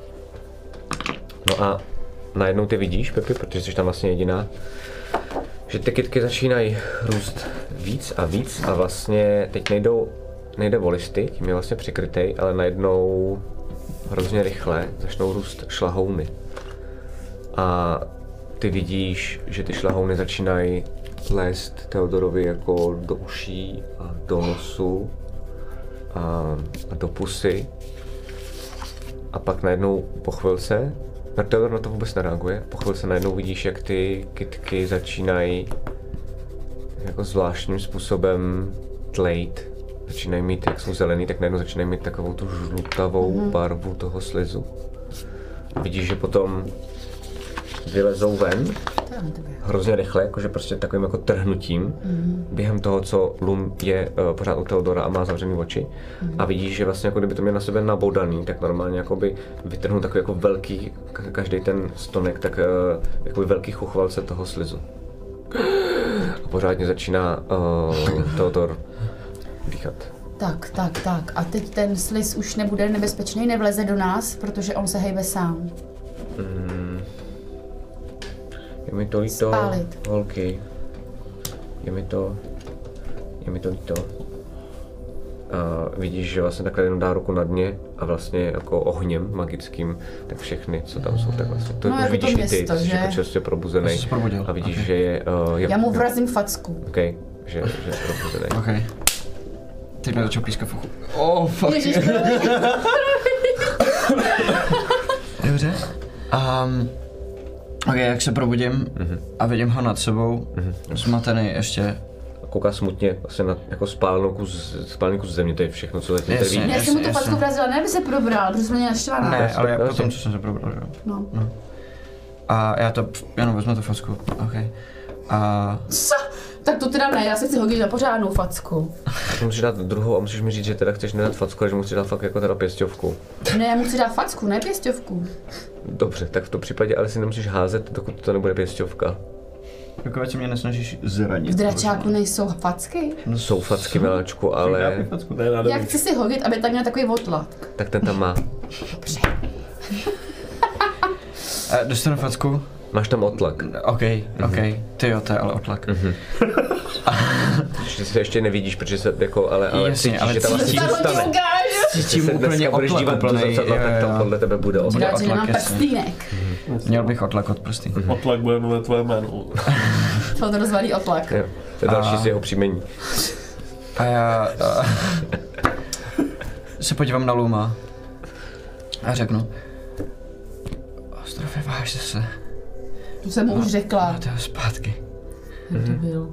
No a najednou ty vidíš, Pepi, protože jsi tam vlastně jediná, že ty kytky začínají růst víc a víc a vlastně teď nejdou, nejde o listy, tím je vlastně přikrytej, ale najednou hrozně rychle začnou růst šlahouny. A ty vidíš, že ty šlahouny začínají lézt Theodorovi jako do uší a do nosu a, a do pusy. A pak najednou po chvilce, Theodor na to vůbec nereaguje, po chvilce najednou vidíš, jak ty kytky začínají jako zvláštním způsobem tlejt. Začínají mít, jak jsou zelený, tak najednou začínají mít takovou tu žlutavou mm. barvu toho slizu. A vidíš, že potom vylezou ven hrozně rychle, jakože prostě takovým jako trhnutím mm. během toho, co Lum je uh, pořád u Theodora a má zavřený oči mm. a vidíš, že vlastně jako kdyby to měl na sebe nabodaný, tak normálně jakoby vytrhnou takový jako velký, každý ten stonek, tak uh, jakoby velký chuchvalce toho slizu. A pořádně začíná uh, Theodor dýchat. Tak, tak, tak. A teď ten sliz už nebude nebezpečný, nevleze do nás, protože on se hejbe sám. Mm. Je mi to líto, Spálit. holky. Je mi to, je mi to líto. A vidíš, že vlastně takhle jenom dá ruku na dně a vlastně jako ohněm magickým, tak všechny, co tam jsou, tak vlastně to no, už jako vidíš to i ty, město, jsi že? jako čerstvě probuzený a vidíš, okay. že je, uh, je... Já mu vrazím facku. OK, že, že je probuzený. OK. Teď mě začal pískat v uchu. Oh, fuck. Ježiš, Dobře. Um, ok, jak se probudím mm-hmm. a vidím ho nad sebou, mm-hmm. zmatený ještě. Kouká smutně vlastně na jako spálenou kus, spálený kus země, to je všechno, co zatím tady vidíš. Já jsem mu to facku vrazila, ne aby se probral, protože jsem mě naštvaná. Ne, ale já potom, co jsem se probral, jo. No. no. A já to jenom vezmu tu facku, ok. A... Co? Tak to teda ne, já se chci hodit na pořádnou facku. Musíš dát druhou a musíš mi říct, že teda chceš nedat facku, ale že musíš dát fakt jako teda pěsťovku. Ne, já mu chci dát facku, ne pěsťovku. Dobře, tak v tom případě ale si nemusíš házet, dokud to nebude pěsťovka. Dokud se mě nesnažíš zranit. V dračáku nejsou facky? No jsou facky, miláčku, ale... Já chci si hodit, aby tam měl takový otlak. Tak ten tam má. Dobře. A dostanu facku? Máš tam otlak. OK, OK. Mm-hmm. Ty jo, to je ale otlak. Mm-hmm. Že se ještě nevidíš, protože se jako, ale, ale Jasně, cítíš, ale že tam vlastně cítím- zůstane. Cítím Se úplně dneska budeš otlak dívat do úplnej, zrcadla, jo, tak tam jo. podle tebe bude otlak. Rád, že nemám otlak, jasně. prstýnek. Měl bych otlak od prsty. Otlak bude ve tvé jménu. To rozvalí otlak. Jo, to je další A- z jeho příjmení. A já a, se podívám na Luma a řeknu, Ostrove, vážte se. To jsem mu už řekla. Máte ho zpátky. Jak to byl?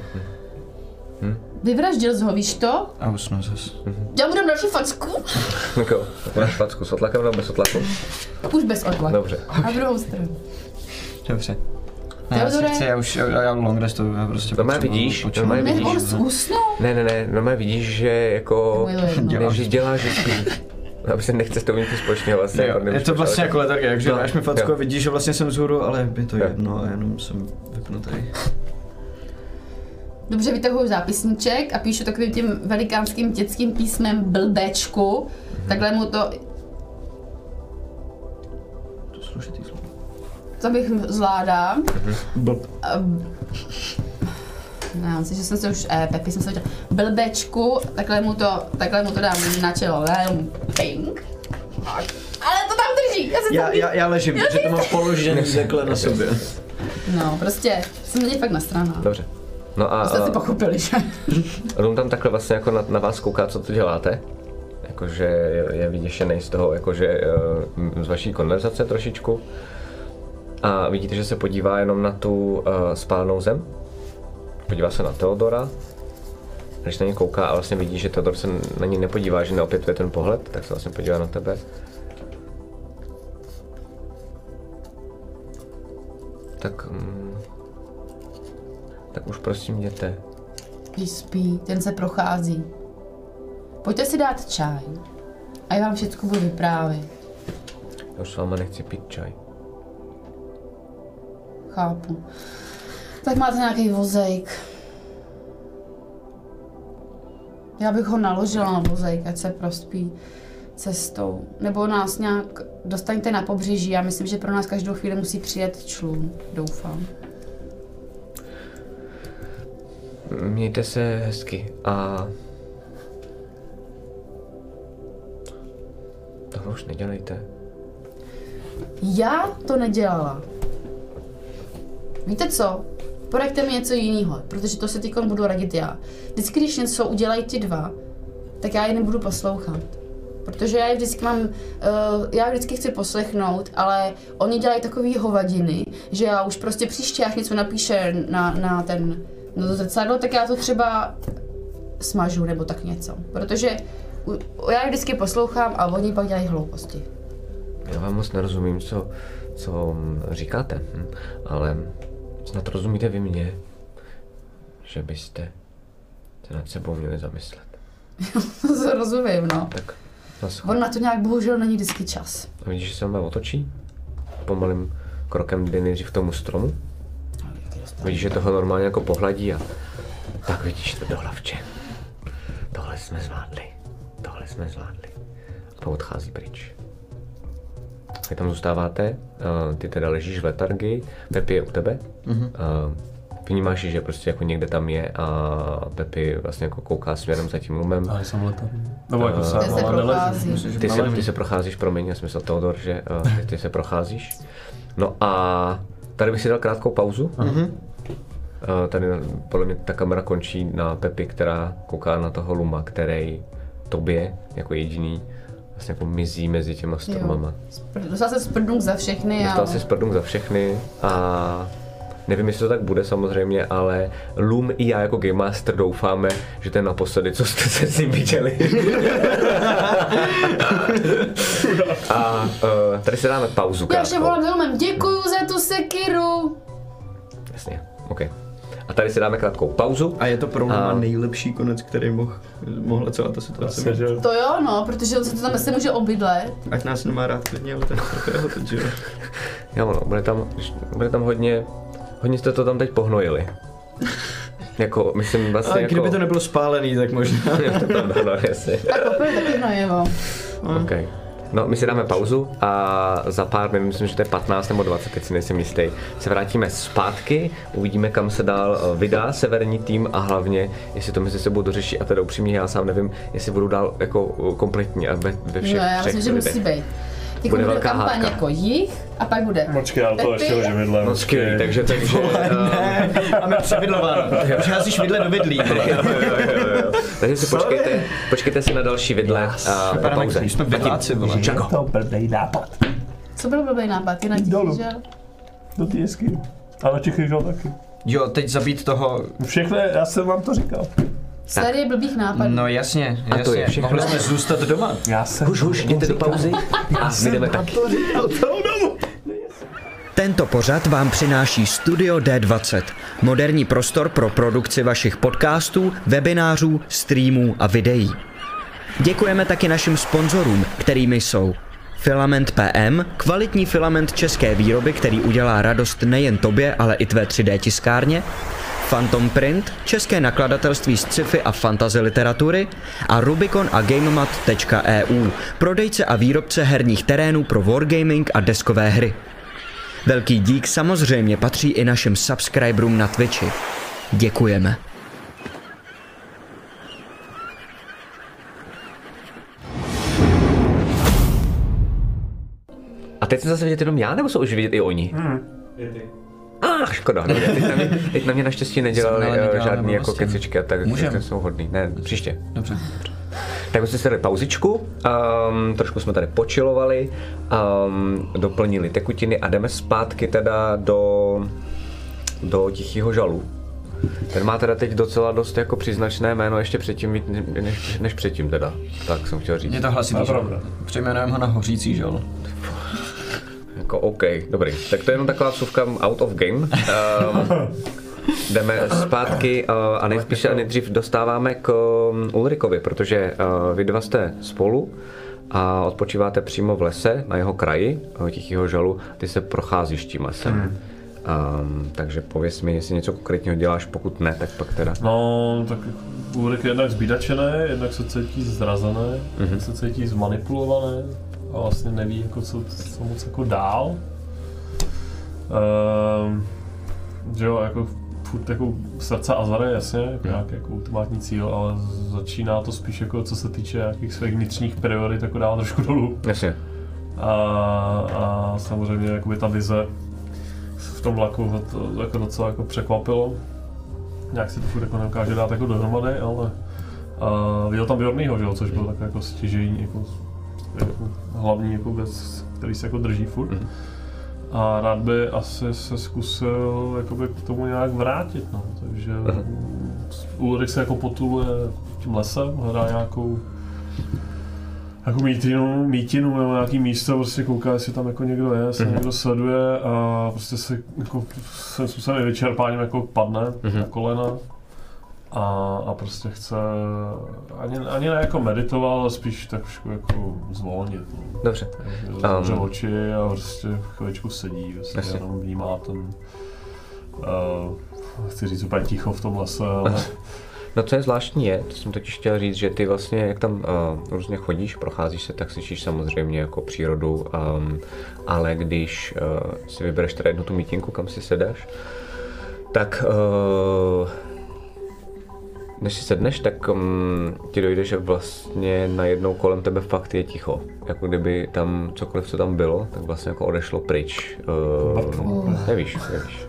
Vyvraždil jsi ho, víš to? A usnu zas. Já mu dám další facku. Jako, máš facku s otlakem nebo bez otlaku? Už bez otlaku. Dobře. A druhou stranu. Dobře. Ne, já si Teodore? chci, já už, já, já long restu, já prostě Normálně potřebuji vidíš, počinout. normálně Ne, on vidíš. usnul. Ne, ne, ne, normálně vidíš, že jako... Je mu jedno. Ne, že děláš vždycky... Aby se nechce s tou vnitř společně vlastně. Jo, jako je nemůžeš to vlastně ale- jako letargie, takže No, dáš mi facku jo. a vidíš, že vlastně jsem vzhůru, ale je to Jo. jedno a jenom jsem vypnutý. Dobře, vytahuju zápisníček a píšu takovým tím velikánským dětským písmem blbečku. Takhle mu to, To je složitý slovo. to bych zvládám. Blb. Ne, já myslím, že jsem se už, eh, Pepi jsem se udělal. Blbečku, takhle mu to, takhle mu to dám na čelo, ne, ping. Tak. Ale to tam drží, já se Já, tam... já, já ležím, protože to mám položený takhle na sobě. No, prostě, jsem není fakt nasraná. Dobře. No a, Jste si a pochopili, že? Lum tam takhle vlastně jako na, na vás kouká, co to děláte. Jakože je, je vyděšený z toho, jakože uh, z vaší konverzace trošičku. A vidíte, že se podívá jenom na tu uh, spálenou zem. Podívá se na Teodora. Když na ně kouká a vlastně vidí, že Teodor se na ně nepodívá, že neopětuje ten pohled, tak se vlastně podívá na tebe. Tak... Mm, tak už prosím jděte. Když spí, ten se prochází. Pojďte si dát čaj. A já vám všechno budu vyprávět. Já už s váma nechci pít čaj. Chápu. Tak máte nějaký vozejk. Já bych ho naložila na vozejk, ať se prospí cestou. Nebo nás nějak dostaňte na pobřeží. Já myslím, že pro nás každou chvíli musí přijet člun. Doufám. Mějte se hezky a... Tohle už nedělejte. Já to nedělala. Víte co? Poraďte mi něco jiného, protože to se teď budu radit já. Vždycky, když něco udělají ti dva, tak já je nebudu poslouchat. Protože já je vždycky mám, uh, já vždycky chci poslechnout, ale oni dělají takový hovadiny, že já už prostě příště, jak něco napíše na, na ten, na to zrcadlo, tak já to třeba smažu nebo tak něco. Protože u, já je vždycky poslouchám a oni pak dělají hlouposti. Já vám moc nerozumím, co, co říkáte, hm? Ale snad rozumíte vy mě, že byste se nad sebou měli zamyslet. To se rozumím, no. Tak naschle. On na to nějak bohužel není vždycky čas. A vidíš, že se vám otočí? Pomalým krokem jde nejdřív k tomu stromu. Vidíš, že toho normálně jako pohladí a tak vidíš to do hlavče. Tohle jsme zvládli. Tohle jsme zvládli. A odchází pryč. Vy tam zůstáváte, uh, ty teda ležíš v letargii, Pepi je u tebe. Mm-hmm. Uh, vnímáš, že prostě jako někde tam je a Pepi vlastně jako kouká směrem za tím lumem. Ale jsem letar. Nebo jako Eh, se, Ty se ale prochází. neležím. Ty se, ty se procházíš, promiň, já jsem myslel Teodor, že uh, ty, ty se procházíš. No a tady bych si dal krátkou pauzu. Uh, tady podle mě ta kamera končí na Pepi, která kouká na toho luma, který tobě jako jediný vlastně jako mizí mezi těma stromama. Spr- Dostal se sprdnuk za všechny Dostal a... si sprdunk za všechny a nevím, jestli to tak bude samozřejmě, ale Lum i já jako Game Master doufáme, že to je naposledy, co jste se s ním viděli. A uh, tady se dáme pauzu Já ještě krátkou. volám za Lumem, děkuju za tu sekiru. Jasně, OK. A tady si dáme krátkou pauzu. A je to pro A- mě nejlepší konec, který mohl, mohla celá ta situace Asi, být. že To jo, no, protože on se to tam asi může obydlet. Ať nás nemá rád klidně, ale ten takového teď, že jo. Jo, no, bude tam, bude tam hodně, hodně jste to tam teď pohnojili. Jako, myslím vlastně Ale jako... kdyby to nebylo spálený, tak možná. Je to pravda, no, jasně. Tak opět taky hnojivo. OK. No, my si dáme pauzu a za pár minut, myslím, že to je patnáct nebo dvacet, teď si nejsem jistý, se vrátíme zpátky, uvidíme, kam se dál vydá severní tým a hlavně, jestli to mezi sebou dořeší a teda upřímně já sám nevím, jestli budou dál jako kompletní a ve, ve všech No, já myslím, že musí být. Teď bude, bude kampaň hádka. Jako jich a pak bude Počkej, ale to ještě hodně vidle. No skvělý, takže takže... Ne, máme převidlováno. Přiházíš vidle do vidlí. Takže si počkejte, počkejte si na další vidle a po pauze. Jsme vidláci, vole. Čako. To blbej nápad. Co byl blbej nápad? Ty na těch žel? Do ty jesky. A na těch žel taky. Jo, teď zabít toho... Všechno, já jsem vám to říkal. Série blbých nápadů. No jasně, A to je jasně. všechno. Mohli jsme zůstat doma. Já jsem... Huš, huš, jděte do pauzy a my jdeme taky. Tento pořad vám přináší Studio D dvacet, moderní prostor pro produkci vašich podcastů, webinářů, streamů a videí. Děkujeme taky našim sponzorům, kterými jsou Filament P M, kvalitní filament české výroby, který udělá radost nejen tobě, ale i tvé tři dé tiskárně, Phantom Print, české nakladatelství z sci-fi a fantasy literatury a Rubicon a GameMat tečka E U, prodejce a výrobce herních terénů pro wargaming a deskové hry. Velký dík samozřejmě patří i našim subscriberům na Twitchi. Děkujeme. A teď jsem zase vidět jenom já, nebo jsou už vidět i oni? Hmm. Ah, škoda, no, teď, na mě, teď na mě naštěstí nedělali uh, žádný jako kecičky, tak Můžem. jsou hodný. Ne, příště. Dobře. Tak jsme si dali pauzičku, um, trošku jsme tady počilovali, um, doplnili tekutiny a jdeme zpátky teda do, do Tichého žalu. Ten má teda teď docela dost jako příznačné jméno ještě předtím, než, než předtím teda, tak jsem chtěl říct. Je to hlasitý žal. Přejmenujeme ho na hořící žal. Jako OK, dobrý. Tak to je jenom taková vsuvka out of game. Um, jdeme zpátky uh, a nejspíš a nejdřív dostáváme k um, Ulrikovi, protože uh, vy dva jste spolu a odpočíváte přímo v lese na jeho kraji, uh, Tichého žalu, ty se procházíš tím lesem. Hmm. Um, takže pověz mi, jestli něco konkrétního děláš, pokud ne, tak pak teda. No, tak Ulrik je jednak zbídačený, jednak se cítí zrazený, mm-hmm. jednak se cítí zmanipulovaný a vlastně neví, jako co, co moc jako dál. Um, že jo, jako furt jako srdce Azara, jasně, jako nějaký jako ultimátní cíl, ale začíná to spíš jako co se týče nějakých svých vnitřních priorit, jako dává trošku dolů. Jasně. A, a samozřejmě jakoby ta vize v tom vlaku ho to jako docela jako překvapilo. Nějak si to furt jako nedokáže dát jako dohromady, ale a viděl tam Bjornýho, že jo, což byl tak jako stěžejní, jako, jako hlavní jako věc, který se jako drží furt. Mm. A rád by asi se zkusil jakoby k tomu nějak vrátit, no, takže mm. Ulrik se jako potuluje tím lesem, hledá nějakou jako mítinu, mítinu nebo nějaký místo, prostě kouká, jestli tam jako někdo je, jestli mm-hmm. někdo sleduje a prostě se jako se způsobem vyčerpáním jako padne mm-hmm. na kolena a, a prostě chce ani, ani ne jako meditoval, ale spíš tak jako zvolnit. No. Dobře. Zavře um. oči a prostě chviličku sedí, prostě jenom vnímá ten, uh, chci říct úplně ticho v tom lese, ale no co je zvláštní je, to jsem totiž chtěl říct, že ty vlastně, jak tam uh, různě chodíš, procházíš se, tak slyšíš samozřejmě jako přírodu, um, ale když uh, si vybereš teda jednu tu mítinku, kam si sedáš, tak uh, než si sedneš, tak um, ti dojde, že vlastně najednou kolem tebe fakt je ticho. Jako kdyby tam cokoliv, co tam bylo, tak vlastně jako odešlo pryč. Uh, nevíš, nevíš.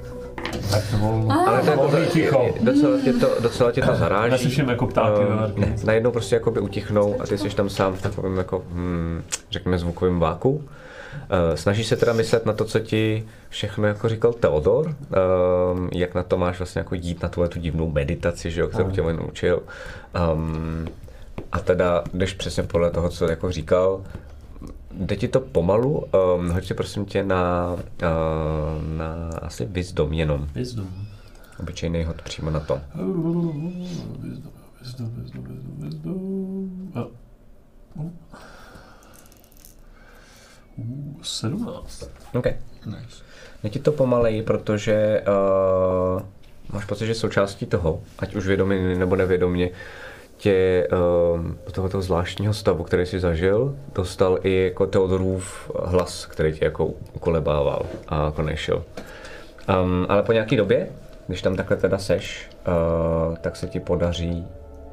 Ale to jako ticho. Docela tě to, docela tě to zaráží. Neslyším jako ptáky. Uh, ne, najednou prostě jakoby utichnou a ty jsi tam sám v takovém jako, hmm, řekněme, zvukovém váku. Uh, snažíš se teda myslet na to, co ti všechno jako říkal Theodor, uh, jak na to máš vlastně jako jít na tuhle tu divnou meditaci, že jo, kterou tě on naučil. Um, a teda jdeš přesně podle toho, co jako říkal. Jde ti to pomalu, um, hoď si prosím tě na, uh, na asi Wisdom jenom. Wisdom. Obyčejný hod přímo na to. Wisdom, wisdom, wisdom, wisdom. Uh. Uh, sedmnáct. OK. Nice. Jde ti to pomaleji, protože uh, máš pocit, že součástí toho, ať už vědomě nebo nevědomě, tě um, do tohoto zvláštního stavu, který jsi zažil, dostal i jako Theodorův hlas, který tě jako ukolebával a jako nešel. Um, ale po nějaký době, když tam takhle teda seš, uh, tak se ti podaří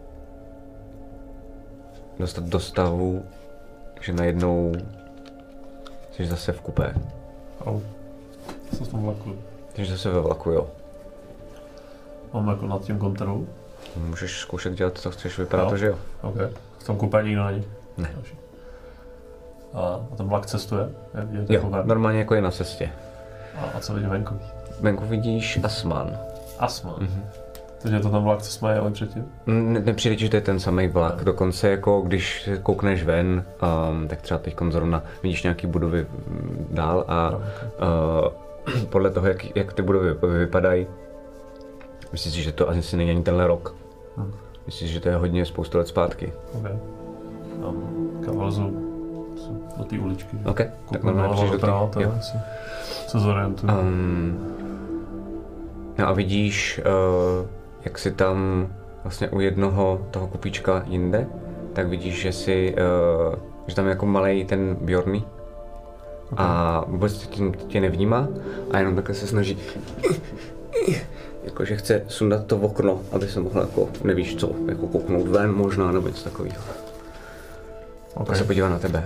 dostat do stavu, že najednou jsi zase v kupé. Au. Jsem v tom vlaku. Jsi zase ve vlaku, jo. Mám jako nad tím kontrolu. Můžeš zkoušet dělat, co chceš, vypadá Jo. to, že jo. OK. V tom kupé nikdo není? Ne. Další. A, a ten vlak cestuje? Je, je Jo, normálně jako je na cestě. a, a co vidím venku? Venku vidíš Asman. Asma. Mhm. Takže je to ten vlak, co jsme jeli předtím? Ne, nepřijde ti, že to je ten samý vlak, dokonce jako když se koukneš ven, um, tak třeba teď zrovna vidíš nějaký budovy mm, dál a uh, podle toho, jak, jak ty budovy vypadají, myslíš si, že to asi není ani tenhle rok. Hmm. Myslíš, že to je hodně spoustu let zpátky. OK. Tam kavalezu do té uličky. OK, tak Kouknu normálně doleva přijdeš do doprava, té, to jo. asi se zorientuju. Um, no a vidíš, uh, jak si tam vlastně u jednoho toho kupíčka jinde, tak vidíš, že si, uh, že tam je jako malej ten Bjorny a vůbec tě, tě nevnímá a jenom takhle se snaží, jakože chce sundat to okno, aby se mohl jako, nevíš co, jako kouknout ven možná nebo něco takového. OK. Tak se podívá na tebe.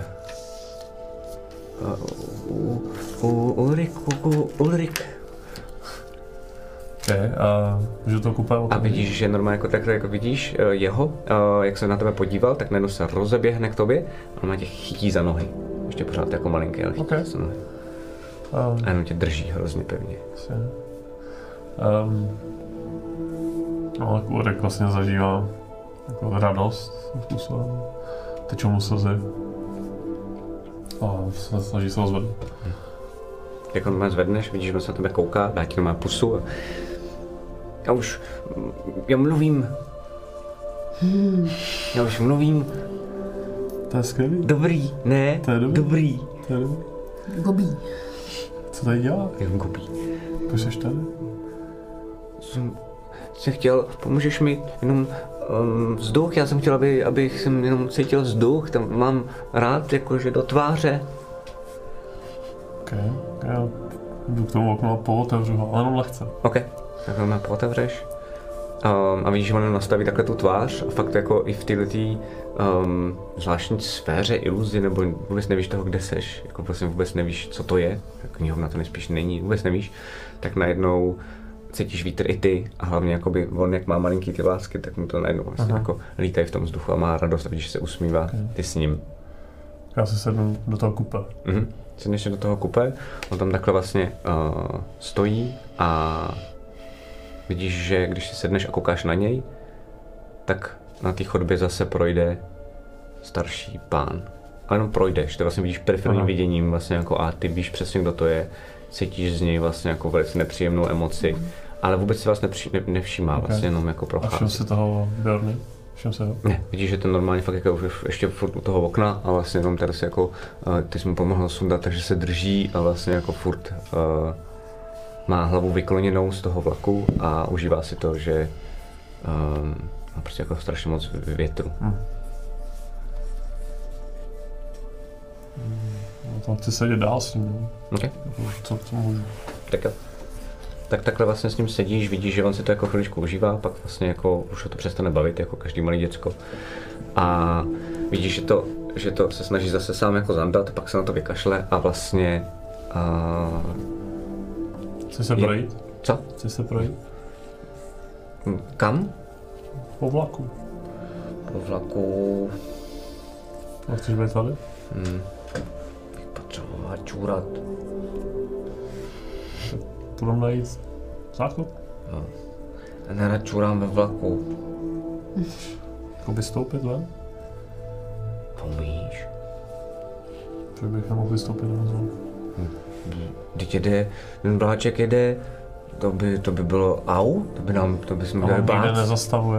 Uh, uh, Ulrik, uh, Ulrik. OK, a můžu to kupé A vidíš, že normálně jako takhle jako vidíš uh, jeho, uh, jak se na tebe podíval, tak najednou se rozeběhne k tobě a on má tě chytí za nohy. Ještě pořád jako malinký, ale chytí Okay. za nohy. Um, A jenom tě drží hrozně pevně. um, no, tak Ulrik vlastně zažívá jako radost tím způsobem. Tečou mu slzy. A se snaží se ho zvednout. Jak on normálně zvedneš, vidíš, že on se na tebe kouká, dá ti normálně pusu a já už, já mluvím. Hmm. Já už mluvím. To je skvělý. Dobrý, ne? To je dobrý. Dobrý. To je dobrý. Gobí. Co tady dělá? Jenom gubí. Proč jsi tady? Jsem se chtěl, pomůžeš mi jenom um, vzduch, já jsem chtěl, aby, abych jsem jenom cítil vzduch, tam mám rád jakože do tváře. OK, já jdu k tomu oknu a pootevřu ho, ale jenom lehce. OK, tak ho pootevřeš. Um, a vidíš, že on nastaví takhle tu tvář a fakt jako i v této um, zvláštní sféře, iluzi, nebo vůbec nevíš toho, kde seš, jako vlastně vůbec nevíš, co to je, tak knihovna to nejspíš není, vůbec nevíš, tak najednou cítíš vítr i ty a hlavně jakoby on, jak má malinký ty vlásky, tak mu to najednou vlastně jako lítají v tom vzduchu a má radost a vidíš, že se usmívá, Okay. ty s ním. Já si sednu do toho kupe. Mhm. Sedneš do toho kupe, on tam takhle vlastně uh, stojí a vidíš, že když si sedneš a koukáš na něj, tak na té chodbě zase projde starší pán. Ale jenom projdeš, to vlastně vidíš periferním Aha. viděním vlastně jako a ty víš přesně, kdo to je, cítíš z něj vlastně jako velice nepříjemnou emoci, ale vůbec si vás nepři, ne, nevšímá, Okay. vlastně jenom jako A všim prochází. si toho Bjorny? Všim se ho? Ne, vidíš, že ten normálně fakt jako už ještě furt u toho okna a vlastně jenom tady se jako, uh, ty jsi mu pomohl sundat, takže se drží a vlastně jako furt uh, má hlavu vykloněnou z toho vlaku a užívá si to, že um, má prostě jako strašně moc větru. Hm. No, tam chci sedět dál s ním. Okay. Co, co můžu? Tak jo. Tak takhle vlastně s ním sedíš, vidíš, že on si to jako chviličku užívá, pak vlastně jako už ho to přestane bavit, jako každý malý děcko. A vidíš, že to, že to se snaží zase sám jako zandat, pak se na to vykašle a vlastně... Uh, Chci se Je- projít? co? Chci se projít? Kam? Po vlaku. Po vlaku... No, chceš být tady? Hmm. Bych potřeboval čůrat. Půjdem najít záchod? No. Já nerad čůrám ve vlaku. Jako vystoupit ven? Pomíš? Že bych nemohl vystoupit ven z vlaku. Teď jede, ten vláček jede, to by, to by bylo au, to by nám, to by jsme Ale měli nikde bát. nezastavuje.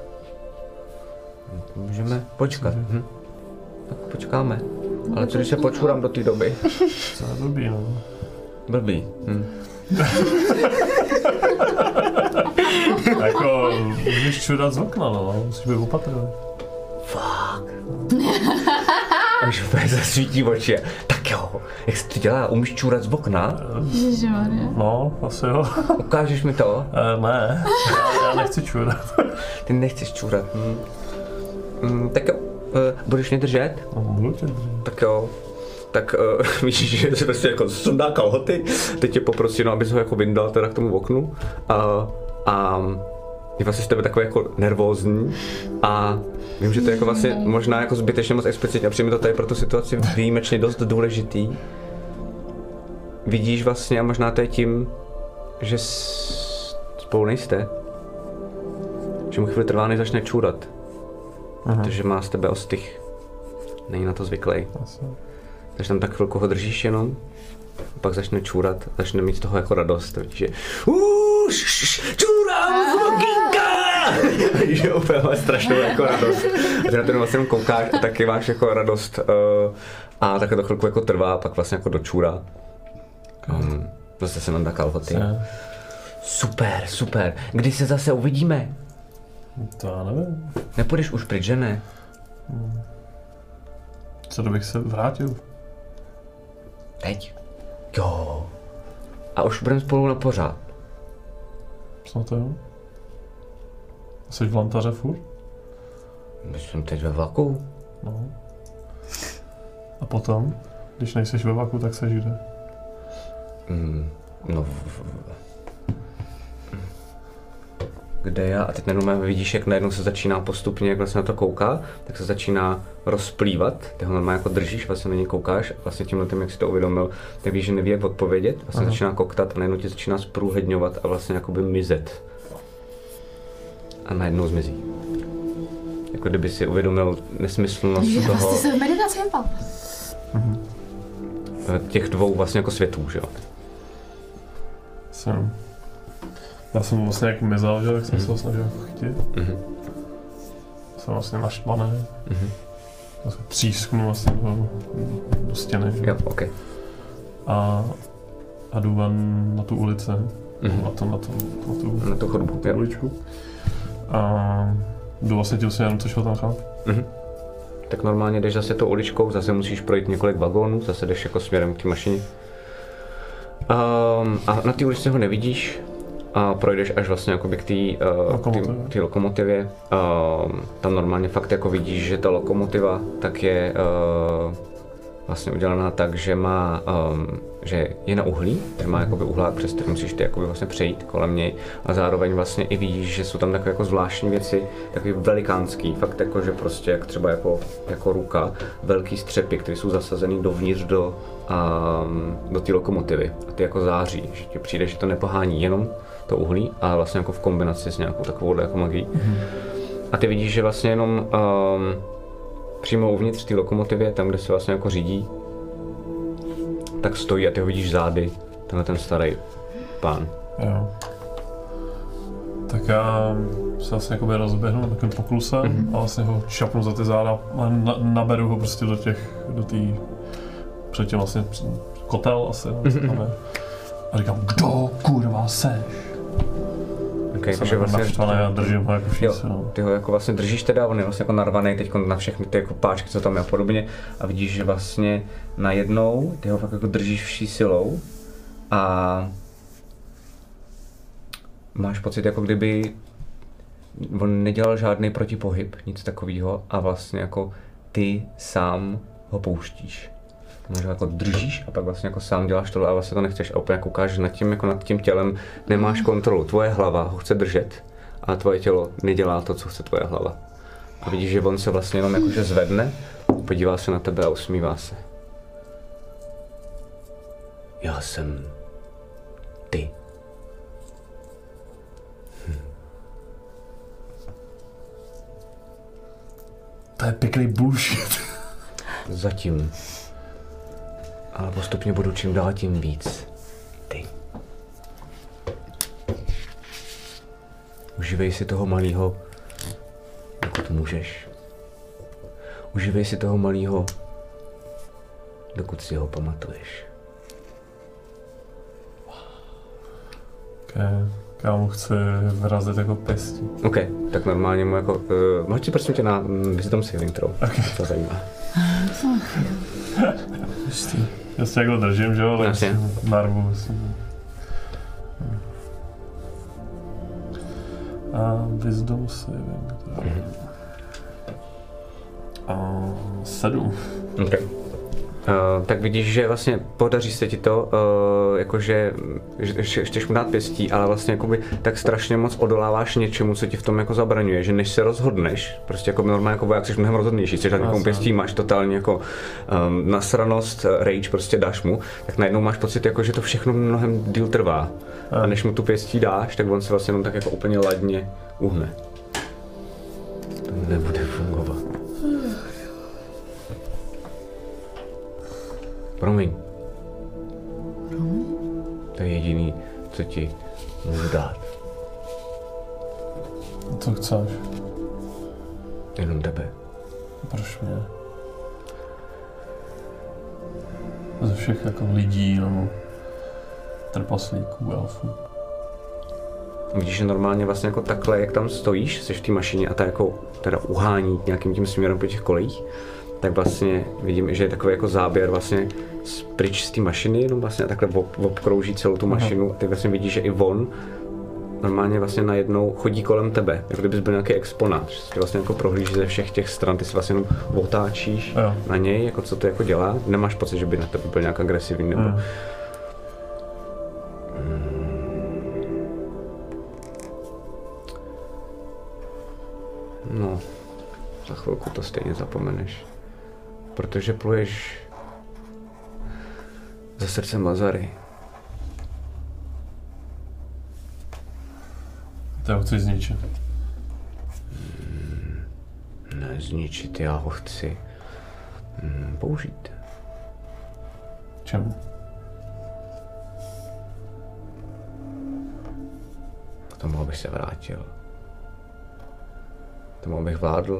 Můžeme počkat. Hm. Tak počkáme. Ale co když se počůrám do té doby? To je blbý, no. Blbý. Hm. Jako, můžeš čurat z okna, no, musíš být opatrný. Fuck. Už úplně zasvítí oči. Tak jo, jak se to dělá? Umíš čůrat z okna? Ježišmarja. No, asi jo. Ukážeš mi to? E, ne, já, já nechci čurat. Ty nechceš čůrat. Hm. Hm, tak jo, uh, budeš mě držet? No, budu tě držet. Tak jo. Tak uh, víš, že se prostě jako sundá kalhoty. Teď tě poprosím, no, abys ho jako vyndal teda k tomu oknu. Uh, a je vlastně z tebe takový jako nervózní. A vím, že to je jako vlastně možná jako zbytečně moc explicitně. A přijme to tady pro tu situaci výjimečně dost důležitý. Vidíš vlastně, a možná to je tím, že spolu nejste. Že mu chvíli trvá, než začne čůrat. Aha. Protože má z tebe ostych. Není na to zvyklý. Takže tam tak chvilku ho držíš jenom. A pak začne čůrat, začne mít z toho jako radost. Vidíš, že uuuu, čůrám, vagínka! Vidíš, že úplně má strašnou jako radost. A ty na to vlastně koukáš a taky máš jako radost. Uh, a takhle to chvilku jako trvá a pak vlastně jako dočůrá. Um, zase se nám dá kalhoty. Super, super. Kdy se zase uvidíme? To já nevím. Nepůjdeš už pryč, že ne? Hmm. Co kdybych se vrátil? Teď? Jo. A už budeme spolu na pořád. Snad to jo? Jsi v Lantaře furt? Jsem teď ve vlaku. No. A potom, když nejseš ve vlaku, tak seš kde? Mm, no... V, v, kde já? A teď najednou vidíš, jak najednou se začíná postupně, jak vlastně na to kouká, tak se začíná rozplývat. Ty ho normálně jako držíš, vlastně na něj koukáš a vlastně tímhle tím, jak si to uvědomil, tak víš, že neví, jak odpovědět. Vlastně Aha. začíná koktat a najednou tě začíná zprůhledňovat a vlastně jakoby mizet. A najednou zmizí. Jako kdyby si uvědomil nesmyslnost Je, toho... Vlastně se v meditaci mhm. těch dvou vlastně jako světů, že jo? Jsem. Já jsem vlastně jak mizal, že, tak jsem mm. se ho snažil chytit. Mm-hmm. Jsem vlastně naštvaný. Mm-hmm. Já jsem třísknu vlastně do, do stěny. Že? Jo, okay. A, a jdu ven na tu ulici. Mm-hmm. Na, to, na, to, na tu, na tu chodbu, tu uličku. A jdu vlastně tím směrem, co šel tam chlap. Mm-hmm. Tak normálně jdeš zase tou uličkou, zase musíš projít několik vagónů, zase jdeš jako směrem k té mašině. Um, a na té ulici ho nevidíš. A projdeš až vlastně jakoby k té uh, lokomotivě. Uh, tam normálně fakt jako vidíš, že ta lokomotiva tak je uh, vlastně udělaná tak, že má, um, že je na uhlí, že má jakoby uhlák, přes který musíš ty jakoby vlastně přejít kolem něj a zároveň vlastně i vidíš, že jsou tam takové jako zvláštní věci, takový velikánský, fakt jako, že prostě jak třeba jako, jako ruka, velký střepy, které jsou zasazený dovnitř do, um, do té lokomotivy a ty jako září, že ti přijde, že to nepohání jenom to uhlí, a vlastně jako v kombinaci s nějakou takovou jako magií. Mm-hmm. A ty vidíš, že vlastně jenom um, přímo uvnitř té lokomotivě, tam, kde se vlastně jako řídí, tak stojí a ty ho vidíš zády, tenhle ten starý pán. Jo. Tak já se vlastně jakoby rozběhnu takovým poklusem mm-hmm. a vlastně ho šapnu za ty záda a na, naberu ho prostě do těch, do té, předtím vlastně kotel asi, mm-hmm. a říkám, kdo kurva seš? Okay, jsem jako vlastně naštvaný a držím ho jako všichni. No. Ty ho jako vlastně držíš teda, on je vlastně jako narvaný teď na všechny ty jako páčky, co tam je a podobně, a vidíš, že vlastně najednou ty ho fakt jako držíš vší silou a máš pocit, jako kdyby on nedělal žádný protipohyb, nic takového, a vlastně jako ty sám ho pouštíš. Možná jako držíš a pak vlastně jako sám děláš tohle a vlastně to nechceš a úplně koukáš nad tím, jako nad tím tělem, nemáš kontrolu. Tvoje hlava ho chce držet a tvoje tělo nedělá to, co chce tvoje hlava. A vidíš, že on se vlastně jenom jakože zvedne, podívá se na tebe a usmívá se. Já jsem ty. Hm. To je pěkný bullshit. Zatím. Ale postupně budu čím dál tím víc ty. Užívej si toho malého, dokud můžeš. Užívej si toho malého, dokud si ho pamatuješ. Okay. Já mu chci vrazit jako pěstí. OK, tak normálně mu jako... Uh, Hoď si prosím tě na Wisdom Saving Throw. Okay. To zajímá. Jistý. Já si jak ho držím, že jo? Jasně. Narvu musím. A Wisdom Saving Throw. Mm-hmm. A sedm. Okay. Uh, tak vidíš, že vlastně podaří se ti to, uh, jakože že chceš mu dát pěstí, ale vlastně jakoby tak strašně moc odoláváš něčemu, co ti v tom jako zabraňuje, že než se rozhodneš, prostě jako normálně jako voják, jsi mnohem rozhodnější, chceš dát někomu pěstí, máš totálně jako um, nasranost, rage, prostě dáš mu, tak najednou máš pocit, jako, že to všechno mnohem díl trvá. A než mu tu pěstí dáš, tak on se vlastně jenom tak jako úplně ladně uhne. To nebude fungovat. Promiň. Promiň? To je jediný, co ti můžu dát. Co chceš? Jenom tebe. Proč mě? Ze všech jako lidí nebo trpaslíků, elfů. Vidíš, že normálně vlastně jako takhle, jak tam stojíš, jsi v té mašině a ta jako teda uhání nějakým tím směrem po těch kolejích, tak vlastně vidím, že je takový jako záběr vlastně pryč z té mašiny, jenom vlastně takhle ob, obkrouží celou tu mašinu a ty vlastně vidíš, že i on normálně vlastně najednou chodí kolem tebe, jako kdybys byl nějaký exponát, že ty vlastně jako prohlíží ze všech těch stran, ty si vlastně jenom otáčíš jo. na něj, jako co to jako dělá, nemáš pocit, že by na tebe byl nějak agresivní nebo... Hmm. No, za chvilku to stejně zapomeneš. Protože pluješ za srdcem Lazary. To ho chci zničit. Hmm, ne zničit, já ho chci hmm, použít. Čemu? K tomu, abych se vrátil. K tomu, abych vládl.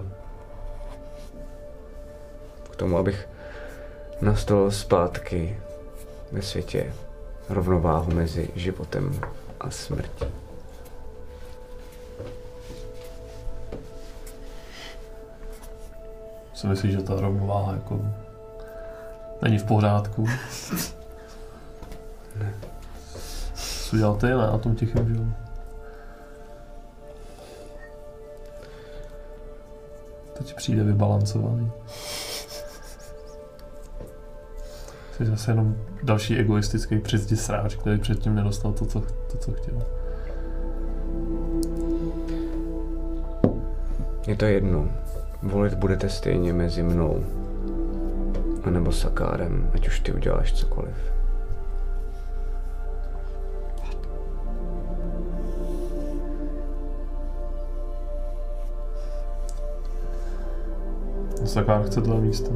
K tomu, abych nastolil zpátky ve světě rovnováhu mezi životem a smrtí. Si myslíš, že ta rovnováha jako není v pořádku? Ne. Co udělal ty, ne? Na tom tichém, že jo? To ti přijde vybalancovaný. Jsi zase jenom další egoistický přizdi sráč, který předtím nedostal to, co, to, co chtěl. Je to jedno. Volit budete stejně mezi mnou a nebo Sakárem, ať už ty uděláš cokoliv. Sakár chce tohle místo.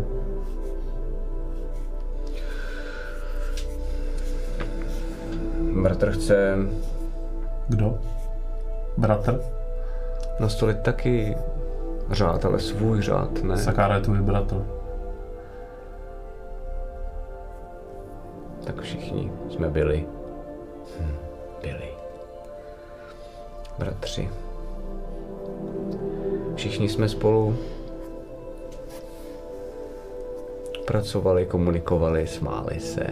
Bratr chce... Kdo? Bratr? Nastolit taky řád, ale svůj řád, ne? Sakár je tvůj bratr. Tak všichni jsme byli. Hm, byli. Bratři. Všichni jsme spolu pracovali, komunikovali, smáli se.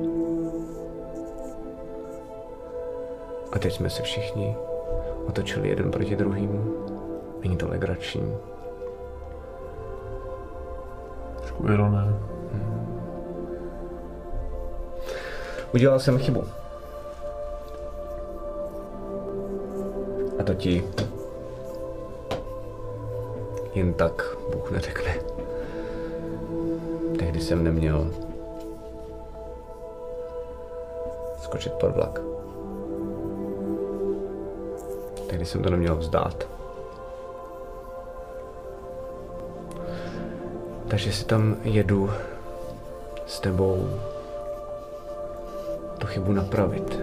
A teď jsme se všichni otočili jeden proti druhému. Není to legrační. Trošku ironie. Hmm. Udělal jsem chybu. A to ti jen tak Bůh neřekne. Tehdy jsem neměl skočit pod vlak. Tehdy jsem to neměl vzdát. Takže si tam jedu s tebou tu chybu napravit.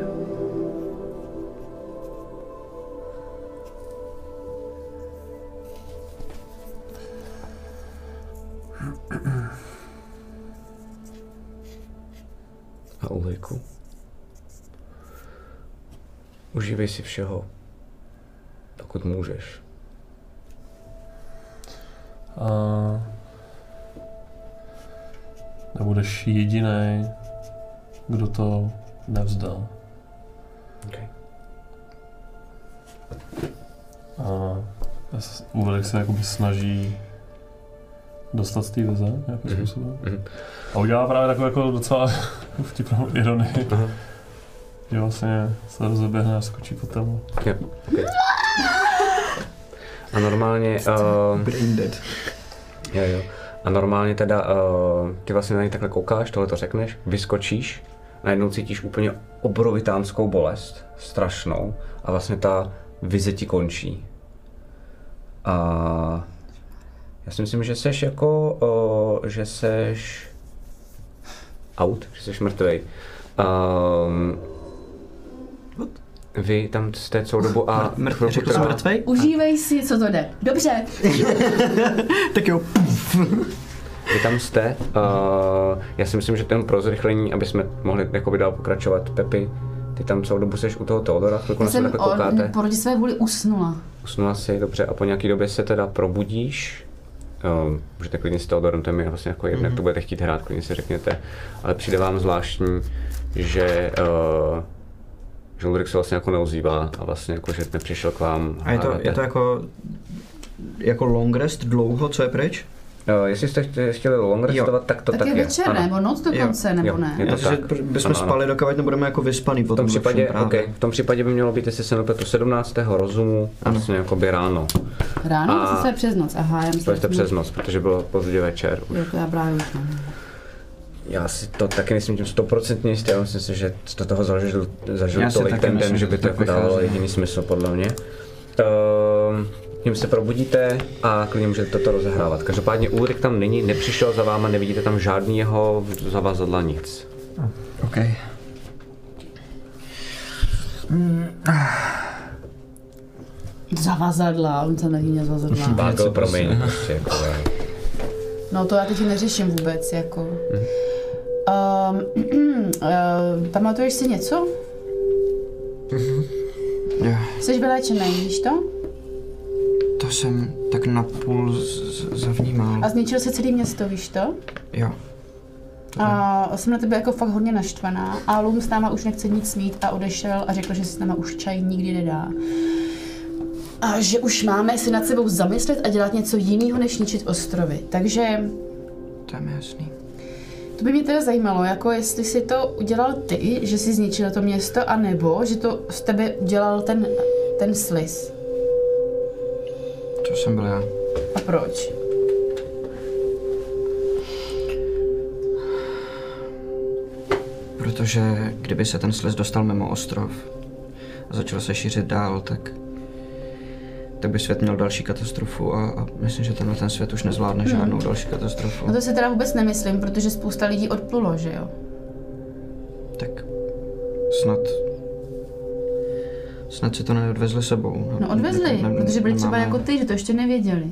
A Ulriku? Užívej si všeho, pokud můžeš. A nebudeš jediný, kdo to nevzdal. Okay. A Ulrich se jakoby snaží dostat z té vize nějakým mm-hmm. způsobem. Mm-hmm. A udělá právě takovou jako docela vtipnou ironii. Uh-huh. Že vlastně se rozeběhne a skočí po tému. Yeah. Okay. A normálně... Uh, Brain dead. Jo, jo. A normálně teda uh, ty vlastně na něj takhle koukáš, tohle to řekneš, vyskočíš, najednou cítíš úplně obrovitánskou bolest, strašnou, a vlastně ta vize ti končí. A já si myslím, že seš jako, uh, že seš out, že seš mrtvej. Um, vy tam jste celou dobu a... Mr- řekl jsem mrtvej? Užívej si, co to jde. Dobře. Tak jo. Vy tam jste. Uh, já si myslím, že ten pro zrychlení, aby jsme mohli jakoby dál pokračovat, Pepi, ty tam celou dobu seš u toho Teodora, chvilku na sebe takhle koukáte. Proti své vůli usnula. Usnula si, dobře, a po nějaký době se teda probudíš. Uh, můžete klidně s Teodorem, to je mi vlastně jako jedno, mm-hmm. jak to budete chtít hrát, klidně si řekněte. Ale přijde vám zvláštní, že uh, že Ulrich se vlastně jako neozývá a vlastně jako, že nepřišel k vám. A je to, je to jako, jako long rest dlouho, co je pryč? Uh, jestli jste chtěli long restovat, tak to tak, tak je. Tak je večer, ano. Nebo noc dokonce, jo. nebo jo. ne? Je to tak. Že bychom ano, spali, dokud nebudeme jako vyspaný potom. V tom, případě, okay. v tom případě by mělo být, jestli se nepletu, sedmnáctého rozumu, vlastně jako by ráno. Ráno? A to je přes noc, aha. Já myslím, to přes noc, protože bylo pozdě večer. Jo, to já právě už ne. Já si to taky myslím tím stoprocentně jistě, já myslím si, že do toho zažil, zažil tolik ten den, že by to jako dávalo jediný smysl podle mě. Uh, tím se probudíte a klidně můžete toto rozehrávat. Každopádně Ulrich tam není, nepřišel za váma, nevidíte tam žádný jeho zavazadla, nic. OK. Zavazadla, on se neví zavazadla. Bágl, promiň, prostě jako. No to já teď neřeším vůbec, jako. Mm. Um, uh, pamatuješ si něco? Mhm. Yeah. Jsi vyléčený, víš to? To jsem tak napůl z- zavnímal. A zničil se celé město, víš to? Jo. A jsem na tebe jako fakt hodně naštvaná a Lum s náma už nechce nic mít a odešel a řekl, že si s náma už čaj nikdy nedá. A že už máme si nad sebou zamyslet a dělat něco jiného, než ničit ostrovy. Takže... To je mi jasný. To by mě teda zajímalo, jako jestli si to udělal ty, že jsi zničil to město, anebo že to z tebe udělal ten, ten sliz. To jsem byl já. A proč? Protože kdyby se ten sliz dostal mimo ostrov a začal se šířit dál, tak tak by svět měl další katastrofu a, a myslím, že tenhle ten svět už nezvládne hmm. žádnou další katastrofu. No to si teda vůbec nemyslím, protože spousta lidí odplulo, že jo? Tak snad... Snad si to neodvezli sebou. No, no odvezli, ne, ne, protože byli nemáme... třeba jako ty, že to ještě nevěděli.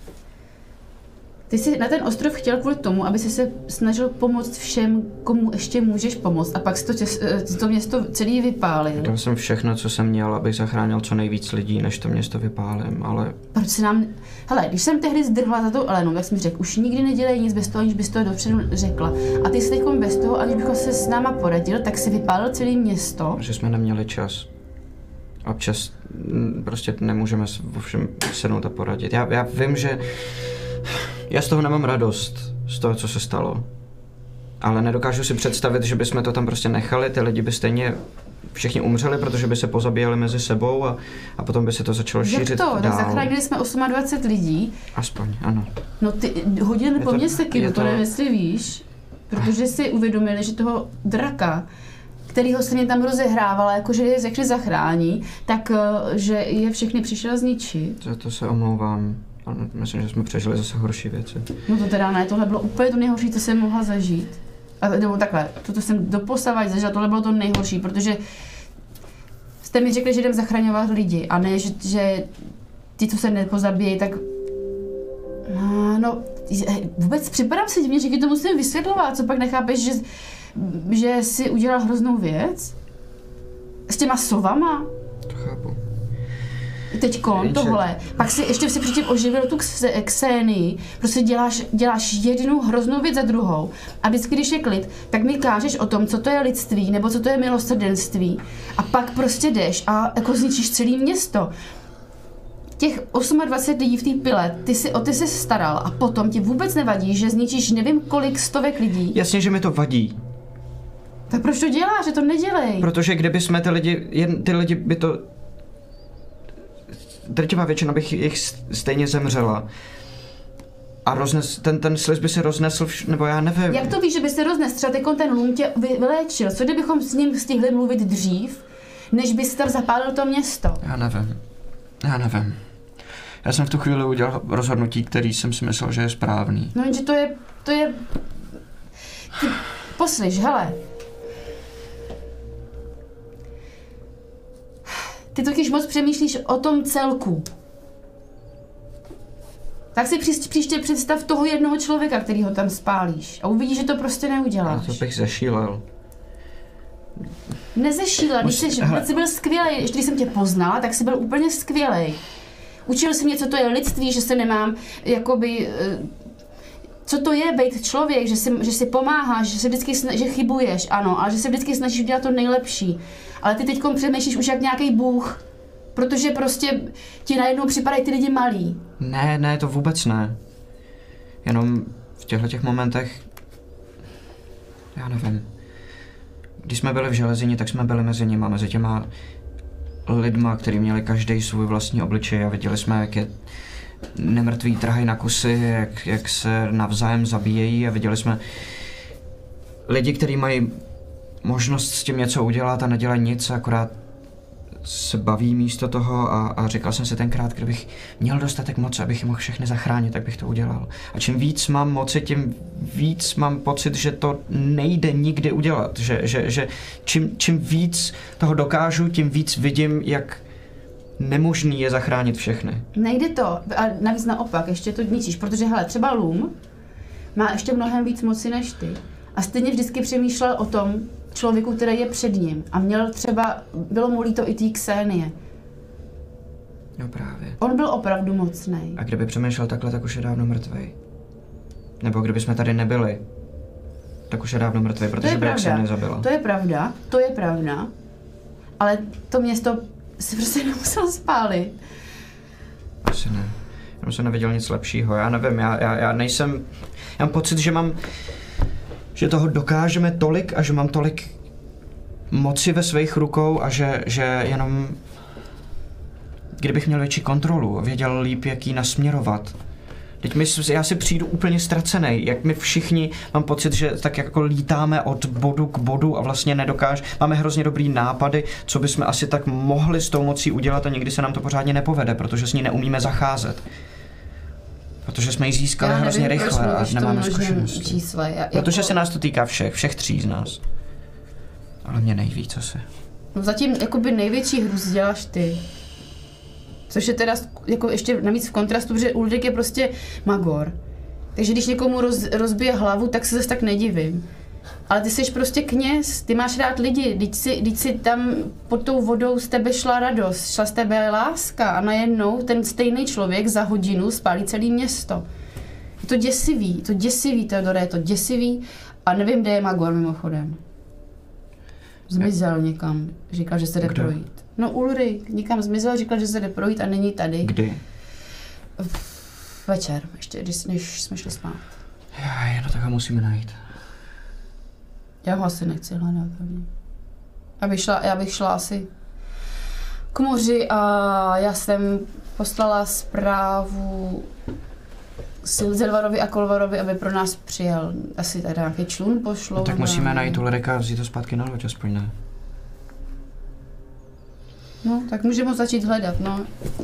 Ty jsi na ten ostrov chtěl kvůli tomu, aby jsi se snažil pomoct všem, komu ještě můžeš pomoct, a pak si to, těs, to město celý vypálil. Dal jsem všechno, co jsem měl, abych zachránil co nejvíc lidí, než to město vypálím, ale... Proč se nám... Hele, když jsem tehdy zdrhla za tou Elenou, tak jsi mi řekl, už nikdy nedělej nic bez toho, aniž bys to dopředu řekla. A ty jsi teďkom bez toho, aniž bychom se s náma poradil, tak si vypálil celé město. Že jsme neměli čas. Občas prostě nemůžeme o všem sednout a poradit. Já, já vím, že... Já z toho nemám radost, z toho, co se stalo. Ale nedokážu si představit, že bychom to tam prostě nechali, ty lidi by stejně všichni umřeli, protože by se pozabíjeli mezi sebou a, a potom by se to začalo šířit Jak to? dál. Zachránili jsme dvacet osm lidí. Aspoň, ano. No ty hodiny po městě, no to nevím, jestli víš, protože si uvědomili, že toho draka, kterýho se mě tam rozehrávala, jakože je řekli zachrání, tak že je všechny přišel zničit. Za to se omlouvám. Ale myslím, že jsme přežili zase horší věci. No to teda ne, tohle bylo úplně to nejhorší, co jsem mohla zažít. A nebo takhle, toto jsem doposavad zažila, tohle bylo to nejhorší, protože jste mi řekli, že jdem zachraňovat lidi, a ne, že, že ti, co se nepozabíjejí, tak... No, vůbec připadám se divně, že ti to musím vysvětlovat, co pak nechápeš, že, že jsi udělal hroznou věc? S těma sovama? To chápu. Teďkon tohle, pak si ještě si předtím oživil tu Xénii, prostě děláš, děláš jednu hroznou věc za druhou a vždycky, když je klid, tak mi kážeš o tom, co to je lidství nebo co to je milosrdenství a pak prostě jdeš a jako zničíš celé město. Těch dvacet osm lidí v té pile, ty si o ty se staral a potom ti vůbec nevadí, že zničíš nevím kolik stovek lidí. Jasně, že mi to vadí. Tak proč to děláš, že to nedělej? Protože kdyby jsme ty lidi, jen ty lidi by to... Drtivá většina bych jich stejně zemřela. A roznes, ten, ten sliz by se roznesl, vš, nebo já nevím. Jak to víš, že by se roznesl? Třeba teď ten lům tě vyléčil. Co kdybychom s ním stihli mluvit dřív, než bys tam zapálil to město? Já nevím. Já nevím. Já jsem v tu chvíli udělal rozhodnutí, který jsem si myslel, že je správný. No jenže to je, to je... Ty, poslyš, hele. Ty totiž moc přemýšlíš o tom celku. Tak si příště, příště představ toho jednoho člověka, který ho tam spálíš. A uvidíš, že to prostě neuděláš. A to bych zešílel. Nezešílel, když jsi, jsi byl skvělej. Ještě když jsem tě poznala, tak jsi byl úplně skvělej. Učil jsi mě, co to je lidství, že se nemám, jakoby... Co to je být člověk, že si, že si pomáháš, že, se vždycky sna- že chybuješ, ano, ale že se vždycky snažíš udělat to nejlepší. Ale ty teďkom přemýšlíš už jak nějaký bůh, protože prostě ti najednou připadají ty lidi malí. Ne, ne, to vůbec ne. Jenom v těchto těch momentech, já nevím. Když jsme byli v Železině, tak jsme byli mezi nimi, mezi těma lidma, kteří měli každý svůj vlastní obličej a viděli jsme, jak je nemrtví trhají na kusy, jak, jak se navzájem zabíjejí a viděli jsme lidi, kteří mají možnost s tím něco udělat a nedělají nic, akorát se baví místo toho a, a říkal jsem si tenkrát, kdybych měl dostatek moci, abych je mohl všechny zachránit, tak bych to udělal. A čím víc mám moci, tím víc mám pocit, že to nejde nikdy udělat, že, že, že čím, čím víc toho dokážu, tím víc vidím, jak nemožný je zachránit všechny. Nejde to, a navíc naopak, ještě to ničíš, protože hele, třeba Lum má ještě mnohem víc moci než ty a stejně vždycky přemýšlel o tom člověku, který je před ním a měl třeba, bylo mu líto i té Xénie. No právě. On byl opravdu mocnej. A kdyby přemýšlel takhle, tak už je dávno mrtvej. Nebo kdyby jsme tady nebyli, tak už je dávno mrtvej, protože by Xénie zabila. To je pravda, to je pravda, ale to město si prostě nemusel spálit. Asi ne. Já jsem neviděl nic lepšího, já nevím, já, já, já nejsem, já mám pocit, že mám, že toho dokážeme tolik a že mám tolik moci ve svých rukou a že, že jenom, kdybych měl větší kontrolu a věděl líp, jak ji nasměrovat. Teď my, já si přijdu úplně ztracený, jak my všichni, mám pocit, že tak jako lítáme od bodu k bodu a vlastně nedokáž, máme hrozně dobrý nápady, co bychom asi tak mohli s tou mocí udělat a někdy se nám to pořádně nepovede, protože s ní neumíme zacházet. Protože jsme ji získali nevím, hrozně rychle a nemáme zkušenosti. Čísle. Já, protože jako... se nás to týká všech, všech tří z nás. Ale mě nejvíc asi. No zatím jakoby největší hrůz děláš ty. Což je teda jako ještě navíc v kontrastu, protože Ulrik je prostě magor. Takže když někomu roz, rozbije hlavu, tak se zase tak nedivím. Ale ty jsi prostě kněz, ty máš rád lidi, teď si, teď si tam pod tou vodou z tebe šla radost, šla z tebe láska a najednou ten stejný člověk za hodinu spálí celé město. Je to děsivý, je to děsivý, Teodore, je to děsivý a nevím, kde je magor mimochodem. Zmizel někam, říkal, že se jde Kdo? projít. No Ulrik někam zmizel, říkal, že se jde projít a není tady. Kdy? Večer, ještě když, než jsme šli spát. Jaj, no tak ho musíme najít. Já ho asi nechci hledat. Já bych šla, já bych šla asi k moři a já jsem poslala zprávu Silzelvarovi a Kolvarovi, aby pro nás přijel. Asi tady nějaký člun pošlou. No tak musíme najít Ulrika a vzít to zpátky na loď, aspoň ne. No, tak můžeme ho začít hledat, no.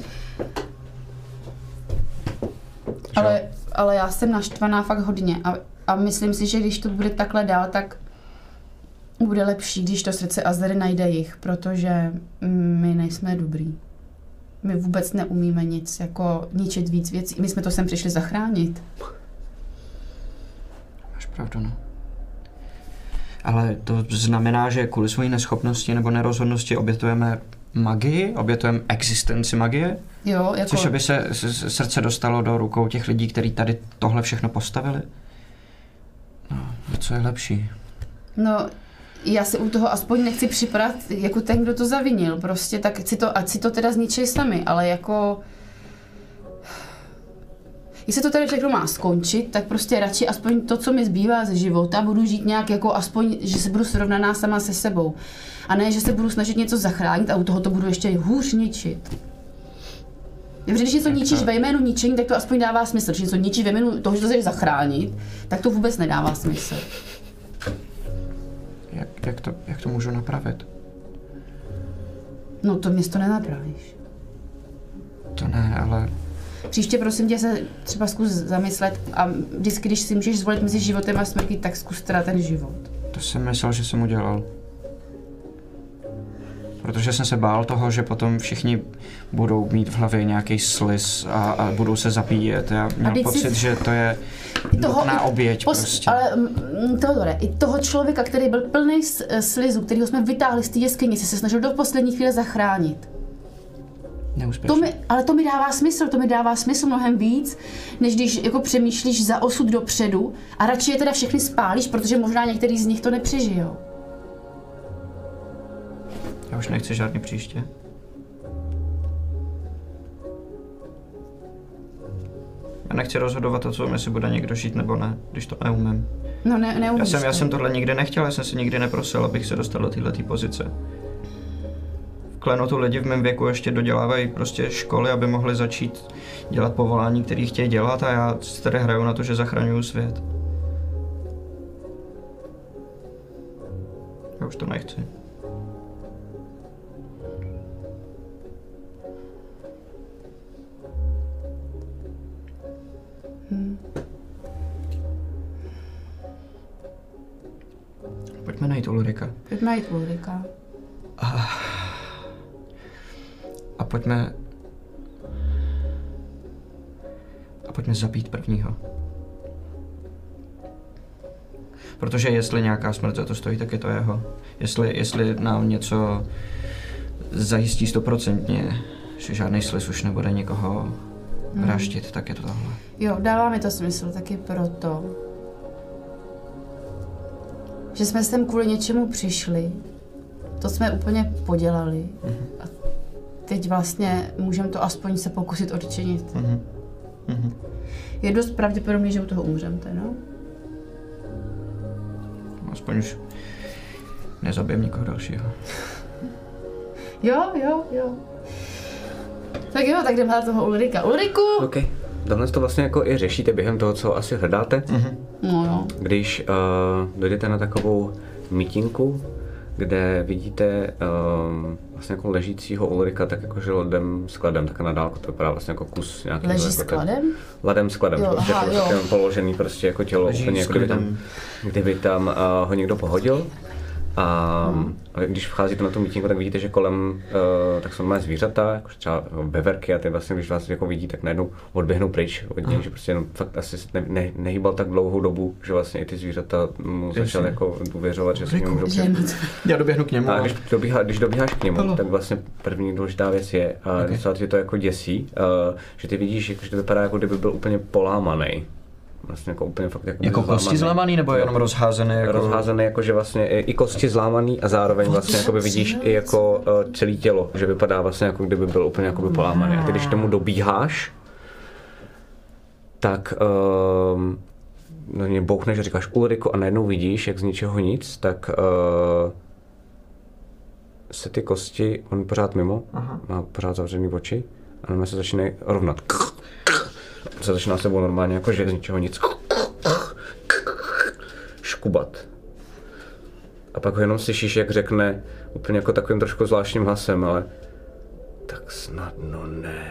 Ale, ale já jsem naštvaná fakt hodně a, a myslím si, že když to bude takhle dál, tak bude lepší, když to srdce Azery najde jich, protože my nejsme dobrý. My vůbec neumíme nic, jako ničit víc věcí. My jsme to sem přišli zachránit. Máš pravdu, no. Ale to znamená, že kvůli své neschopnosti nebo nerozhodnosti obětujeme magii, obětujeme existenci magie, Jo, jako... což aby se s- srdce dostalo do rukou těch lidí, kteří tady tohle všechno postavili. No, co je lepší? No, já si u toho aspoň nechci připadat jako ten, kdo to zavinil, prostě tak si to, ať si to teda zničí sami, ale jako... Jestli to tady všechno má skončit, tak prostě radši aspoň to, co mi zbývá ze života, budu žít nějak jako aspoň, že se budu srovnaná sama se sebou. A ne, že se budu snažit něco zachránit a u toho to budu ještě hůř ničit. Protože když něco ničíš ve jménu ničení, tak to aspoň dává smysl. Když něco ničíš ve jménu toho, že to chceš zachránit, tak to vůbec nedává smysl. Jak, jak, to, jak to můžu napravit? No to město nenapravíš. To ne, ale Příště prosím tě se třeba zkus zamyslet a vždycky, když si můžeš zvolit mezi životem a smrtí, tak zkus teda ten život. to jsem myslel, že jsem udělal. Protože jsem se bál toho, že potom všichni budou mít v hlavě nějaký sliz a, a budou se zabíjet. Já měl vždyť pocit, si- že to je toho- nutná oběť Pos, prostě. Ale mm, Teodore, i toho člověka, který byl plný s- slizu, kterýho jsme vytáhli z té jeskyně, si se snažil do poslední chvíle zachránit. Neúspěšně. To mi, ale to mi dává smysl, to mi dává smysl mnohem víc, než když jako přemýšlíš za osud dopředu a radši je teda všechny spálíš, protože možná některý z nich to nepřežijou. Já už nechci žádný příště. Já nechci rozhodovat o tom, jestli bude někdo žít nebo ne, když to neumím. No ne, neumíš Já jsem, já to. jsem tohle nikdy nechtěl, já jsem si nikdy neprosil, abych se dostal do této pozice. V Klenotu lidi v mém věku ještě dodělávají prostě školy, aby mohli začít dělat povolání, které chtějí dělat, a já si tady hraju na to, že zachraňuju svět. Já už to nechci. Pojďme najít Ulrika. Pojďme jít Ulrika. A pojďme... A pojďme zabít prvního. Protože jestli nějaká smrt za to stojí, tak je to jeho. Jestli, jestli nám něco zajistí stoprocentně, že žádný sliz už nebude nikoho vraždit, tak je to tohle. Jo, dává mi to smysl taky proto, že jsme sem kvůli něčemu přišli, to jsme úplně podělali a teď vlastně můžeme to aspoň se pokusit odčinit. Mhm. Mhm. Je dost pravděpodobný, že u toho umřeme, no? Aspoň už nezabijem nikoho dalšího. Jo, jo, jo. Tak jo, tak jdeme na toho Ulrika. Ulriku! OK. Tohle to vlastně jako i řešíte během toho, co asi hledáte. Mhm. No jo. Když uh, dojdete na takovou mítinku, kde vidíte um, vlastně jako ležícího Ulrika tak jakože ladem skladem, tak na dálku to vypadá vlastně jako kus nějaký. Leží jako skladem? Ladem skladem, Jo, prostě aha, jako jo. takovém položený prostě jako tělo, Leží úplně jako kdyby tam, skladem. kdyby tam uh, ho někdo pohodil. A Hmm. a když vcházíte na tu mítinku, tak vidíte, že kolem uh, tak jsou normální zvířata, jako třeba beverky, a ty vlastně, když vás jako vidí, tak najednou odběhnou pryč od něj, že prostě jenom fakt asi ne, ne, nehýbal tak dlouhou dobu, že vlastně i ty zvířata mu začaly jako důvěřovat, že se k němu můžou Že je moc... Já doběhnu k němu. a A když, dobíhá, když dobíháš k němu, Halo. tak vlastně první důležitá věc je, a Okay. docela tě to jako děsí, uh, že ty vidíš, že to vypadá jako kdyby byl úplně polámaný. Vlastně jako úplně fakt jako, jako kosti zlámaný, nebo jenom rozházený? Jako... Rozházený, jako že vlastně i, i kosti zlámaný a zároveň vlastně jako by vidíš i jako uh, celé tělo, že vypadá vlastně jako kdyby byl úplně jako by polámaný. A ty když k tomu dobíháš, tak um, na něj bouchneš a říkáš Ulriku a najednou vidíš, jak z ničeho nic, tak uh, se ty kosti, on pořád mimo, Aha. má pořád zavřený oči a normálně se začínají rovnat. Se začíná sebou normálně jako, že z ničeho nic škubat. A pak ho jenom slyšíš, jak řekne úplně jako takovým trošku zvláštním hlasem, ale tak snadno ne.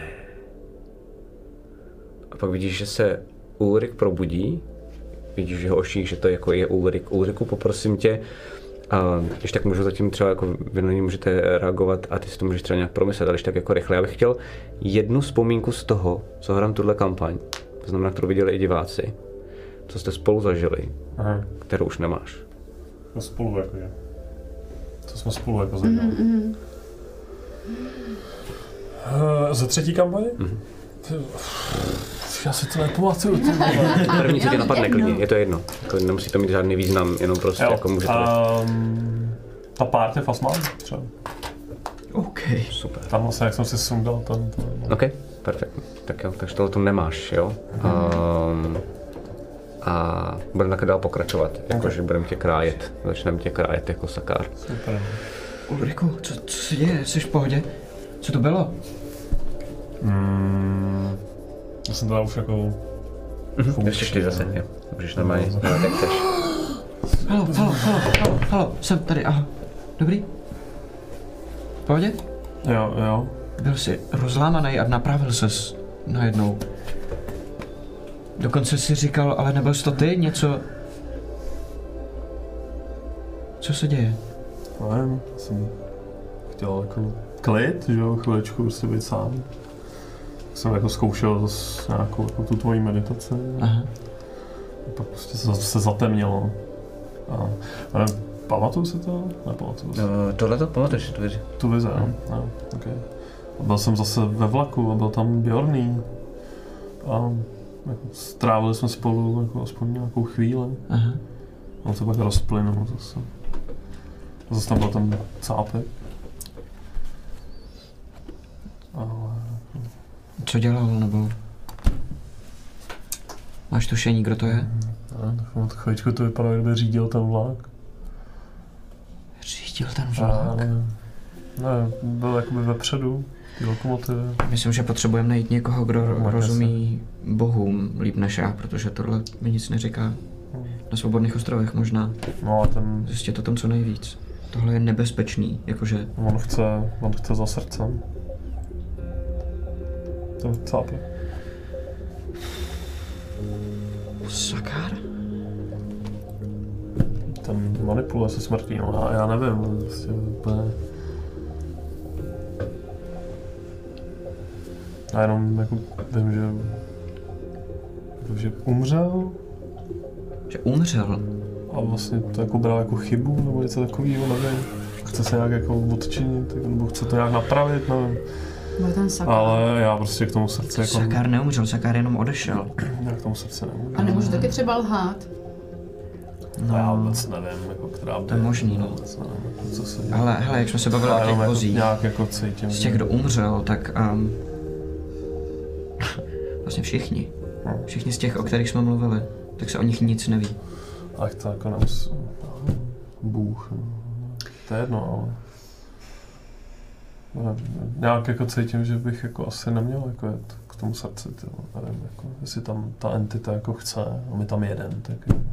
A pak vidíš, že se Ulrik probudí, vidíš v jeho očích, že to jako je Ulrik. Ulriku, poprosím tě, a když tak můžu zatím třeba jako vy na ní můžete reagovat a ty si to můžeš třeba nějak promyslet, ale když tak jako rychle. Já bych chtěl jednu vzpomínku z toho, co hrám tuhle kampaň, to znamená, kterou viděli i diváci, co jste spolu zažili, Aha, kterou už nemáš. no spolu jako je. Co jsme spolu jako zažili. Mm, mm. Uh, ze třetí kampaně? Mhm. Já si to nepamatuju. První, co tě Jenom napadne, jedno. klidně, je to jedno. Jako nemusí to mít žádný význam, jenom prostě Jo, jako můžete... um, ta party Fasman třeba. OK. Super. Tam vlastně, jak jsem si sundal, tam to... OK, perfektní. Tak jo, takže tohle tu nemáš, jo? Um, a budeme takhle dál pokračovat, jakože budeme tě krájet, začneme tě krájet jako sakár. Super. Ulriku, co, co se děje? Jsi v pohodě? Co to bylo? Hmm, já jsem teda už jako... Mhm, ještě šli zase, jo. Můžeš normálně, no, tak chceš. Halo, halo, halo, halo, halo, jsem tady, aha. Dobrý? V pohodě? Jo, jo. Byl jsi rozlámaný a napravil ses najednou. Dokonce si říkal, ale nebyl jsi to ty, něco... Co se děje? Nevím, jsem chtěl jako klid, že jo, chviličku prostě být sám. Jsem jako zkoušel zase nějakou jako tu tvoji meditaci. Aha. A pak prostě se, se zatemnilo. A, ale pamatuju si to? Nepamatuju si. Uh, tohle to pamatuješ, tu věři. Tu vize, no. no okay. A byl jsem zase ve vlaku a byl tam Bjorný. A jako, strávili jsme spolu jako aspoň nějakou chvíli. Aha. On se pak rozplynul zase. A zase tam byl ten cápek. Ale... Co dělal, nebo... Máš tušení, kdo to je? No, tak chvíličku to vypadalo, kdyby řídil ten vlak. Řídil ten A, vlak. ne, ne, byl jakoby vepředu, ty lokomotivy. Myslím, že potřebujeme najít někoho, kdo No, rozumí bohům líp než já, protože tohle mi nic neříká. Na Svobodných ostrovech možná No a ten, zjistit o tom co nejvíc. Tohle je nebezpečný, jakože... on chce, on chce za srdcem. Ten cápek. Sakár? Ten manipuluje se smrtí, no já, já nevím, prostě úplně... Já jenom jako vím, že... že umřel Že umřel? a vlastně to jako bral jako chybu nebo něco takového, nevím. Chce se nějak jako odčinit, nebo chce to nějak napravit, nevím. Byl ten sakár. Ale já prostě k tomu srdci jako... Sakár neumřel, Sakár jenom odešel. Já k tomu srdci nemůžu. A nemůžu taky třeba lhát. No, já vůbec nevím, jako která by... To je možný, no. Vůbec nevím, jako co se... Ale hele, jak jsme se bavili Já o těch jenom jako vozích, nějak jako cítím. z těch, kdo umřel, tak um, vlastně všichni. No. Všichni z těch, o kterých jsme mluvili, tak se o nich nic neví. Ach to jako nemus... Bůh, no. To je jedno, ale... ale nějak jako cítím, že bych jako asi neměl jako jet k tomu srdci, tyjo. Nevím, jako, jestli tam ta entita jako chce a my tam jeden, tak...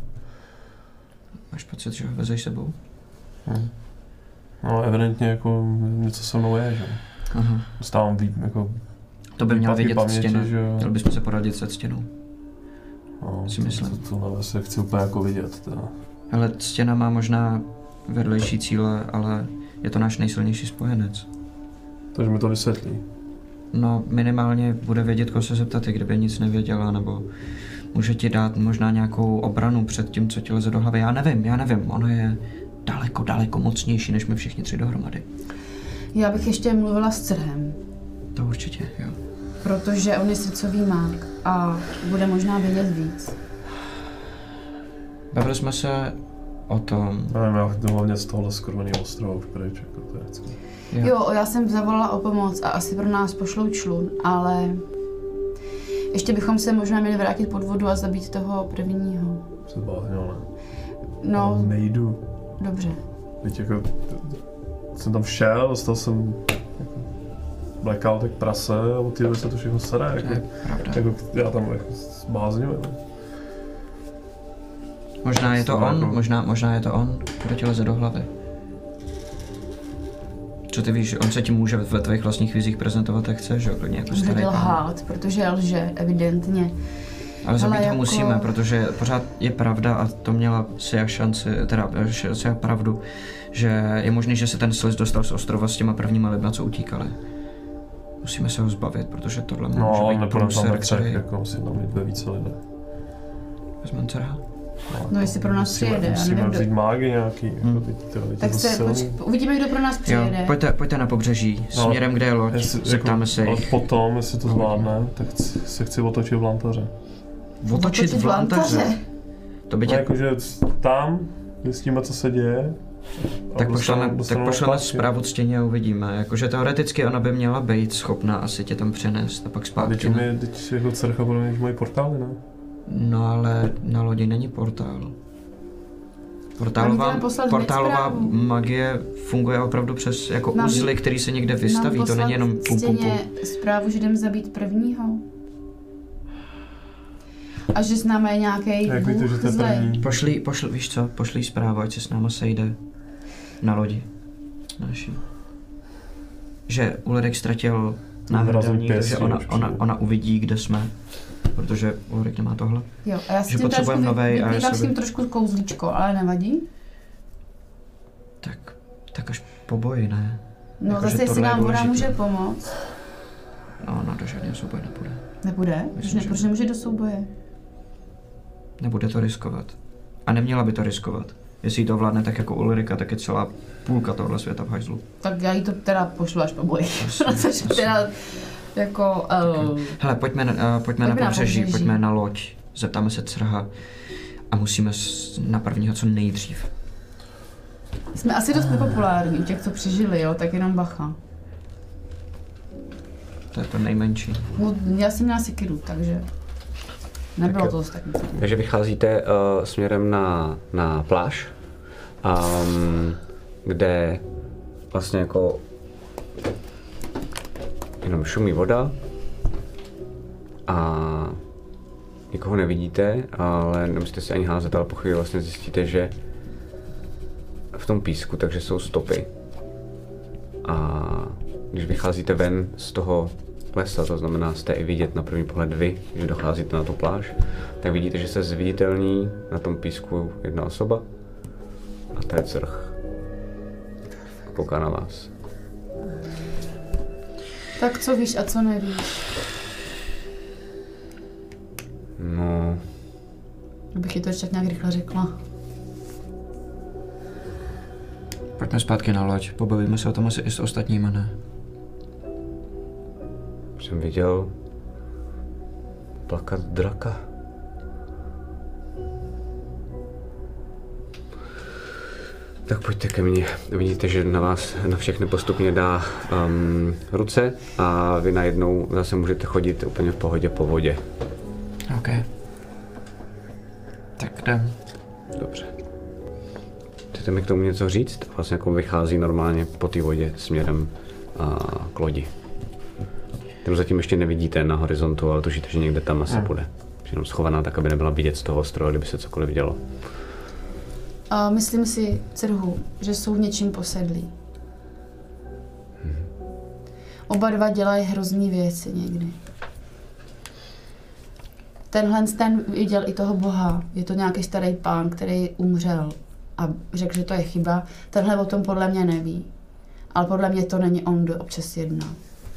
Máš pocit, že ho vezeš sebou? Hm. No evidentně jako něco se mnou je, že? Aha. Dostávám vý, jako... To by měla výpadky vědět paměti, stěna. že jo. Měli bychom se poradit se stěnou. No, si myslím. To, to, to nevím, jestli chci úplně jako vidět, teda. Ale stěna má možná vedlejší cíle, ale je to náš nejsilnější spojenec. Takže mi to vysvětlí. No, minimálně bude vědět, koho se zeptat, i kdyby nic nevěděla, nebo může ti dát možná nějakou obranu před tím, co ti leze do hlavy. Já nevím, já nevím, ono je daleko, daleko mocnější, než my všichni tři dohromady. Já bych ještě mluvila s Crhem, To určitě, jo. protože on je srdcový mák a bude možná vědět víc. Bavili jsme se o tom, Nevím, já jdu hlavně z tohohle skurveného ostrova už pryč, jako to je vždycky. jo. Jo, já jsem zavolala o pomoc a asi pro nás pošlou člun, ale ještě bychom se možná měli vrátit pod vodu a zabít toho prvního. Se zbláznil, ne? No, Já nejdu. dobře. Teď jako, jsem tam šel, dostal jsem jako blackout jak prase a od té doby se to všechno staré, To jako, je pravda. jako já tam jako zbázňuji. Možná je to Jsem on, jako- možná, možná je to on, kdo ti leze do hlavy. Co ty víš, on se ti může ve tvých vlastních vizích prezentovat, jak chce, že jo, klidně jako Může starý pán. lhát, protože lže, evidentně. Ale zabít Ale ho jako- musíme, protože pořád je pravda a to měla Sia šanci, teda Sia pravdu, že je možné, že se ten sliz dostal z ostrova s těma prvníma lidma, co utíkali. Musíme se ho zbavit, protože tohle může No, být nepůjdeme tam ve průser, třech, který... jako musím tam být ve více lidé. Vezmeme dcera? No jestli pro nás musíme, přijede, já musíme nevím, vzít kdo... mágy nějaký, Hmm. jako ty, ty, ty Tak se, poč... uvidíme, kdo pro nás přijede. Jo, pojďte, pojďte na pobřeží, No, směrem kde je loď, Jestli- zeptáme se ale jich. potom, jestli to zvládne, tak chci- se chci otočit v lantaře. Otočit v lantaře? To by No, tě... jakože tam zjistíme, co se děje. a Tak pošleme, dostaneme- tak dostaneme pošleme zpátky. zprávu ctěně a uvidíme. Jakože teoreticky ona by měla být schopná asi tě tam přenést a pak A zpátky. teď Ne? mi, teď jako dcerka bude mít moje portály, ne? No ale na lodi není portál. Oni Portálová, jdeme poslat portálová zprávu. magie funguje opravdu přes jako Mám- uzly, který se někde vystaví, Mám to není jenom poslat pum pum pum. ctěně zprávu, že jdem zabít prvního. A že s námi je nějaký Jak víte, že to je zlej. první? Pošli, pošli, víš co, pošli zprávu, ať se s náma sejde na lodi. Naší. Že Ulrik ztratil náhradovník, pěstí takže ona, určitě. ona, ona uvidí, kde jsme. Protože Ulrik nemá tohle. Jo, a já s Že tím trošku potřebujeme novej a vyplývám jestli s tím by- trošku kouzlíčko, ale nevadí. Tak, tak až po boji, ne? No Jakože zase, jestli tohle je nám ona důležitý. může pomoct. No, ona do žádného souboje nebude. Nebude? Proč, Myslím, ne, že proč ne. nemůže do souboje? Nebude to riskovat. A neměla by to riskovat. Jestli jí to vládne tak jako Ulrika, tak je celá půlka tohle světa v hajzlu. Tak já jí to teda pošlu až po boji. Jasně, Což jasně. teda jako... Uh, Hele, pojďme, na, uh, pojďme, Pojďme na na pobřeží, pobřeží. pojďme na loď. Zeptáme se Crha a musíme s, na prvního co nejdřív. jsme asi dost nepopulární, u těch, co přežili, jo, tak jenom bacha. To je to nejmenší. No, já jsem měla sekiru, takže nebylo Tak to jo. dost tak. Takže vycházíte uh, směrem na, na pláž, um, kde vlastně jako jenom šumí voda a nikoho nevidíte, ale nemusíte si ani házet, ale po chvíli vlastně zjistíte, že v tom písku, takže jsou stopy. A když vycházíte ven z toho lesa, to znamená, jste i vidět na první pohled vy, že docházíte na tu pláž, tak vidíte, že se zviditelní na tom písku jedna osoba a to je Crch. Kouká na vás. Tak co víš a co nevíš? No, Abych ti to ještě tak nějak rychle řekla. Pojďme zpátky na loď, pobavíme se o tom asi i s ostatníma, ne? jsem viděl plakat draka. Tak pojďte ke mně. Vidíte, že na vás na všechny postupně dá um, ruce a vy najednou zase můžete chodit úplně v pohodě po vodě. OK. Tak jdem. Dobře. Chcete mi k tomu něco říct? Vlastně jako vychází normálně po té vodě směrem a, k lodi. Kterou zatím ještě nevidíte na horizontu, ale tušíte, že někde tam asi bude. Jenom schovaná tak, aby nebyla vidět z toho ostrova, kdyby se cokoliv dělo. A myslím si, Crhu, že jsou něčím posedlí. Oba dva dělají hrozný věci někdy. Tenhle ten viděl i toho boha. Je to nějaký starý pán, který umřel a řekl, že to je chyba. Tenhle o tom podle mě neví. Ale podle mě to není on, kdo občas jedná.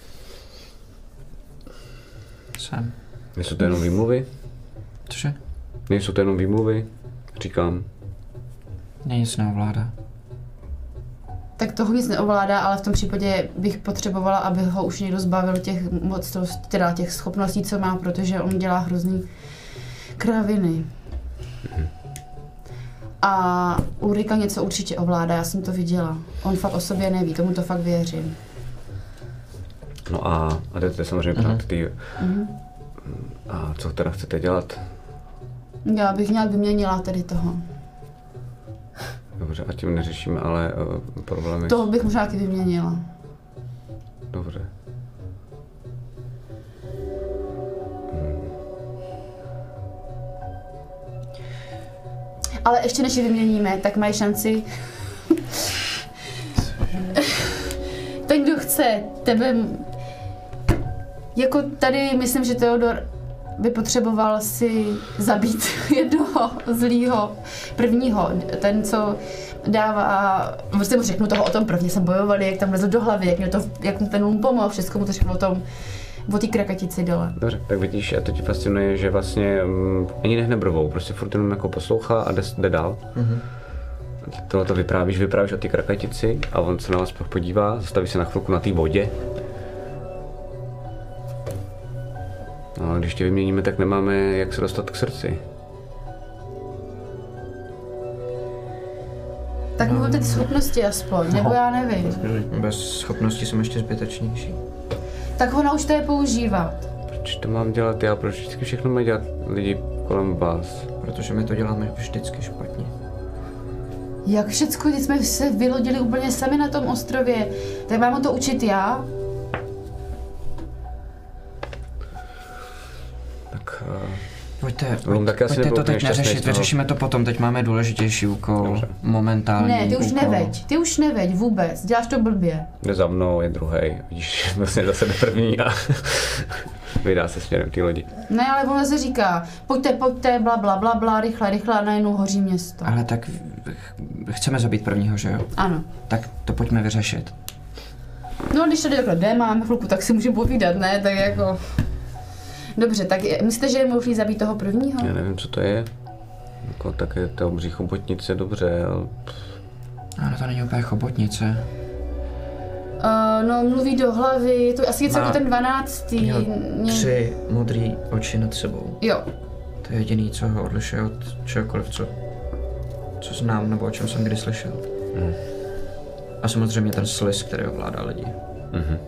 Jsem. Nejsou to jenom výmluvy? Cože? Nejsou to jenom výmluvy? Říkám. Mě nic neovládá. Tak toho nic neovládá, ale v tom případě bych potřebovala, aby ho už někdo zbavil těch mocností, teda těch schopností, co má, protože on dělá hrozný kraviny. A Ulrika něco určitě ovládá, já jsem to viděla. On fakt o sobě neví, tomu to fakt věřím. No a, a jdete samozřejmě Mhm. prát ty... Mhm. A co teda chcete dělat? Já bych nějak vyměnila tedy toho. Dobře, a tím neřešíme ale uh, problémy. Toho bych možná taky vyměnila. Dobře. Ale ještě než je vyměníme, tak mají šanci. Ten, kdo chce tebe... Jako tady myslím, že Theodor by potřeboval si zabít jednoho zlýho, prvního, ten, co dává, prostě mu řeknu toho o tom prvně, jsem bojovali, jak tam lezl do hlavy, jak, mě to, jak mu ten um pomohl, všechno mu to řeknu o tom o ty krakatici dole. Dobře, tak vidíš, a to ti fascinuje, že vlastně um, ani nehne brvou, prostě furt jenom jako poslouchá a jde, jde dál. Mm-hmm. Tohle to vyprávíš, vyprávíš o ty krakatici a on se na vás pak podívá, zastaví se na chvilku na té vodě. No a když tě vyměníme, tak nemáme jak se dostat k srdci. Tak mu ty schopnosti aspoň, nebo já nevím. Bez schopnosti jsem ještě zbytečnější. Tak ho naučte je používat. Proč to mám dělat já? Proč vždycky všechno mají dělat lidi kolem vás? Protože my to děláme vždycky špatně. Jak všecko, když jsme se vylodili úplně sami na tom ostrově, tak mám to učit já? Tak... Uh... Pojďte, Lum, tak já pojďte to teď neřešit, vyřešíme to potom, teď máme důležitější úkol, Dobře. momentální Ne, ty už úkol. neveď, ty už neveď vůbec, děláš to blbě. Jde za mnou, je druhej, vidíš, vlastně zase jde první a vydá se směrem té lodi. Ne, ale ona se říká, pojďte, pojďte, bla, bla, bla, bla, rychle, rychle a najednou hoří město. Ale tak chceme zabít prvního, že jo? Ano. Tak to pojďme vyřešit. No, když tady takhle jde, máme chvilku, tak si můžeme povídat, ne, tak jako... Dobře, tak je, myslíte, že je možný zabít toho prvního? Já nevím, co to je. Jako také ta obří chobotnice, dobře, ale... Ano, to není úplně chobotnice. Uh, no, mluví do hlavy, je to asi něco Má- jako ten dvanáctý. Měl Mě- tři modrý oči nad sebou. Jo. To je jediný, co ho odlišuje od čehokoliv, co, co znám nebo o čem jsem kdy slyšel. Hmm. A samozřejmě ten sliz, který ovládá lidi. Mhm.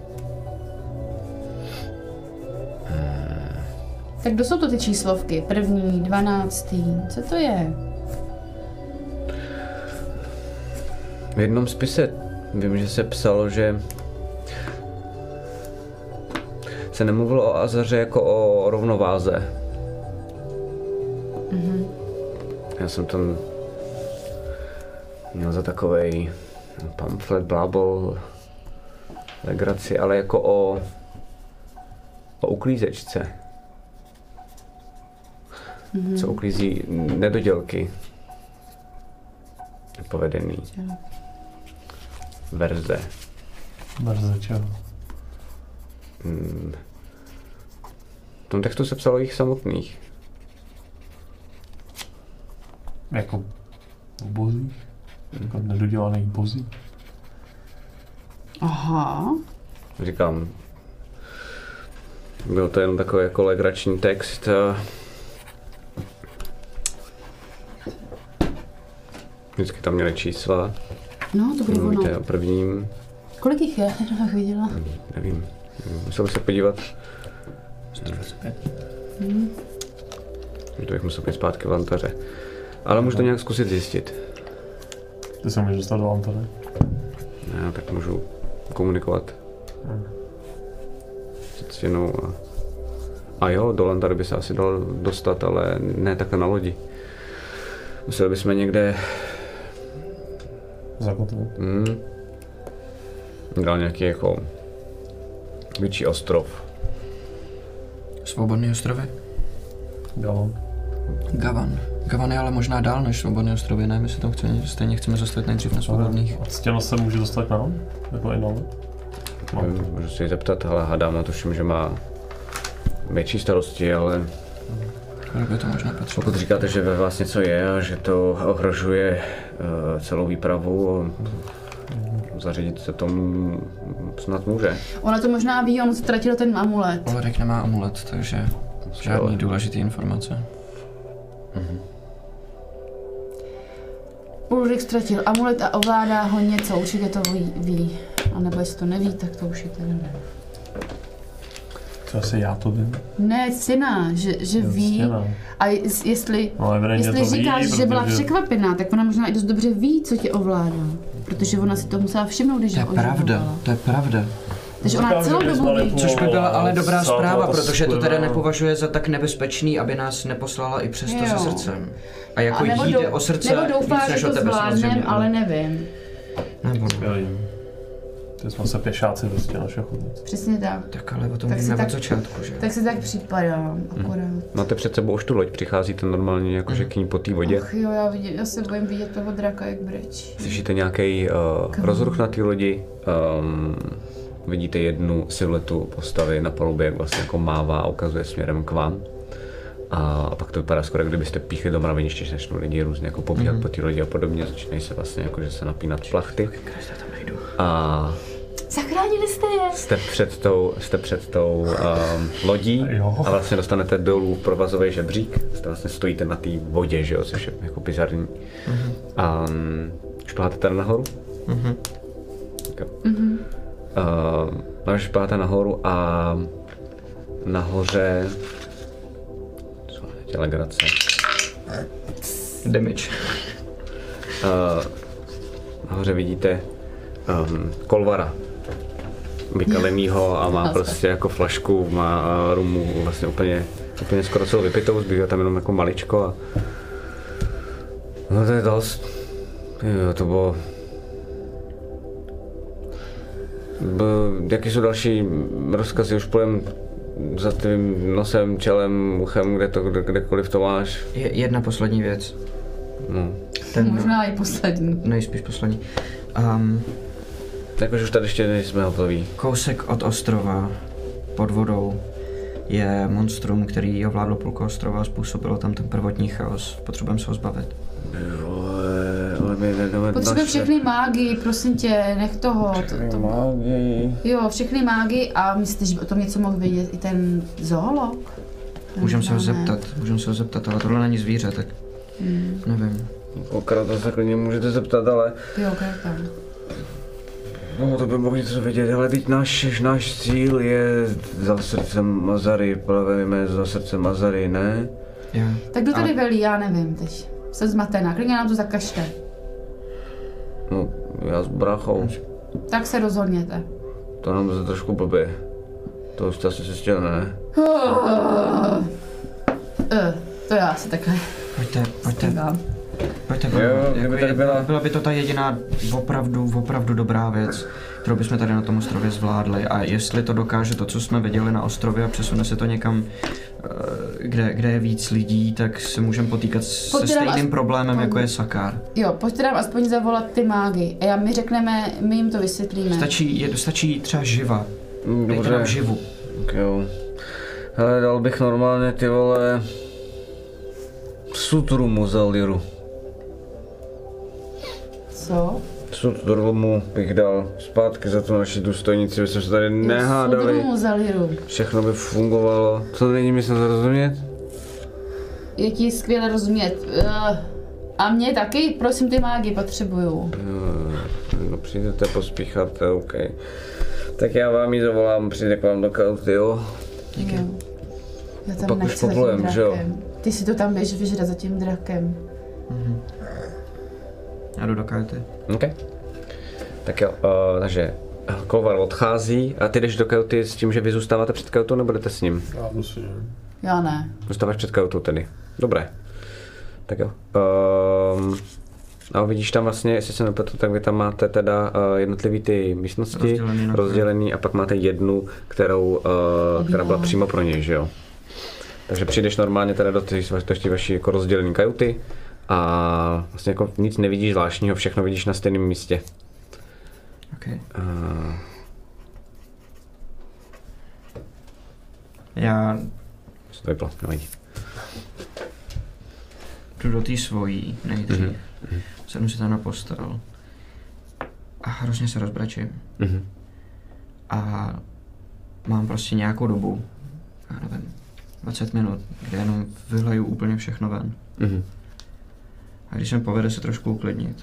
Tak kdo jsou to ty číslovky? První, dvanáctý, co to je? V jednom spise vím, že se psalo, že se nemluvilo o Azaře jako o rovnováze. Mhm. Já jsem tam měl za takovej pamflet, blábol, legraci, ale jako o, o uklízečce. Mhm. Co uklízí nedodělky. Povedený. Verze. Verze čeho? Hmm. V tom textu se psalo jich samotných. Jako v bozích? Jako nedodělaných bozích? Aha. Říkám, byl to jenom takový jako legrační text. Vždycky tam měli čísla. No, to bude ono. Mluvíte o prvním. Kolik jich je? Já viděla. Nevím. Musel bych se podívat. sto dvacet pět. Hmm. To bych musel být zpátky v Lantaře. Ale můžu to nějak zkusit zjistit. Ty se můžeš dostat do Lantaře? Já tak můžu komunikovat. Hmm. S stěnou a... A jo, do Lantary by se asi dal dostat, ale ne takhle na lodi. Museli bychom někde... Zakotvit. Hmm. Dal nějaký jako... větší ostrov. Svobodný ostrovy? Gavan. Gavan. Gavan je ale možná dál než Svobodný ostrovy, ne? My si tam chceme, stejně chceme zastavit nejdřív na Svobodných. A Ctěno se může dostat nám? Nebo i nám? No. Nevím, můžu se jí zeptat, ale hádám a tuším, že má větší starosti, ale By to možná potřeba. pokud říkáte, že ve vás něco je a že to ohrožuje uh, celou výpravu, zařídit se tomu snad může. Ona to možná ví, on ztratil ten amulet. Oledek nemá amulet, takže žádný důležitý informace. Mhm. Ulrik ztratil amulet a ovládá ho něco, určitě to ví. ví. A nebo jestli to neví, tak to už je teda ne. Co asi já to vím? Ne, syna, že, že Jo, ví. Stěna. A jest- jestli, No, evidentně jestli to ví, říkáš, že byla protože- překvapená, tak ona možná i dost dobře ví, co tě ovládá. Protože ona si to musela všimnout, když To je ho pravda, oživovala. to je pravda. Takže ona Říkám, celou že bys dobu ví. manipuloval. Což by byla ale dobrá Celá zpráva, ta protože to teda skurvená- nepovažuje za tak nebezpečný, aby nás neposlala i přesto Jo. se srdcem. A jako A nebo jí dou- jde o srdce nebo doufá, víc že než to o tebe zvládnem, samozřejmě. ale nevím. Nebo ne. Skvělý. Ty jsme se pěšáci prostě naše chodnice. Přesně tak. Tak ale o tom Tak si víme tak- od začátku, že? Tak si tak připadám, akorát. Máte před sebou už tu loď, přicházíte normálně jakože k ní po té vodě. Ach jo, já, vidím, já se bojím vidět toho draka, jak brečí. Slyšíte nějaký uh, rozruch na té lodi, um, vidíte jednu siluetu postavy na palubě, jak vlastně jako mává a ukazuje směrem k vám. A pak to vypadá skoro, kdybyste píchli do mraveniště, že začnou lidi různě jako pobíhat mm-hmm. po té lodi a podobně, začínají se vlastně jako, že se napínat plachty. A zachránili jste je! Jste před tou, jste před tou um, lodí a vlastně dostanete dolů provazový žebřík. Jste vlastně stojíte na té vodě, že jo, což je jako bizarní. Mm-hmm. A um, šplháte tady nahoru? Mhm. Okay. Mm-hmm. Uh, no, šplháte nahoru a nahoře... Co je legrace? Damage. Uh, nahoře vidíte um, Kolvara. Vykalenýho a má prostě jako flašku, má uh, rumu vlastně úplně, úplně skoro celou vypitou, zbývá tam jenom jako maličko a... No to je dost. Jo, to bylo... B, jaký jsou další rozkazy? Už půjdem za tím nosem, čelem, uchem, kde to, kde, kdekoliv to máš? Je, jedna poslední věc. No. Ten, možná i poslední. Nejspíš poslední. Um, Jakože už tady ještě nejsme hotoví. Kousek od ostrova, pod vodou, je monstrum, který ovládlo půlku ostrova a způsobilo tam ten prvotní chaos. Potřebujeme se ho zbavit. Potřebujeme všechny mágy, prosím tě, nech toho. Všechny to, to... mágy. Jo, všechny mágy a myslíš, že by o tom něco mohl vědět i ten zoolog? Můžeme se ho zeptat, můžeme se ho zeptat, ale tohle není zvíře, tak hmm. nevím. Okrát to se klidně můžete zeptat, ale... Jo, krátá. No, to by mohl něco vědět, ale teď náš, náš cíl je za srdcem Mazary, plaveme za srdcem Mazary, ne? Jo. Tak kdo tady velí, já nevím teď. Jsem zmatená, klidně nám to zakažte. No, já s bráchou. Tak se rozhodněte. To nám to trošku blbě. To už asi se stěl, ne? Uh, to já si takhle. Pojďte, pojďte. Pojďte, jo, jako by tady byla... byla by to ta jediná opravdu, opravdu dobrá věc, kterou bychom tady na tom ostrově zvládli. A jestli to dokáže to, co jsme viděli na ostrově a přesune se to někam, kde, kde je víc lidí, tak se můžeme potýkat se Pojďte stejným as... problémem, jako je Sakár. Jo, pojďte nám aspoň zavolat ty mágy a my řekneme, my jim to vysvětlíme. Stačí, je, stačí třeba živa. Dejte Dobře. nám živu. Tak jo. Hele, dal bych normálně ty vole... Sutru Muzaliru. Co? Sutru mu bych dal zpátky za tu naši důstojnici, bychom se tady nehádali. Sutru Muzaliru. Všechno by fungovalo. Co není mi snad rozumět? Je ti skvěle rozumět. Uh, a mě taky, prosím, ty mágy potřebuju. No, přijdete pospíchat, OK. Tak já vám ji zavolám, přijde k vám do kauty, jo? Díky. Jo. Já tam Pak nechci už za tím poplujem, že jo? drakem. Ty si to tam běž vyžrat za tím drakem. Mhm. Já jdu do kauty. OK. Tak jo, uh, takže Kolvar odchází a ty jdeš do kauty s tím, že vy zůstáváte před kautou, nebo jdete s ním? Já musím. Já ne. Zůstáváš před kautou tedy. Dobré. Tak jo. Um, a vidíš tam vlastně, jestli se nepletu, tak vy tam máte teda uh, jednotlivý ty místnosti Rozdělený, no. rozdělený a pak máte jednu, kterou, uh, která byla přímo pro něj, že jo? Takže přijdeš normálně teda do té vaší jako rozdělené kajuty a vlastně jako nic nevidíš zvláštního, všechno vidíš na stejném místě. Okay. Uh, Já co to vyplo, nevadí. jdu do té svojí nejdřív. Mm-hmm. Sednu si tam na postel. A hrozně se rozbračím. Mm-hmm. A mám prostě nějakou dobu, já nevím, dvacet minut, kde jenom vyleju úplně všechno ven. Mm-hmm. A když se mi povede se trošku uklidnit,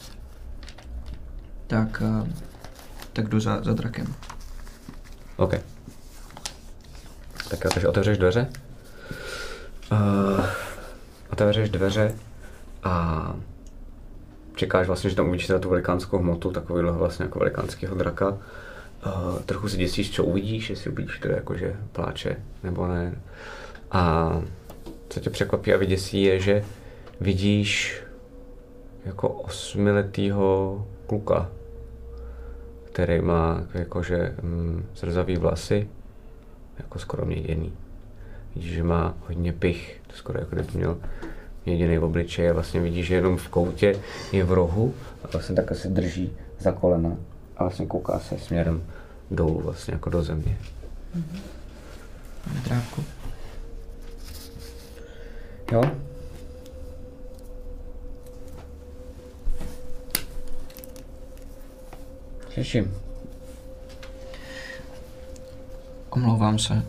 tak, uh, tak jdu za, za drakem. OK. Tak jo, takže otevřeš dveře. Uh, otevřeš dveře a čekáš vlastně, že tam uvidíš teda tu velikánskou hmotu, takovýhle vlastně jako velikánského draka. Uh, trochu si děsíš, co uvidíš, jestli uvidíš teda jakože pláče nebo ne. A co tě překvapí a vyděsí je, že vidíš jako osmiletýho kluka, který má jakože mm, zrzavý vlasy, jako skoro měděný. Vidíš, že má hodně pich, to skoro jako kdyby měl měděný obličej a vlastně vidíš, že jenom v koutě je v rohu a vlastně tak asi drží za kolena a vlastně kouká se směrem dolů vlastně jako do země. Máme drápku. Jo? Slyším. Omlouvám se.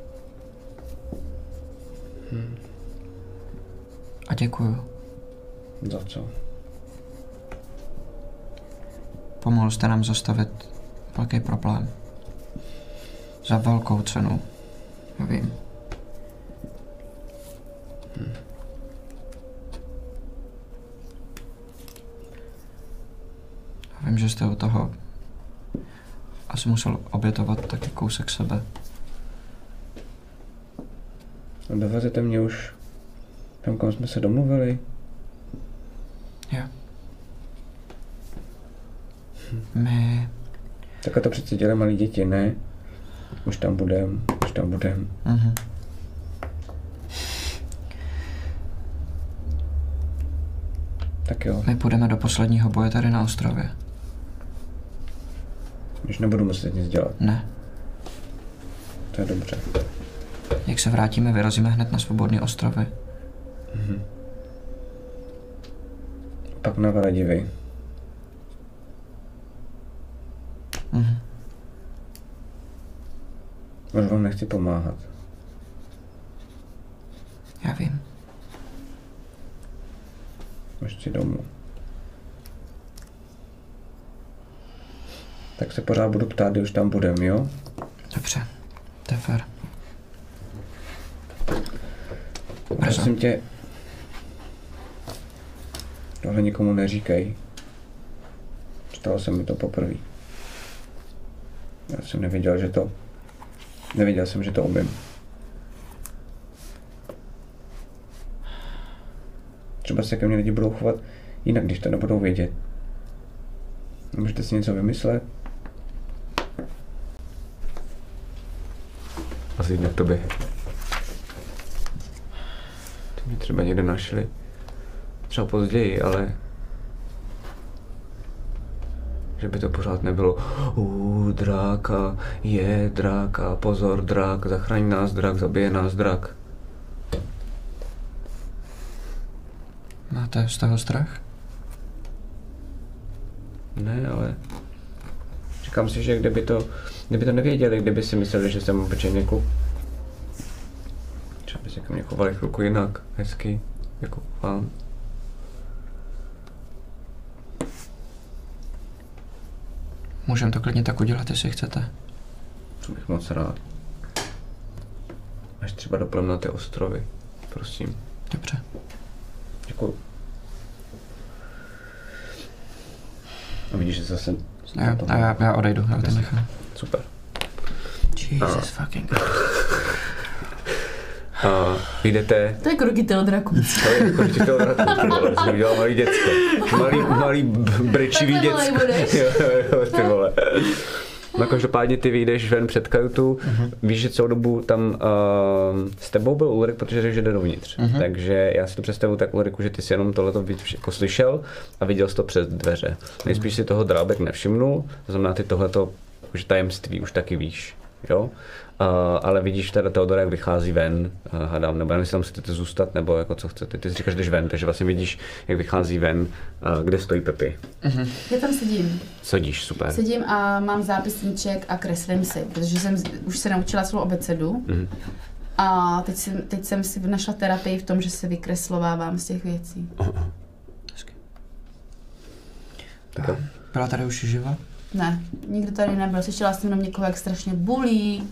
Hmm. A děkuju. Za co? Pomohl jste nám zastavit velký problém. Za velkou cenu. Já vím. Hmm. Já vím, že jste u toho asi musel obětovat taky kousek sebe. Dovezete mě už tam, kam jsme se domluvili? Jo. My... Tak a to přece dělají malí děti, ne? Už tam budem, už tam budem. Mhm. Tak jo, My půjdeme do posledního boje tady na ostrově. už nebudu muset nic dělat, Ne. to je dobře. Jak se vrátíme, vyrazíme hned na svobodný ostrovy. Mhm. Pak na Varadivy. Mhm. Už vám nechci pomáhat. Já vím. Už chci domů. Tak se pořád budu ptát, kdy už tam budem, jo? Dobře. To je fér. Prosím tě, tohle nikomu neříkej. Stalo se mi to poprvé. Já jsem nevěděl, že to... Nevěděl jsem, že to umím. Třeba se ke mně lidi budou chovat jinak, když to nebudou vědět. Můžete si něco vymyslet? Asi jde k tobě. Ty mě třeba někde našli. Třeba později, ale... Že by to pořád nebylo uuu, drak a je drak a pozor drak, zachraň nás drak, zabije nás drak. Máte z toho strach? Ne, ale... Říkám si, že kdyby to, kdyby to nevěděli, kdyby si mysleli, že jsem obyčejný kluk. Třeba by se ke mně chovali chvilku jinak, hezky, jako vám. Můžeme to klidně tak udělat, jestli chcete. To bych moc rád. Až třeba doplem na ty ostrovy, prosím. Dobře. Děkuju. A vidíš, že zase... Já, a já, já odejdu, já to nechám. Super. Jesus fucking God. A vyjdete... To je krokitel draku. To je krokitel draku, ty vole, jsi udělal malý děcko. Malý, malý brečivý Takhle děcko. malej budeš. Jo, jo, ty vole. No každopádně ty vyjdeš ven před kajutu, uh-huh. Víš, že celou dobu tam uh, s tebou byl Ulrik, protože řekl, že jde dovnitř. Uh-huh. Takže já si to představuji tak, Ulriku, že ty si jenom tohleto jako slyšel a viděl jsi to přes dveře. Nejspíš si toho Drábek nevšimnul, to znamená ty tohleto, že tajemství už taky víš, jo? Uh, ale vidíš teda Teodora, jak vychází ven, uh, hádám, nebo nevím, jestli tam chcete zůstat, nebo jako co chcete. Ty si říkáš, jdeš ven, takže vlastně vidíš, jak vychází ven, uh, kde stojí Pepi. Uh-huh. Já tam sedím. Sedíš, super. Sedím a mám zápisníček a kreslím si, protože jsem už se naučila celou abecedu. Uh-huh. A teď jsem, teď jsem si našla terapii v tom, že se vykreslovávám z těch věcí. Uh-huh. Tak a byla tady už živa? Ne, nikdo tady nebyl. Slyšela jsem jenom někoho, jak strašně bulí.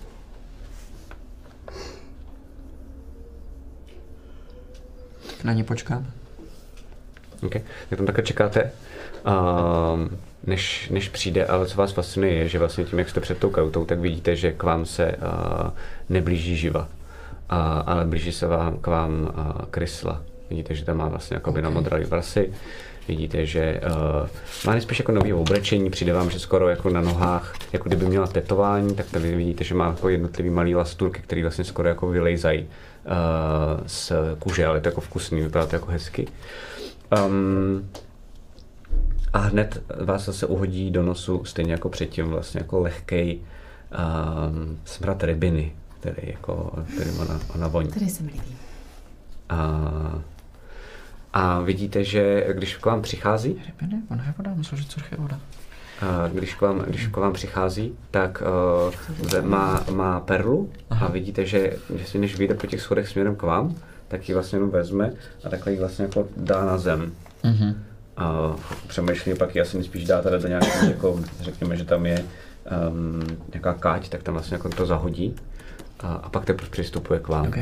Na ní počkám. OK, tak tam takhle čekáte, um, než, než přijde, ale co vás fascinuje je, že vlastně tím, jak jste před tou kautou, tak vidíte, že k vám se uh, neblíží živa, uh, ale blíží se vám, k vám uh, Krysla. Vidíte, že tam má vlastně jako by namodralý vlasy. Vidíte, že uh, má nejspíš jako nový oblečení, přijde vám, že skoro jako na nohách, jako kdyby měla tetování, tak tady vidíte, že má jako jednotlivý malý lasturky, který vlastně skoro jako vylejzají uh, z kůže, ale je to jako vkusný, vypadá to jako hezky. Um, a hned vás zase uhodí do nosu, stejně jako předtím, vlastně jako lehkej um, smrad rybiny, který, jako, který má na, na voň. Tady se mi líbí. A, a vidíte, že když k vám přichází, Rybiny? Ona je voda, myslím, že což je voda. a když k vám, když k vám přichází, tak uh, má, má perlu a vidíte, že, že si než vyjde po těch schodech směrem k vám, tak ji vlastně jenom vezme a takhle ji vlastně jako dá na zem. Mhm. A přemýšlí, pak ji asi nejspíš dá tady do nějakého, jako, řekněme, že tam je um, nějaká káť, tak tam vlastně jako to zahodí a, a pak teprve přistupuje k vám. Okay.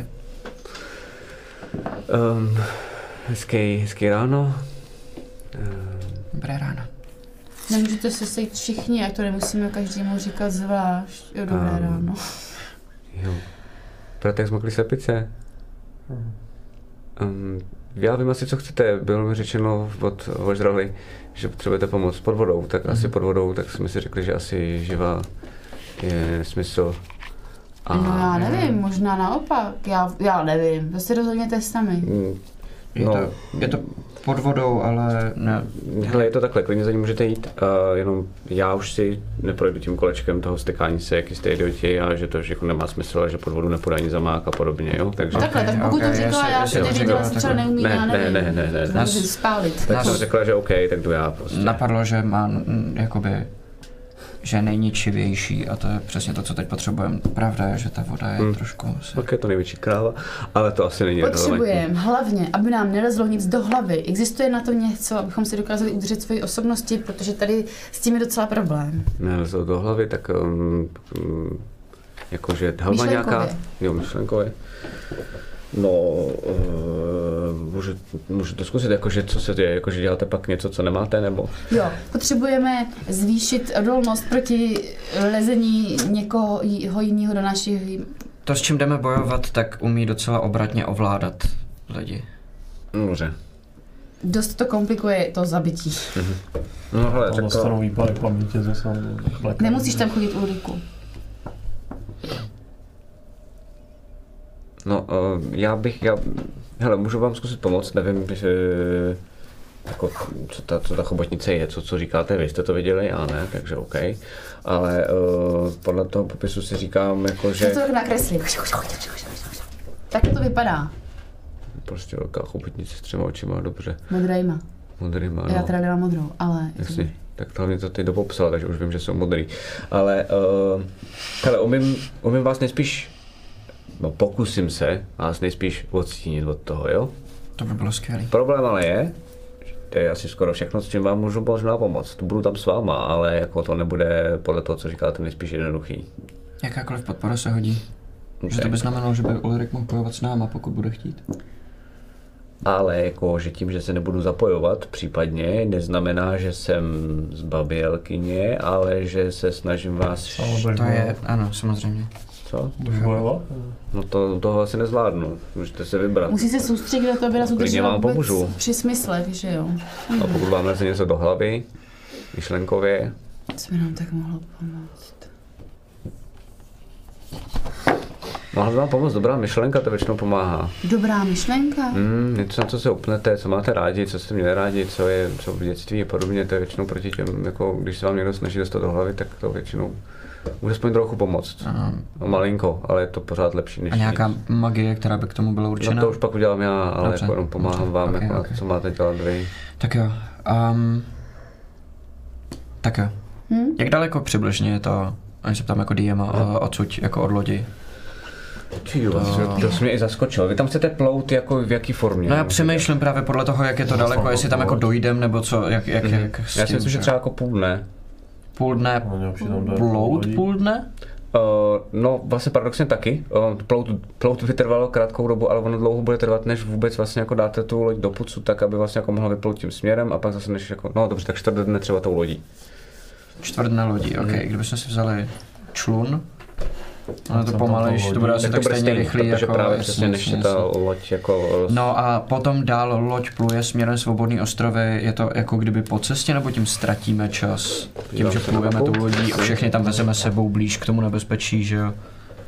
Um, hezký, hezký ráno. Um, Dobré ráno. Nemůžete se sejít všichni, ať to nemusíme každému říkat zvlášť. Jo, dobré Um, ráno. jo. Pratek zmokli slepice. Um, já vím asi, co chcete. Bylo mi řečeno od Vožrali, že potřebujete pomoc pod vodou, tak mm. asi pod vodou, tak jsme si řekli, že asi živá je smysl. A... No já nevím, možná naopak. Já, já nevím, to si rozhodněte sami. Mm, Je, no, to, je to pod vodou, ale ne. hele, je to takhle, klidně za ní můžete jít, uh, jenom já už si neprojdu tím kolečkem toho stykání se, jaký jste idioti a že to že jako nemá smysl, a že pod vodu nepůjde ani zamák a podobně, jo, takže... Takhle, tak pokud okay, to řekla, já já si- si já si nevěděla, řekla, co třeba takhle. neumí, Ne, já ne, nevím. ne, ne, ne. To Nás- můžu spálit. Tak Nás- jsem řekla, že OK, tak jdu já prostě. Napadlo, že má mm, jakoby, že je nejničivější a to je přesně to, co teď potřebujeme. Pravda je, že ta voda je Hmm. trošku... Se... Tak je to největší kráva, ale to asi není relevantní. Potřebujeme hlavně, aby nám nelezlo nic do hlavy. Existuje na to něco, abychom si dokázali udržet svoji osobnosti, protože tady s tím je docela problém. Nelezlo do hlavy, tak um, um, jakože helma nějaká, Myšlenkově. jo, myšlenkově. No, uh, můžu, můžu to zkusit, jakože co se děje, jakože děláte pak něco, co nemáte, nebo? Jo, potřebujeme zvýšit odolnost proti lezení někoho jí- jiného do našich... To, s čím jdeme bojovat, tak umí docela obratně ovládat lidi. Dobře. Dost to komplikuje to zabití. No hele, Tam tak dostanou to, výpadek paměti zase. Black Nemusíš tam chodit Ulriku. no, uh, já bych, já, hele, můžu vám zkusit pomoct, nevím, že, jako, co ta, co ta chobotnice je, co, co říkáte, vy jste to viděli, já ne, takže OK, ale uh, podle toho popisu si říkám, jako, že... Já to tak nakreslím. Tak to vypadá. Prostě velká chobotnice s třema očima, dobře, Modrejma. modrýma, Já no, teda nemám modrou, ale... jasně. Tak hlavně to ty dopopsal, takže už vím, že jsou modrý. Ale, uh, hele, umím, umím vás nejspíš, no pokusím se vás nejspíš odstínit od toho, jo? To by bylo skvělé. Problém ale je, že to je asi skoro všechno, s čím vám můžu možná pomoct. Budu tam s váma, ale jako to nebude podle toho, co říkáte, nejspíš jednoduchý. Jakákoliv podpora se hodí. Že to by znamenalo, že by Ulrik mohl bojovat s náma, pokud bude chtít. Ale jako, že tím, že se nebudu zapojovat případně, neznamená, že jsem zbabělkyně, ale že se snažím vás... Ale budeš To je, bojovat? ano, samozřejmě. Co? Budeš bojovat? No to, toho asi nezvládnu, můžete se vybrat. Musí se soustředit na to, aby nás Klidně udržela vám vůbec pomůžu. při smyslech, že jo? A pokud vám leze něco do hlavy, myšlenkově, Co by nám tak mohlo pomoct? mohla by vám pomoct dobrá myšlenka, to většinou pomáhá. Dobrá myšlenka? Mm, něco, na co se upnete, co máte rádi, co jste měli rádi, co je co v dětství a podobně, to je většinou proti těm, jako když se vám někdo snaží dostat do hlavy, tak to většinou může aspoň trochu pomoct. A, No, malinko, ale je to pořád lepší než a nějaká nic. magie, která by k tomu byla určena? No to už pak udělám já, ale Dobře, jako jenom pomáhám dobře, vám, ok, jako ok. na co máte dělat vy. Tak jo. Um, tak jo. Hm? Jak daleko přibližně je to, ani se ptám jako D M a odsud, jako od lodi? Tyjo, to, to jsi mě i zaskočil. Vy tam chcete plout jako v jaký formě? No já přemýšlím právě podle toho, jak je to daleko, jestli tam jako dojdem, nebo co, jak, jak, Mhm. jak s Já si tím, myslím, že třeba jako půl dne. půl dne No, nejlepší tam dát plout lodí. půl dne? Uh, no vlastně paradoxně taky. Uh, plout, plout by trvalo krátkou dobu, ale ono dlouho bude trvat, než vůbec vlastně jako dáte tu loď do pucu, tak aby vlastně jako mohla vyplout tím směrem a pak zase než jako, no dobře, tak čtvrt dne třeba tou lodí. Čtvrt dne lodí, ok. Kdybychom si vzali člun, ono to Jsem pomalejš, tam to bude lodí. asi Tak tak to bude stejně stejný, rychlý, protože jako... právě jasně, přesně než jasně, ta jasně. loď jako... No a potom dál loď pluje směrem Svobodný ostrovy, je to jako kdyby po cestě, nebo tím ztratíme čas? Tím, Dívám že se na plujeme mapu. tou lodí a všechny tam vezeme sebou blíž k tomu nebezpečí, že jo?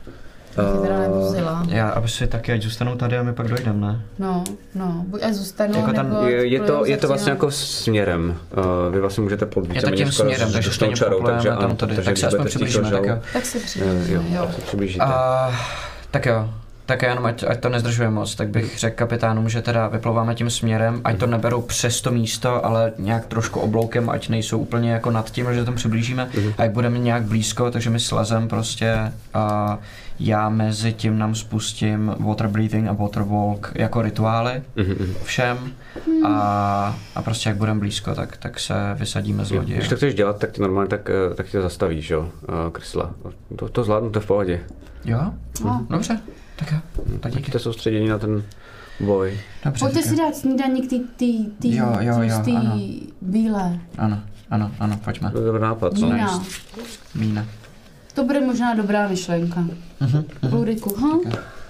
Uh, teda nevozila. Já, aby si taky, ať zůstanou tady a my pak dojdeme, ne? No, no, buď ať zůstanou, Jako tam nebo... Je, je, to, je to vlastně začíná- jako směrem. Uh, vy vlastně můžete pod Je to tím směrem, takže stejně takže tam tady. Tak se aspoň přiblížíme, tak jo. Tak se Jo, přiblížíme, jo, jo. se přiblížíte. A, tak jo. Tak jenom, ať, ať to nezdržuje moc, tak bych řekl kapitánům, že teda vyplouváme tím směrem, ať to neberou přes to místo, ale nějak trošku obloukem, ať nejsou úplně jako nad tím, že tam přiblížíme. Mm-hmm. A jak budeme nějak blízko, takže my slezem prostě a já mezi tím nám spustím water breathing a water walk jako rituály Mm-hmm. všem a, a prostě jak budeme blízko, tak, tak se vysadíme z lodi. Když to chceš dělat, tak ty normálně tak, eh, tak tě zastavíš, jo, uh, Krysla. To, to zvládnu, to je v pohodě. Jo? No. Dobře, tak jo, tak díky. Jste soustředění na ten boj. Dobře, Pojďte tak si jo. dát snídaní k tý, tý, tý, Jo, jo, jo, tlustý ano. bílé. Ano, ano, ano, pojďme. To je dobrý nápad, no. Vína. Mína. To bude možná dobrá myšlenka. Mhm, mhm. Ulriku, hm?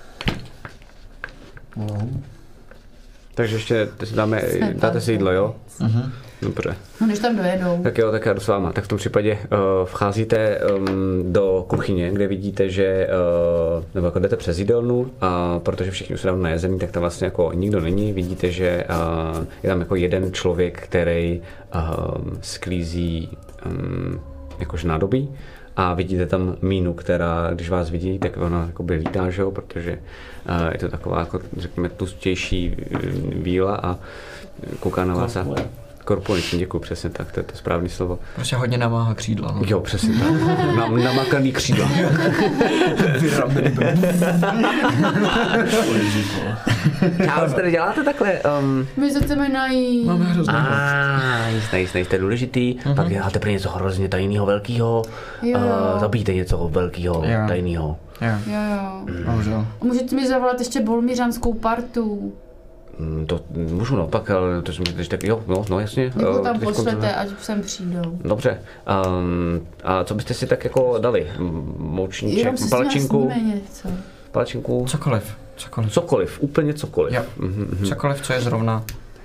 Takže ještě si dáme, Jsme dáte tady. si jídlo, jo? Mhm. Dobře. No, když tam dojedou. Tak jo, tak já jdu s váma. Tak v tom případě uh, vcházíte um, do kuchyně, kde vidíte, že uh, nebo jako jdete přes jídelnu, a protože všichni už jsou dávno najezení, tak tam vlastně jako nikdo není. Vidíte, že uh, je tam jako jeden člověk, který um, sklízí um, jakože nádobí. A vidíte tam Mínu, která, když vás vidí, tak ona jakoby lítá, že jo, protože uh, je to taková, jako, řekněme, tlustější víla a kouká na vás a... Korpulentní, děkuji, přesně tak, to je to správné slovo. Prostě hodně namáhá křídla. No. Jo, přesně tak. Nám namakaný křídla. Čau, tady děláte takhle? Um... My se chceme najít. Máme hrozně. A, jistě, jistě, jste důležitý. Mm-hmm. Pak děláte pro něco hrozně tajného, velkého. Jo. Uh, zabijte něco velkého, Jo. tajného. Jo, Jo, jo. bohužel. A můžete mi zavolat ještě bolmířanskou partu. Mm, to můžu, no, pak, ale to jsme tak, jo, no, no jasně. Jako Uh, tam teď pošlete, konzultujeme. ať sem přijdou. Dobře. Um, a co byste si tak jako dali? Moučníček, Jenom si s nimi palačinku? sníme něco. Palačinku? Cokoliv, cokoliv. Cokoliv, úplně cokoliv. Jo. Mhm. Cokoliv, co je zrovna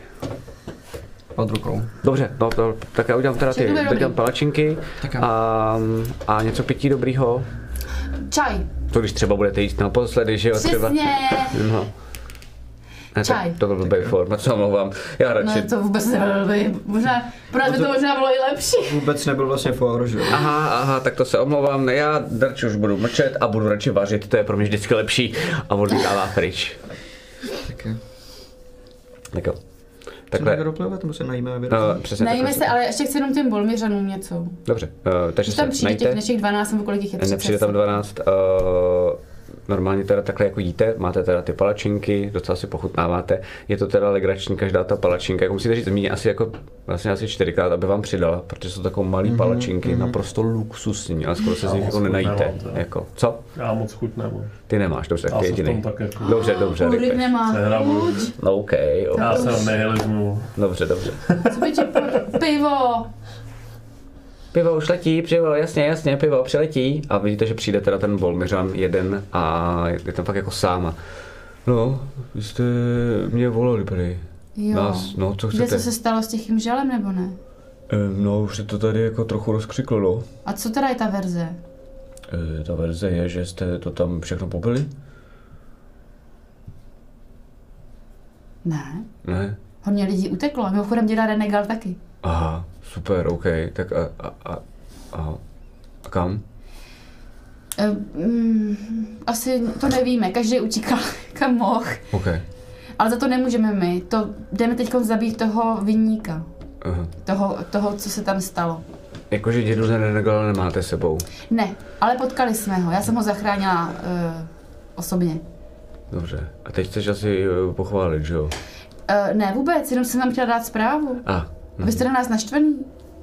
pod rukou. Dobře, no, to, tak já udělám teda ty, Všechno je dobrý. udělám palačinky Tak jo. a, a něco pití dobrýho. Čaj. To když třeba budete jíst naposledy, že jo, třeba. Přesně. No. Ne, Čaj. Tak, to byl blbý format, co omlouvám. Já radši. No to vůbec nebylo dobrý. Možná, pro nás by to možná bylo i lepší. Vůbec nebyl vlastně for, že jo? Aha, aha, tak to se omlouvám. Ne, já radši už budu mlčet a budu radši vařit, to je pro mě vždycky lepší. A odlítává pryč. Tak jo. Tak jo. Takhle. Takhle. Doplňovat, nebo se najíme a vyrazíme? Uh, přesně Najíme takhle. se, ale ještě chci jenom těm bolmířanům něco. Dobře, uh, takže Když tam se přijde najte. těch našich dvanáct nebo kolik jich je? třicet Nepřijde tam dvanáct. Uh, normálně teda takhle jako jíte, máte teda ty palačinky, docela si pochutnáváte. Je to teda legrační, každá ta palačinka, jako musíte říct, zmíně asi jako vlastně asi čtyřikrát, aby vám přidala, protože jsou takové malé mm-hmm, palačinky, mm-hmm. naprosto luxusní, ale skoro se z nich jako nenajíte. nemám, teda. Jako, co? Já moc chuť nemám. Ty nemáš, dobře, Já tak ty se v jediný. tom tak jako... Dobře, dobře, Ulrik rychle. nemá Sehrabuju. chuť. No, OK, OK. Já jsem nihilismu. Dobře, dobře. Co by ti po... Pivo. Pivo už letí, pivo, jasně, jasně, pivo přiletí. A vidíte, že přijde teda ten Bolmířan jeden a je tam fakt jako sám. a, No, vy jste mě volali prý. Jo. Nás, no, co Kde chcete? co se stalo s tím želem, nebo ne? E, no, už se to tady jako trochu rozkřiklo, no. A co teda je ta verze? E, ta verze je, že jste to tam všechno popili? Ne. Ne? Hodně lidí uteklo. Mimochodem dělá Renegal taky. Aha, super, OK. Tak a, a, a, a, a kam? E, mm, asi to nevíme, každý utíkal kam mohl. OK. Ale za to nemůžeme my. To jdeme teď zabít toho viníka. Aha. Toho, toho, co se tam stalo. Jakože dědu ten Renegal nemáte sebou. Ne, ale potkali jsme ho. Já jsem ho zachránila uh, osobně. Dobře. A teď chceš asi uh, pochválit, že jo? Uh, ne, vůbec, jenom jsem vám chtěla dát zprávu. A. Vy jste na nás naštvaný?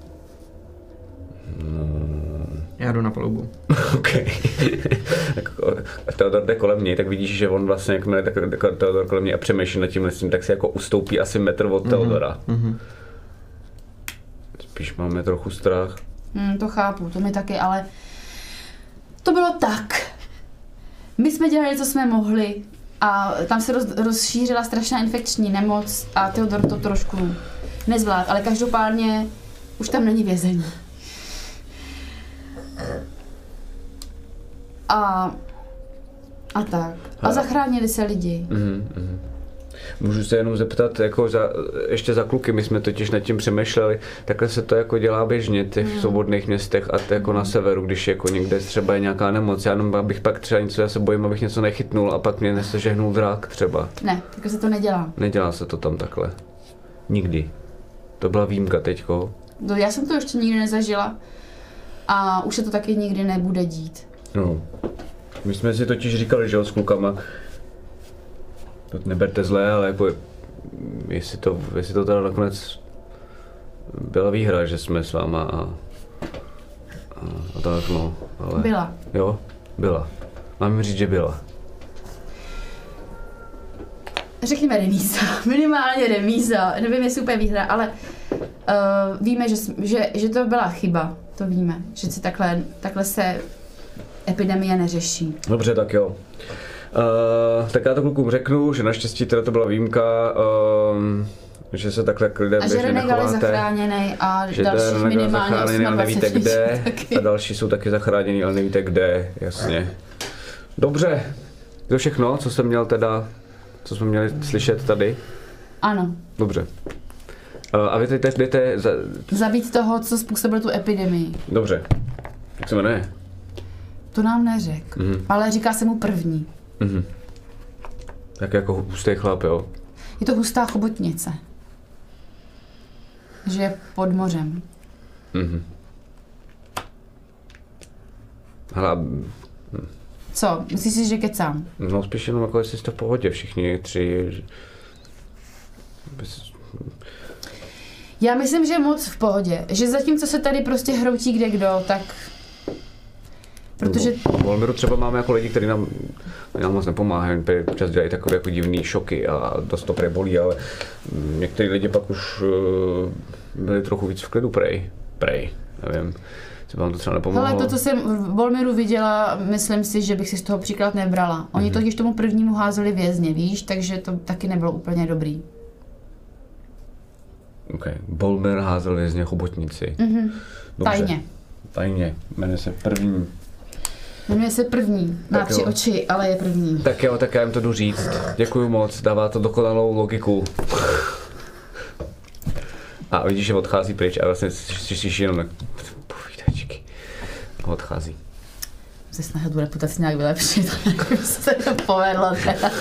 Já jdu na palubu. OK. Tak Teodor jde kolem něj, tak vidíš, že on vlastně, jakmile jde Teodor kolem něj a přemýšlí nad tímhle s tím, tak si jako ustoupí asi metr od Teodora. Mhm. Spíš máme trochu strach. Hmm, to chápu, to mi taky, ale to bylo tak. My jsme dělali, co jsme mohli a tam se roz, rozšířila strašná infekční nemoc a Teodor to trošku nezvlád, ale každopádně už tam není vězení. A A tak. A zachránili se lidi. Mm, mm. Můžu se jenom zeptat, jako za, ještě za kluky, my jsme totiž nad tím přemýšleli, takhle se to jako dělá běžně v těch mm. svobodných městech a to jako mm. na severu, když jako někde třeba je nějaká nemoc, já jenom abych pak třeba něco, já se bojím, abych něco nechytnul a pak mě nesežehnul drak třeba. Ne, takhle se to nedělá. Nedělá se to tam takhle. Nikdy. To byla výjimka teďko. No, já jsem to ještě nikdy nezažila a už se to taky nikdy nebude dít. No. My jsme si totiž říkali, že jo, s klukama, to neberte zlé, ale jako jestli to, jestli to teda nakonec byla výhra, že jsme s váma a, a, a tak no, ale... Byla. Jo, byla. Mám říct, že byla. Řekněme remíza, minimálně remíza, nevím jestli úplně výhra, ale uh, víme, že, že, že to byla chyba, to víme, že si takhle, takhle se epidemie neřeší. Dobře, tak jo. Uh, tak já to klukům řeknu, že naštěstí teda to byla výjimka, um, že se takhle k lidem běžně nechováte. A že Renegal je zachráněný a že dalších minimálně zachráněný, ale nevíte kde. Taky. A další jsou taky zachránění, ale nevíte kde, jasně. Dobře, to všechno, co jsem měl teda, co jsme měli slyšet tady? Ano. Dobře. Uh, a vy teď jdete za... Zabít toho, co způsobil tu epidemii. Dobře. Jak se jmenuje? To nám neřek, mm. ale říká se mu první. Mhm. Tak jako hustý chlap, jo? Je to hustá chobotnice. Že je pod mořem. Mhm. Hele, hm. Co? Myslíš si, že kecám? No spíš jenom jako jestli jste v pohodě všichni tři. Že... Bez... Já myslím, že moc v pohodě. Že zatímco se tady prostě hroutí kde kdo, tak... Protože... V Volmiru třeba máme jako lidi, kteří nám, nám moc nepomáhají, občas dělají takové jako divný šoky a dost to prej bolí, ale někteří lidi pak už uh, byli trochu víc v klidu prej, prej, nevím, co vám to třeba nepomohlo. Hele, to, co jsem v Volmiru viděla, myslím si, že bych si z toho příklad nebrala. Oni mm-hmm. totiž tomu prvnímu házeli vězně, víš, takže to taky nebylo úplně dobrý. Ok, Volmir házel vězně chobotnici. Mm-hmm. Tajně. Tajně, jmenuje se první. Jmenuje se první, má tak tři jo. oči, ale je první. Tak jo, tak já jim to jdu říct. Děkuju moc, dává to dokonalou logiku. A vidíš, že odchází pryč a vlastně slyšíš jenom tak povídačky. A odchází. Se snažil tu reputaci nějak vylepšit, jak se to povedlo teda.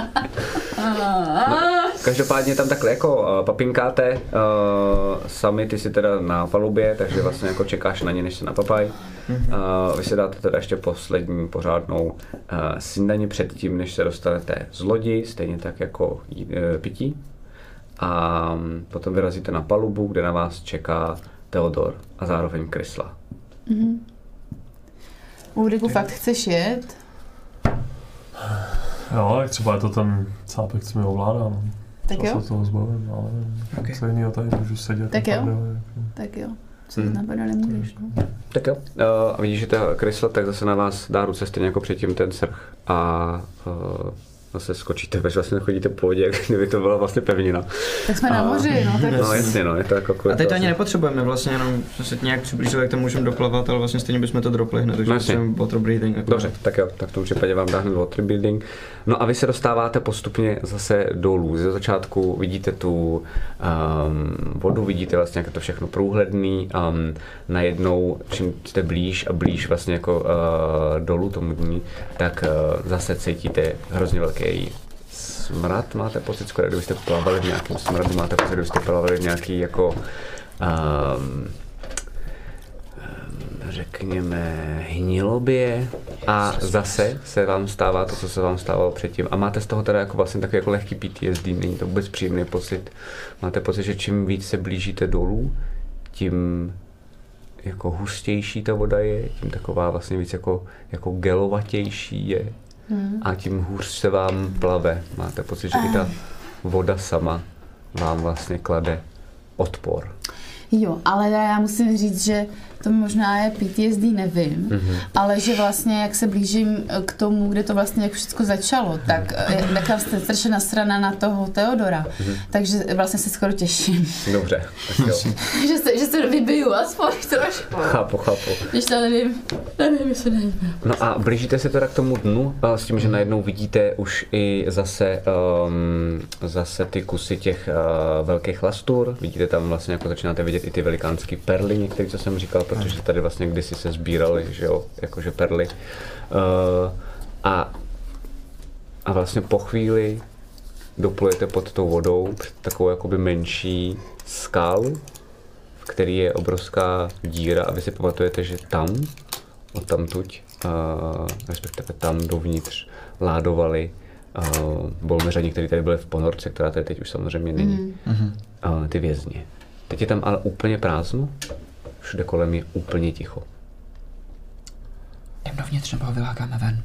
No, každopádně tam takhle jako uh, papinkáte, uh, sami ty si teda na palubě, takže vlastně jako čekáš na ně, než se napapají. Uh, vy si dáte teda ještě poslední pořádnou uh, snídani předtím, než se dostanete z lodi, stejně tak jako uh, pití. A um, potom vyrazíte na palubu, kde na vás čeká Theodor a zároveň Krysla. Mm-hmm. Ulriku, fakt chceš jet? Jo, tak třeba je to ten cápek, co mi ovládá. No. Tak jo? se toho zbavím, ale okay. Co jinýho tady můžu sedět. Tak jo, prdele, tak jo. Co hmm. napadá nemůžeš, no. Tak jo. Uh, a vidíš, že ta Krysla tak zase na vás dá ruce stejně jako předtím ten srch a uh, zase skočíte, vež vlastně chodíte po vodě, jak kdyby to byla vlastně pevnina. Tak jsme a... na moři, no. Tak no jasně, no, je to jako a teď to ani nepotřebujeme, vlastně jenom se nějak přiblížili, jak to můžeme doplavat, ale vlastně stejně bychom to dropli hned, takže potřebujeme water breathing. Jako dobře, tak jo, tak v tom případě vám dá hned water breathing. No a vy se dostáváte postupně zase dolů. Ze začátku vidíte tu um, vodu, vidíte vlastně, jak je to všechno průhledný. Um, najednou, čím jste blíž a blíž vlastně jako uh, dolů tomu dní, tak uh, zase cítíte hrozně velký smrad, máte pocit, skoro kdybyste plavali v nějakém smradu, máte pocit, kdybyste plavali v nějaký jako um, řekněme hnilobě a zase se vám stává to, co se vám stávalo předtím a máte z toho teda jako vlastně takový jako lehký P T S D, není to vůbec příjemný pocit. Máte pocit, že čím víc se blížíte dolů, tím jako hustější ta voda je, tím taková vlastně víc jako, jako gelovatější je. Hmm. A tím hůř se vám plave. Máte pocit, že i ta voda sama vám vlastně klade odpor. Jo, ale já musím říct, že to možná je P T S D, nevím, mm-hmm. ale že vlastně, jak se blížím k tomu, kde to vlastně jak všechno začalo, mm-hmm. tak taková strašně nasraná na toho Theodora, mm-hmm. takže vlastně se skoro těším. Dobře, tak jo. že, se, že se vybiju aspoň trošku. Chápu, chápu. Když to nevím, nevím, jestli nevím. No a blížíte se teda k tomu dnu s tím, že najednou vidíte už i zase, um, zase ty kusy těch uh, velkých lastur, vidíte tam vlastně, jako začínáte vidět i ty velikánský perly, některé, co jsem říkal, protože tady vlastně kdysi se sbíraly, že jo, jakože perly. Uh, a, a vlastně po chvíli doplujete pod tou vodou před takovou jakoby menší skálu, v který je obrovská díra a vy si pamatujete, že tam, odtamtuť, uh, respektive tam dovnitř ládovali uh, bolmeřani, kteří tady byli v ponorce, která tady teď už samozřejmě není, mm. uh, ty vězně. Teď je tam ale úplně prázdno, všude kolem je úplně ticho. Jdem dovnitř nebo ho vylákáme ven?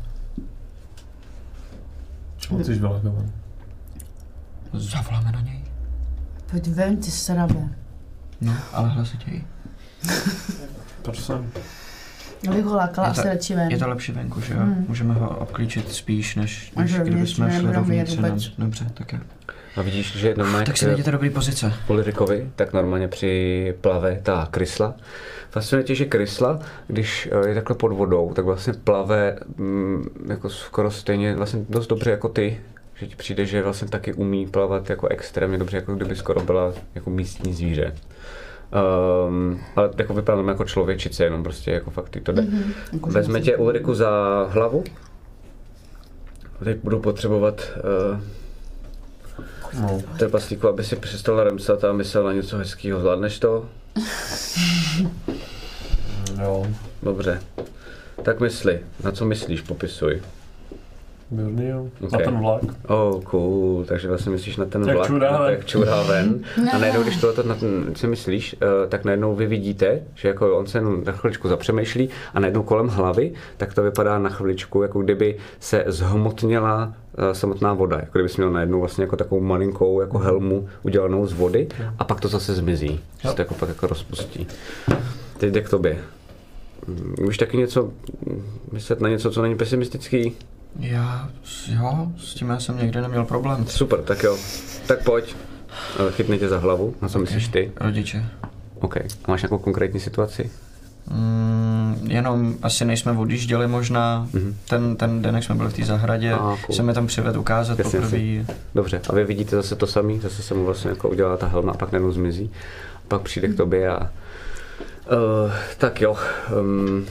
Čemu chceš vylákat ven? Zavoláme na něj. Pojď ven, ty srabe. No, ale hlasitěji. Proč jsem? Abych ho lákala Je to- asi radši ven. Je to lepší venku, že jo? Hmm. Můžeme ho obklíčit spíš, než, A než že kdyby vnitř jsme šli nebudeme dovnitř. vidět jenom. vůbec. Dobře, tak jo. A vidíš, že normálně Tak si najděte dobrý pozice. Ulrikovi, tak normálně při plave ta krysla. Fascinuje tě, že krysla, když je takhle pod vodou, tak vlastně plave mm, jako skoro stejně, vlastně dost dobře jako ty. Že ti přijde, že vlastně taky umí plavat jako extrémně dobře, jako kdyby skoro byla jako místní zvíře. Um, ale jako vypadá normálně jako člověčice, jenom prostě jako fakt ty to jde. Mm-hmm. Vezme tě Ulriku za hlavu. Teď budu potřebovat uh, No. trpaslíku, aby si přestala remsat a myslel na něco hezkýho. Zvládneš to? Jo. Dobře. Tak mysli. Na co myslíš? Popisuj. Běrný, jo. Okay. Na ten vlak. Oh, cool. Takže vlastně myslíš na ten Jak vlak, čurá na to, ven. jak čurá ven. A najednou, když tohle na ten si myslíš, uh, tak najednou vy vidíte, že jako on se na chviličku zapřemýšlí a najednou kolem hlavy, tak to vypadá na chviličku, jako kdyby se zhmotnila uh, samotná voda. Jako kdyby jsi měl najednou vlastně jako takovou malinkou jako helmu udělanou z vody a pak to zase zmizí. Že se to jako pak jako rozpustí. Teď jde k tobě. Můžeš taky něco myslet na něco, co není pesimistický? Já, jo, s tím já jsem někdy neměl problém. Super, tak jo. Tak pojď. Chytne tě za hlavu. Na co okay. myslíš ty? Rodiče. OK. A máš nějakou konkrétní situaci? Mm, jenom asi nejsme odjížděli možná, mm-hmm. ten, ten den, jak jsme byli v té zahradě, ah, cool. jsem je tam přivedl ukázat Jasně, poprvé. Jasně. Dobře, a vy vidíte zase to samé, zase se mu vlastně jako udělá ta helma a pak najednou zmizí. A pak přijde k tobě a... Uh, tak jo. Um,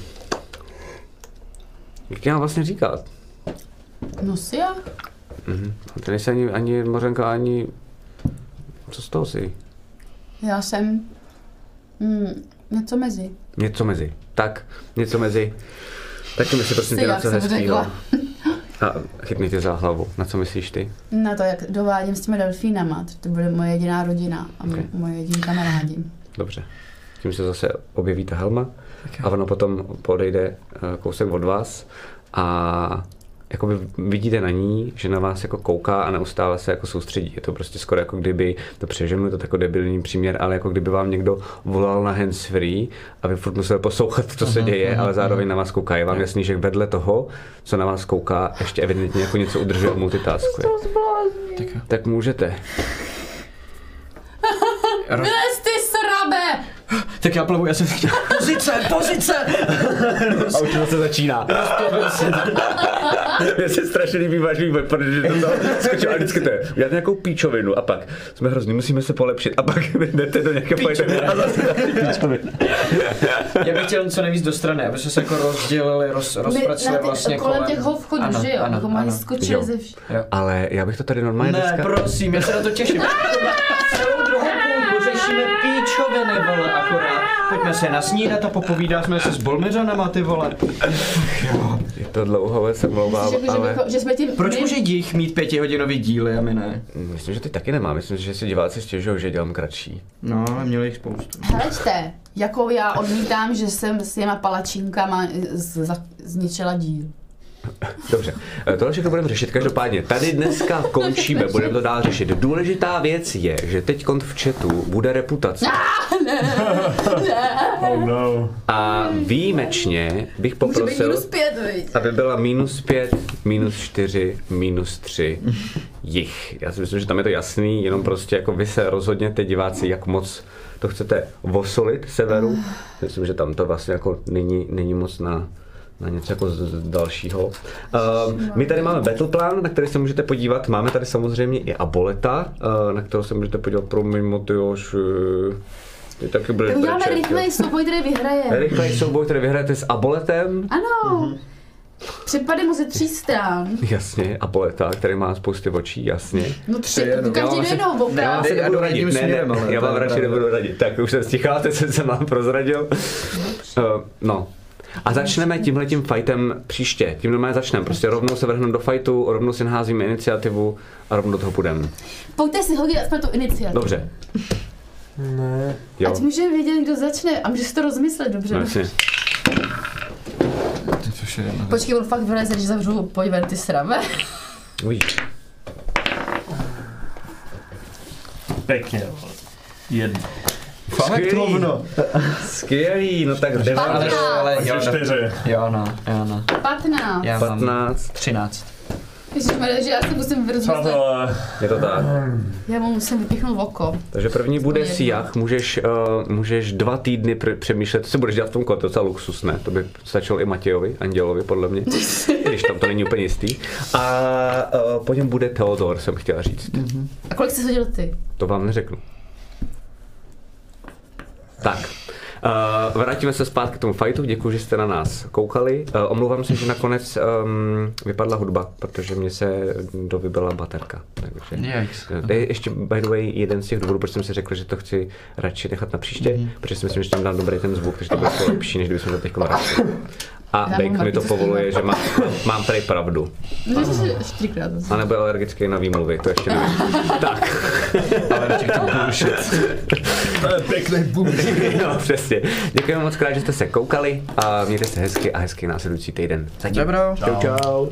jak tě mám vlastně říkat? Nosia? Mhm. Ty nejsi ani, ani mořenka, ani... Co z toho jsi? Já jsem... Mm, něco mezi. Něco mezi. Tak, něco mezi. Taky myslí prosím tě na Jak co jsem hezkýho. řekla. A chytni tě za hlavu. Na co myslíš ty? Na to, jak dovádím s těmi delfínama. To bude moje jediná rodina a Okay. moje jediný kamarádi. Dobře. Tím se zase objeví ta helma a ono potom podejde kousek od vás a jakoby vidíte na ní, že na vás jako kouká a neustále se jako soustředí. Je to prostě skoro jako kdyby, to přeženu, to jako debilní příměr, ale jako kdyby vám někdo volal na handsfree a vy furt museli poslouchat, co se děje, ale zároveň na vás kouká. Je vám jasný, že vedle toho, co na vás kouká, ještě evidentně jako něco udržuje a multitaskuje. Tak, tak můžete. Vylez ty srabe! tak já plavu, já jsem chtěl. Pozice, pozice! A už to se začíná. Mně se strašně líbí váš vývoj, protože to tam skočil a vždycky to je. Udělat nějakou píčovinu a pak jsme hrozný, musíme se polepšit a pak jdete do nějaké pojďte a zase píčovinu. Já bych chtěl co nejvíc do strany, aby se jako rozdělili, roz, rozpracili vlastně kolem. kolem. těch hovchodů, Ano, že jo? ano, Jako mají ano. skočili ze vš... Ale já bych to tady normálně Ne, dneska... prosím, já se na to těším. Celou druhou půlku řešíme píčoviny, vole, akorát. Pojďme se nasnídat a popovídáme se s bolmeřanama, ty vole. Jo. Je to dlouho, se mlouvám, Myslíš, že, ale... že, bychom, že jsme tím... Proč my- může dích mít pětihodinový díly a my ne? Myslím, že ty taky nemá. Myslím, že si diváci stěžují, že dělám kratší. No, ale měli jich spoustu. Heleďte, jakou já odmítám, že jsem s těma palačinkama z, za, zničila díl. Dobře, tohle všechno budeme řešit. Každopádně, tady dneska končíme, budeme to dál řešit. Důležitá věc je, že teď v chatu bude reputace. Oh no. A výjimečně bych poprosil, minus pět, aby byla minus pět, minus čtyři, minus tři jich. Já si myslím, že tam je to jasný, jenom prostě jako vy se rozhodněte, diváci, jak moc to chcete vosolit severu. Myslím, že tam to vlastně jako není, není moc na... na něco jako z, z dalšího. Uh, my tady máme battle plan, na který se můžete podívat. Máme tady samozřejmě i aboleta, uh, na kterou se můžete podívat pro mimo tyhož... Uh, taky byly tak uděláme rychlej souboj, který vyhraje. Rychlej souboj, který vyhrajete s aboletem. Ano. Mm-hmm. Přepady mu ze tří stran. Jasně, aboleta, který má spousty očí, jasně. No tři, každý do jednoho voka. Já vám se nebudu radit, ne, ne, já vám radši nebudu radit. Tak už jsem stichal, teď jsem se vám prozradil. Uh, no. A začneme tímhletím fightem příště. Tím normálně začneme. Prostě rovnou se vrhneme do fightu, rovnou si naházíme iniciativu a rovnou do toho půjdeme. Pojďte si hodit aspoň tu iniciativu. Dobře. Ne. Jo. Ať můžeme vědět, kdo začne a může si to rozmyslet dobře. No, jasně. Počkej, on fakt vyleze, když zavřu pojver ty srave. Uvidíš. Pěkně. Jedno. Fakt rovno. Skvělý, no tak jdeme. Ale, ale jo, čtyři. jo, no, jo, no. patnáct. Já mám patnáct. třináct. Ježišmarja, že já si musím rozmyslet. Je to tak. Já mu musím vypíchnout oko. Takže první bude Siach, můžeš, uh, můžeš dva týdny pr- přemýšlet, co si budeš dělat v tom kole, to je docela luxus, ne? To by stačilo i Matějovi, Andělovi, podle mě, když tam to není úplně jistý. A uh, po něm bude Theodor, jsem chtěla říct. Mm-hmm. A kolik jsi hodil ty? To vám neřeknu. Tak. Uh, vrátíme se zpátky k tomu fightu, děkuji, že jste na nás koukali. Uh, omlouvám se, že nakonec um, vypadla hudba, protože mě se dovybila baterka. Takže, to je ještě by the way jeden z těch důvodů, proč jsem si řekl, že to chci radši nechat na příště, mm-hmm. protože si myslím, že tam dám dobrý ten zvuk, takže to bude lepší, než kdybychom to teď radši. A Bake mi to povoluje, že mám, mám tady pravdu. A nebo je alergický na výmluvy, to ještě nevím. Tak. Alergic to bullshit. To je pěkný bullshit. No, přesně. Děkujeme moc krát, že jste se koukali a mějte se hezky a hezký následující týden. Zatím. Dobro. Čau, čau.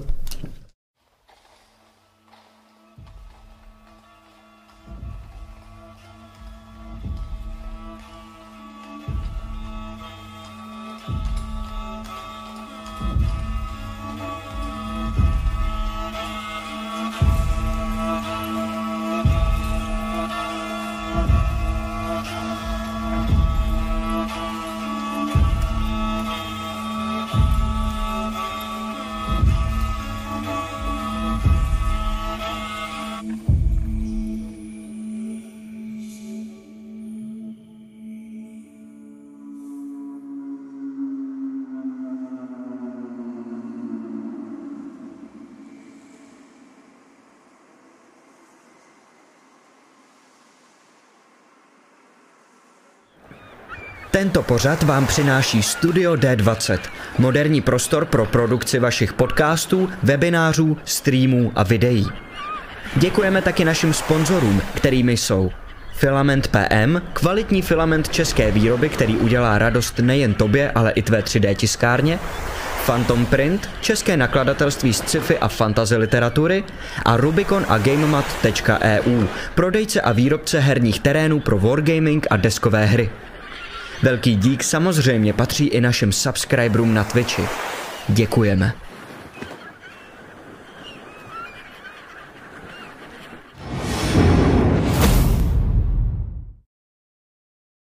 Tento pořad vám přináší Studio D dvacet, moderní prostor pro produkci vašich podcastů, webinářů, streamů a videí. Děkujeme taky našim sponzorům, kterými jsou Filament P M, kvalitní filament české výroby, který udělá radost nejen tobě, ale i tvé tři dé tiskárně, Phantom Print, české nakladatelství z sci-fi a fantasy literatury a Rubicon a Gamemat tečka E U, prodejce a výrobce herních terénů pro wargaming a deskové hry. Velký dík samozřejmě patří i našim subscriberům na Twitchi. Děkujeme.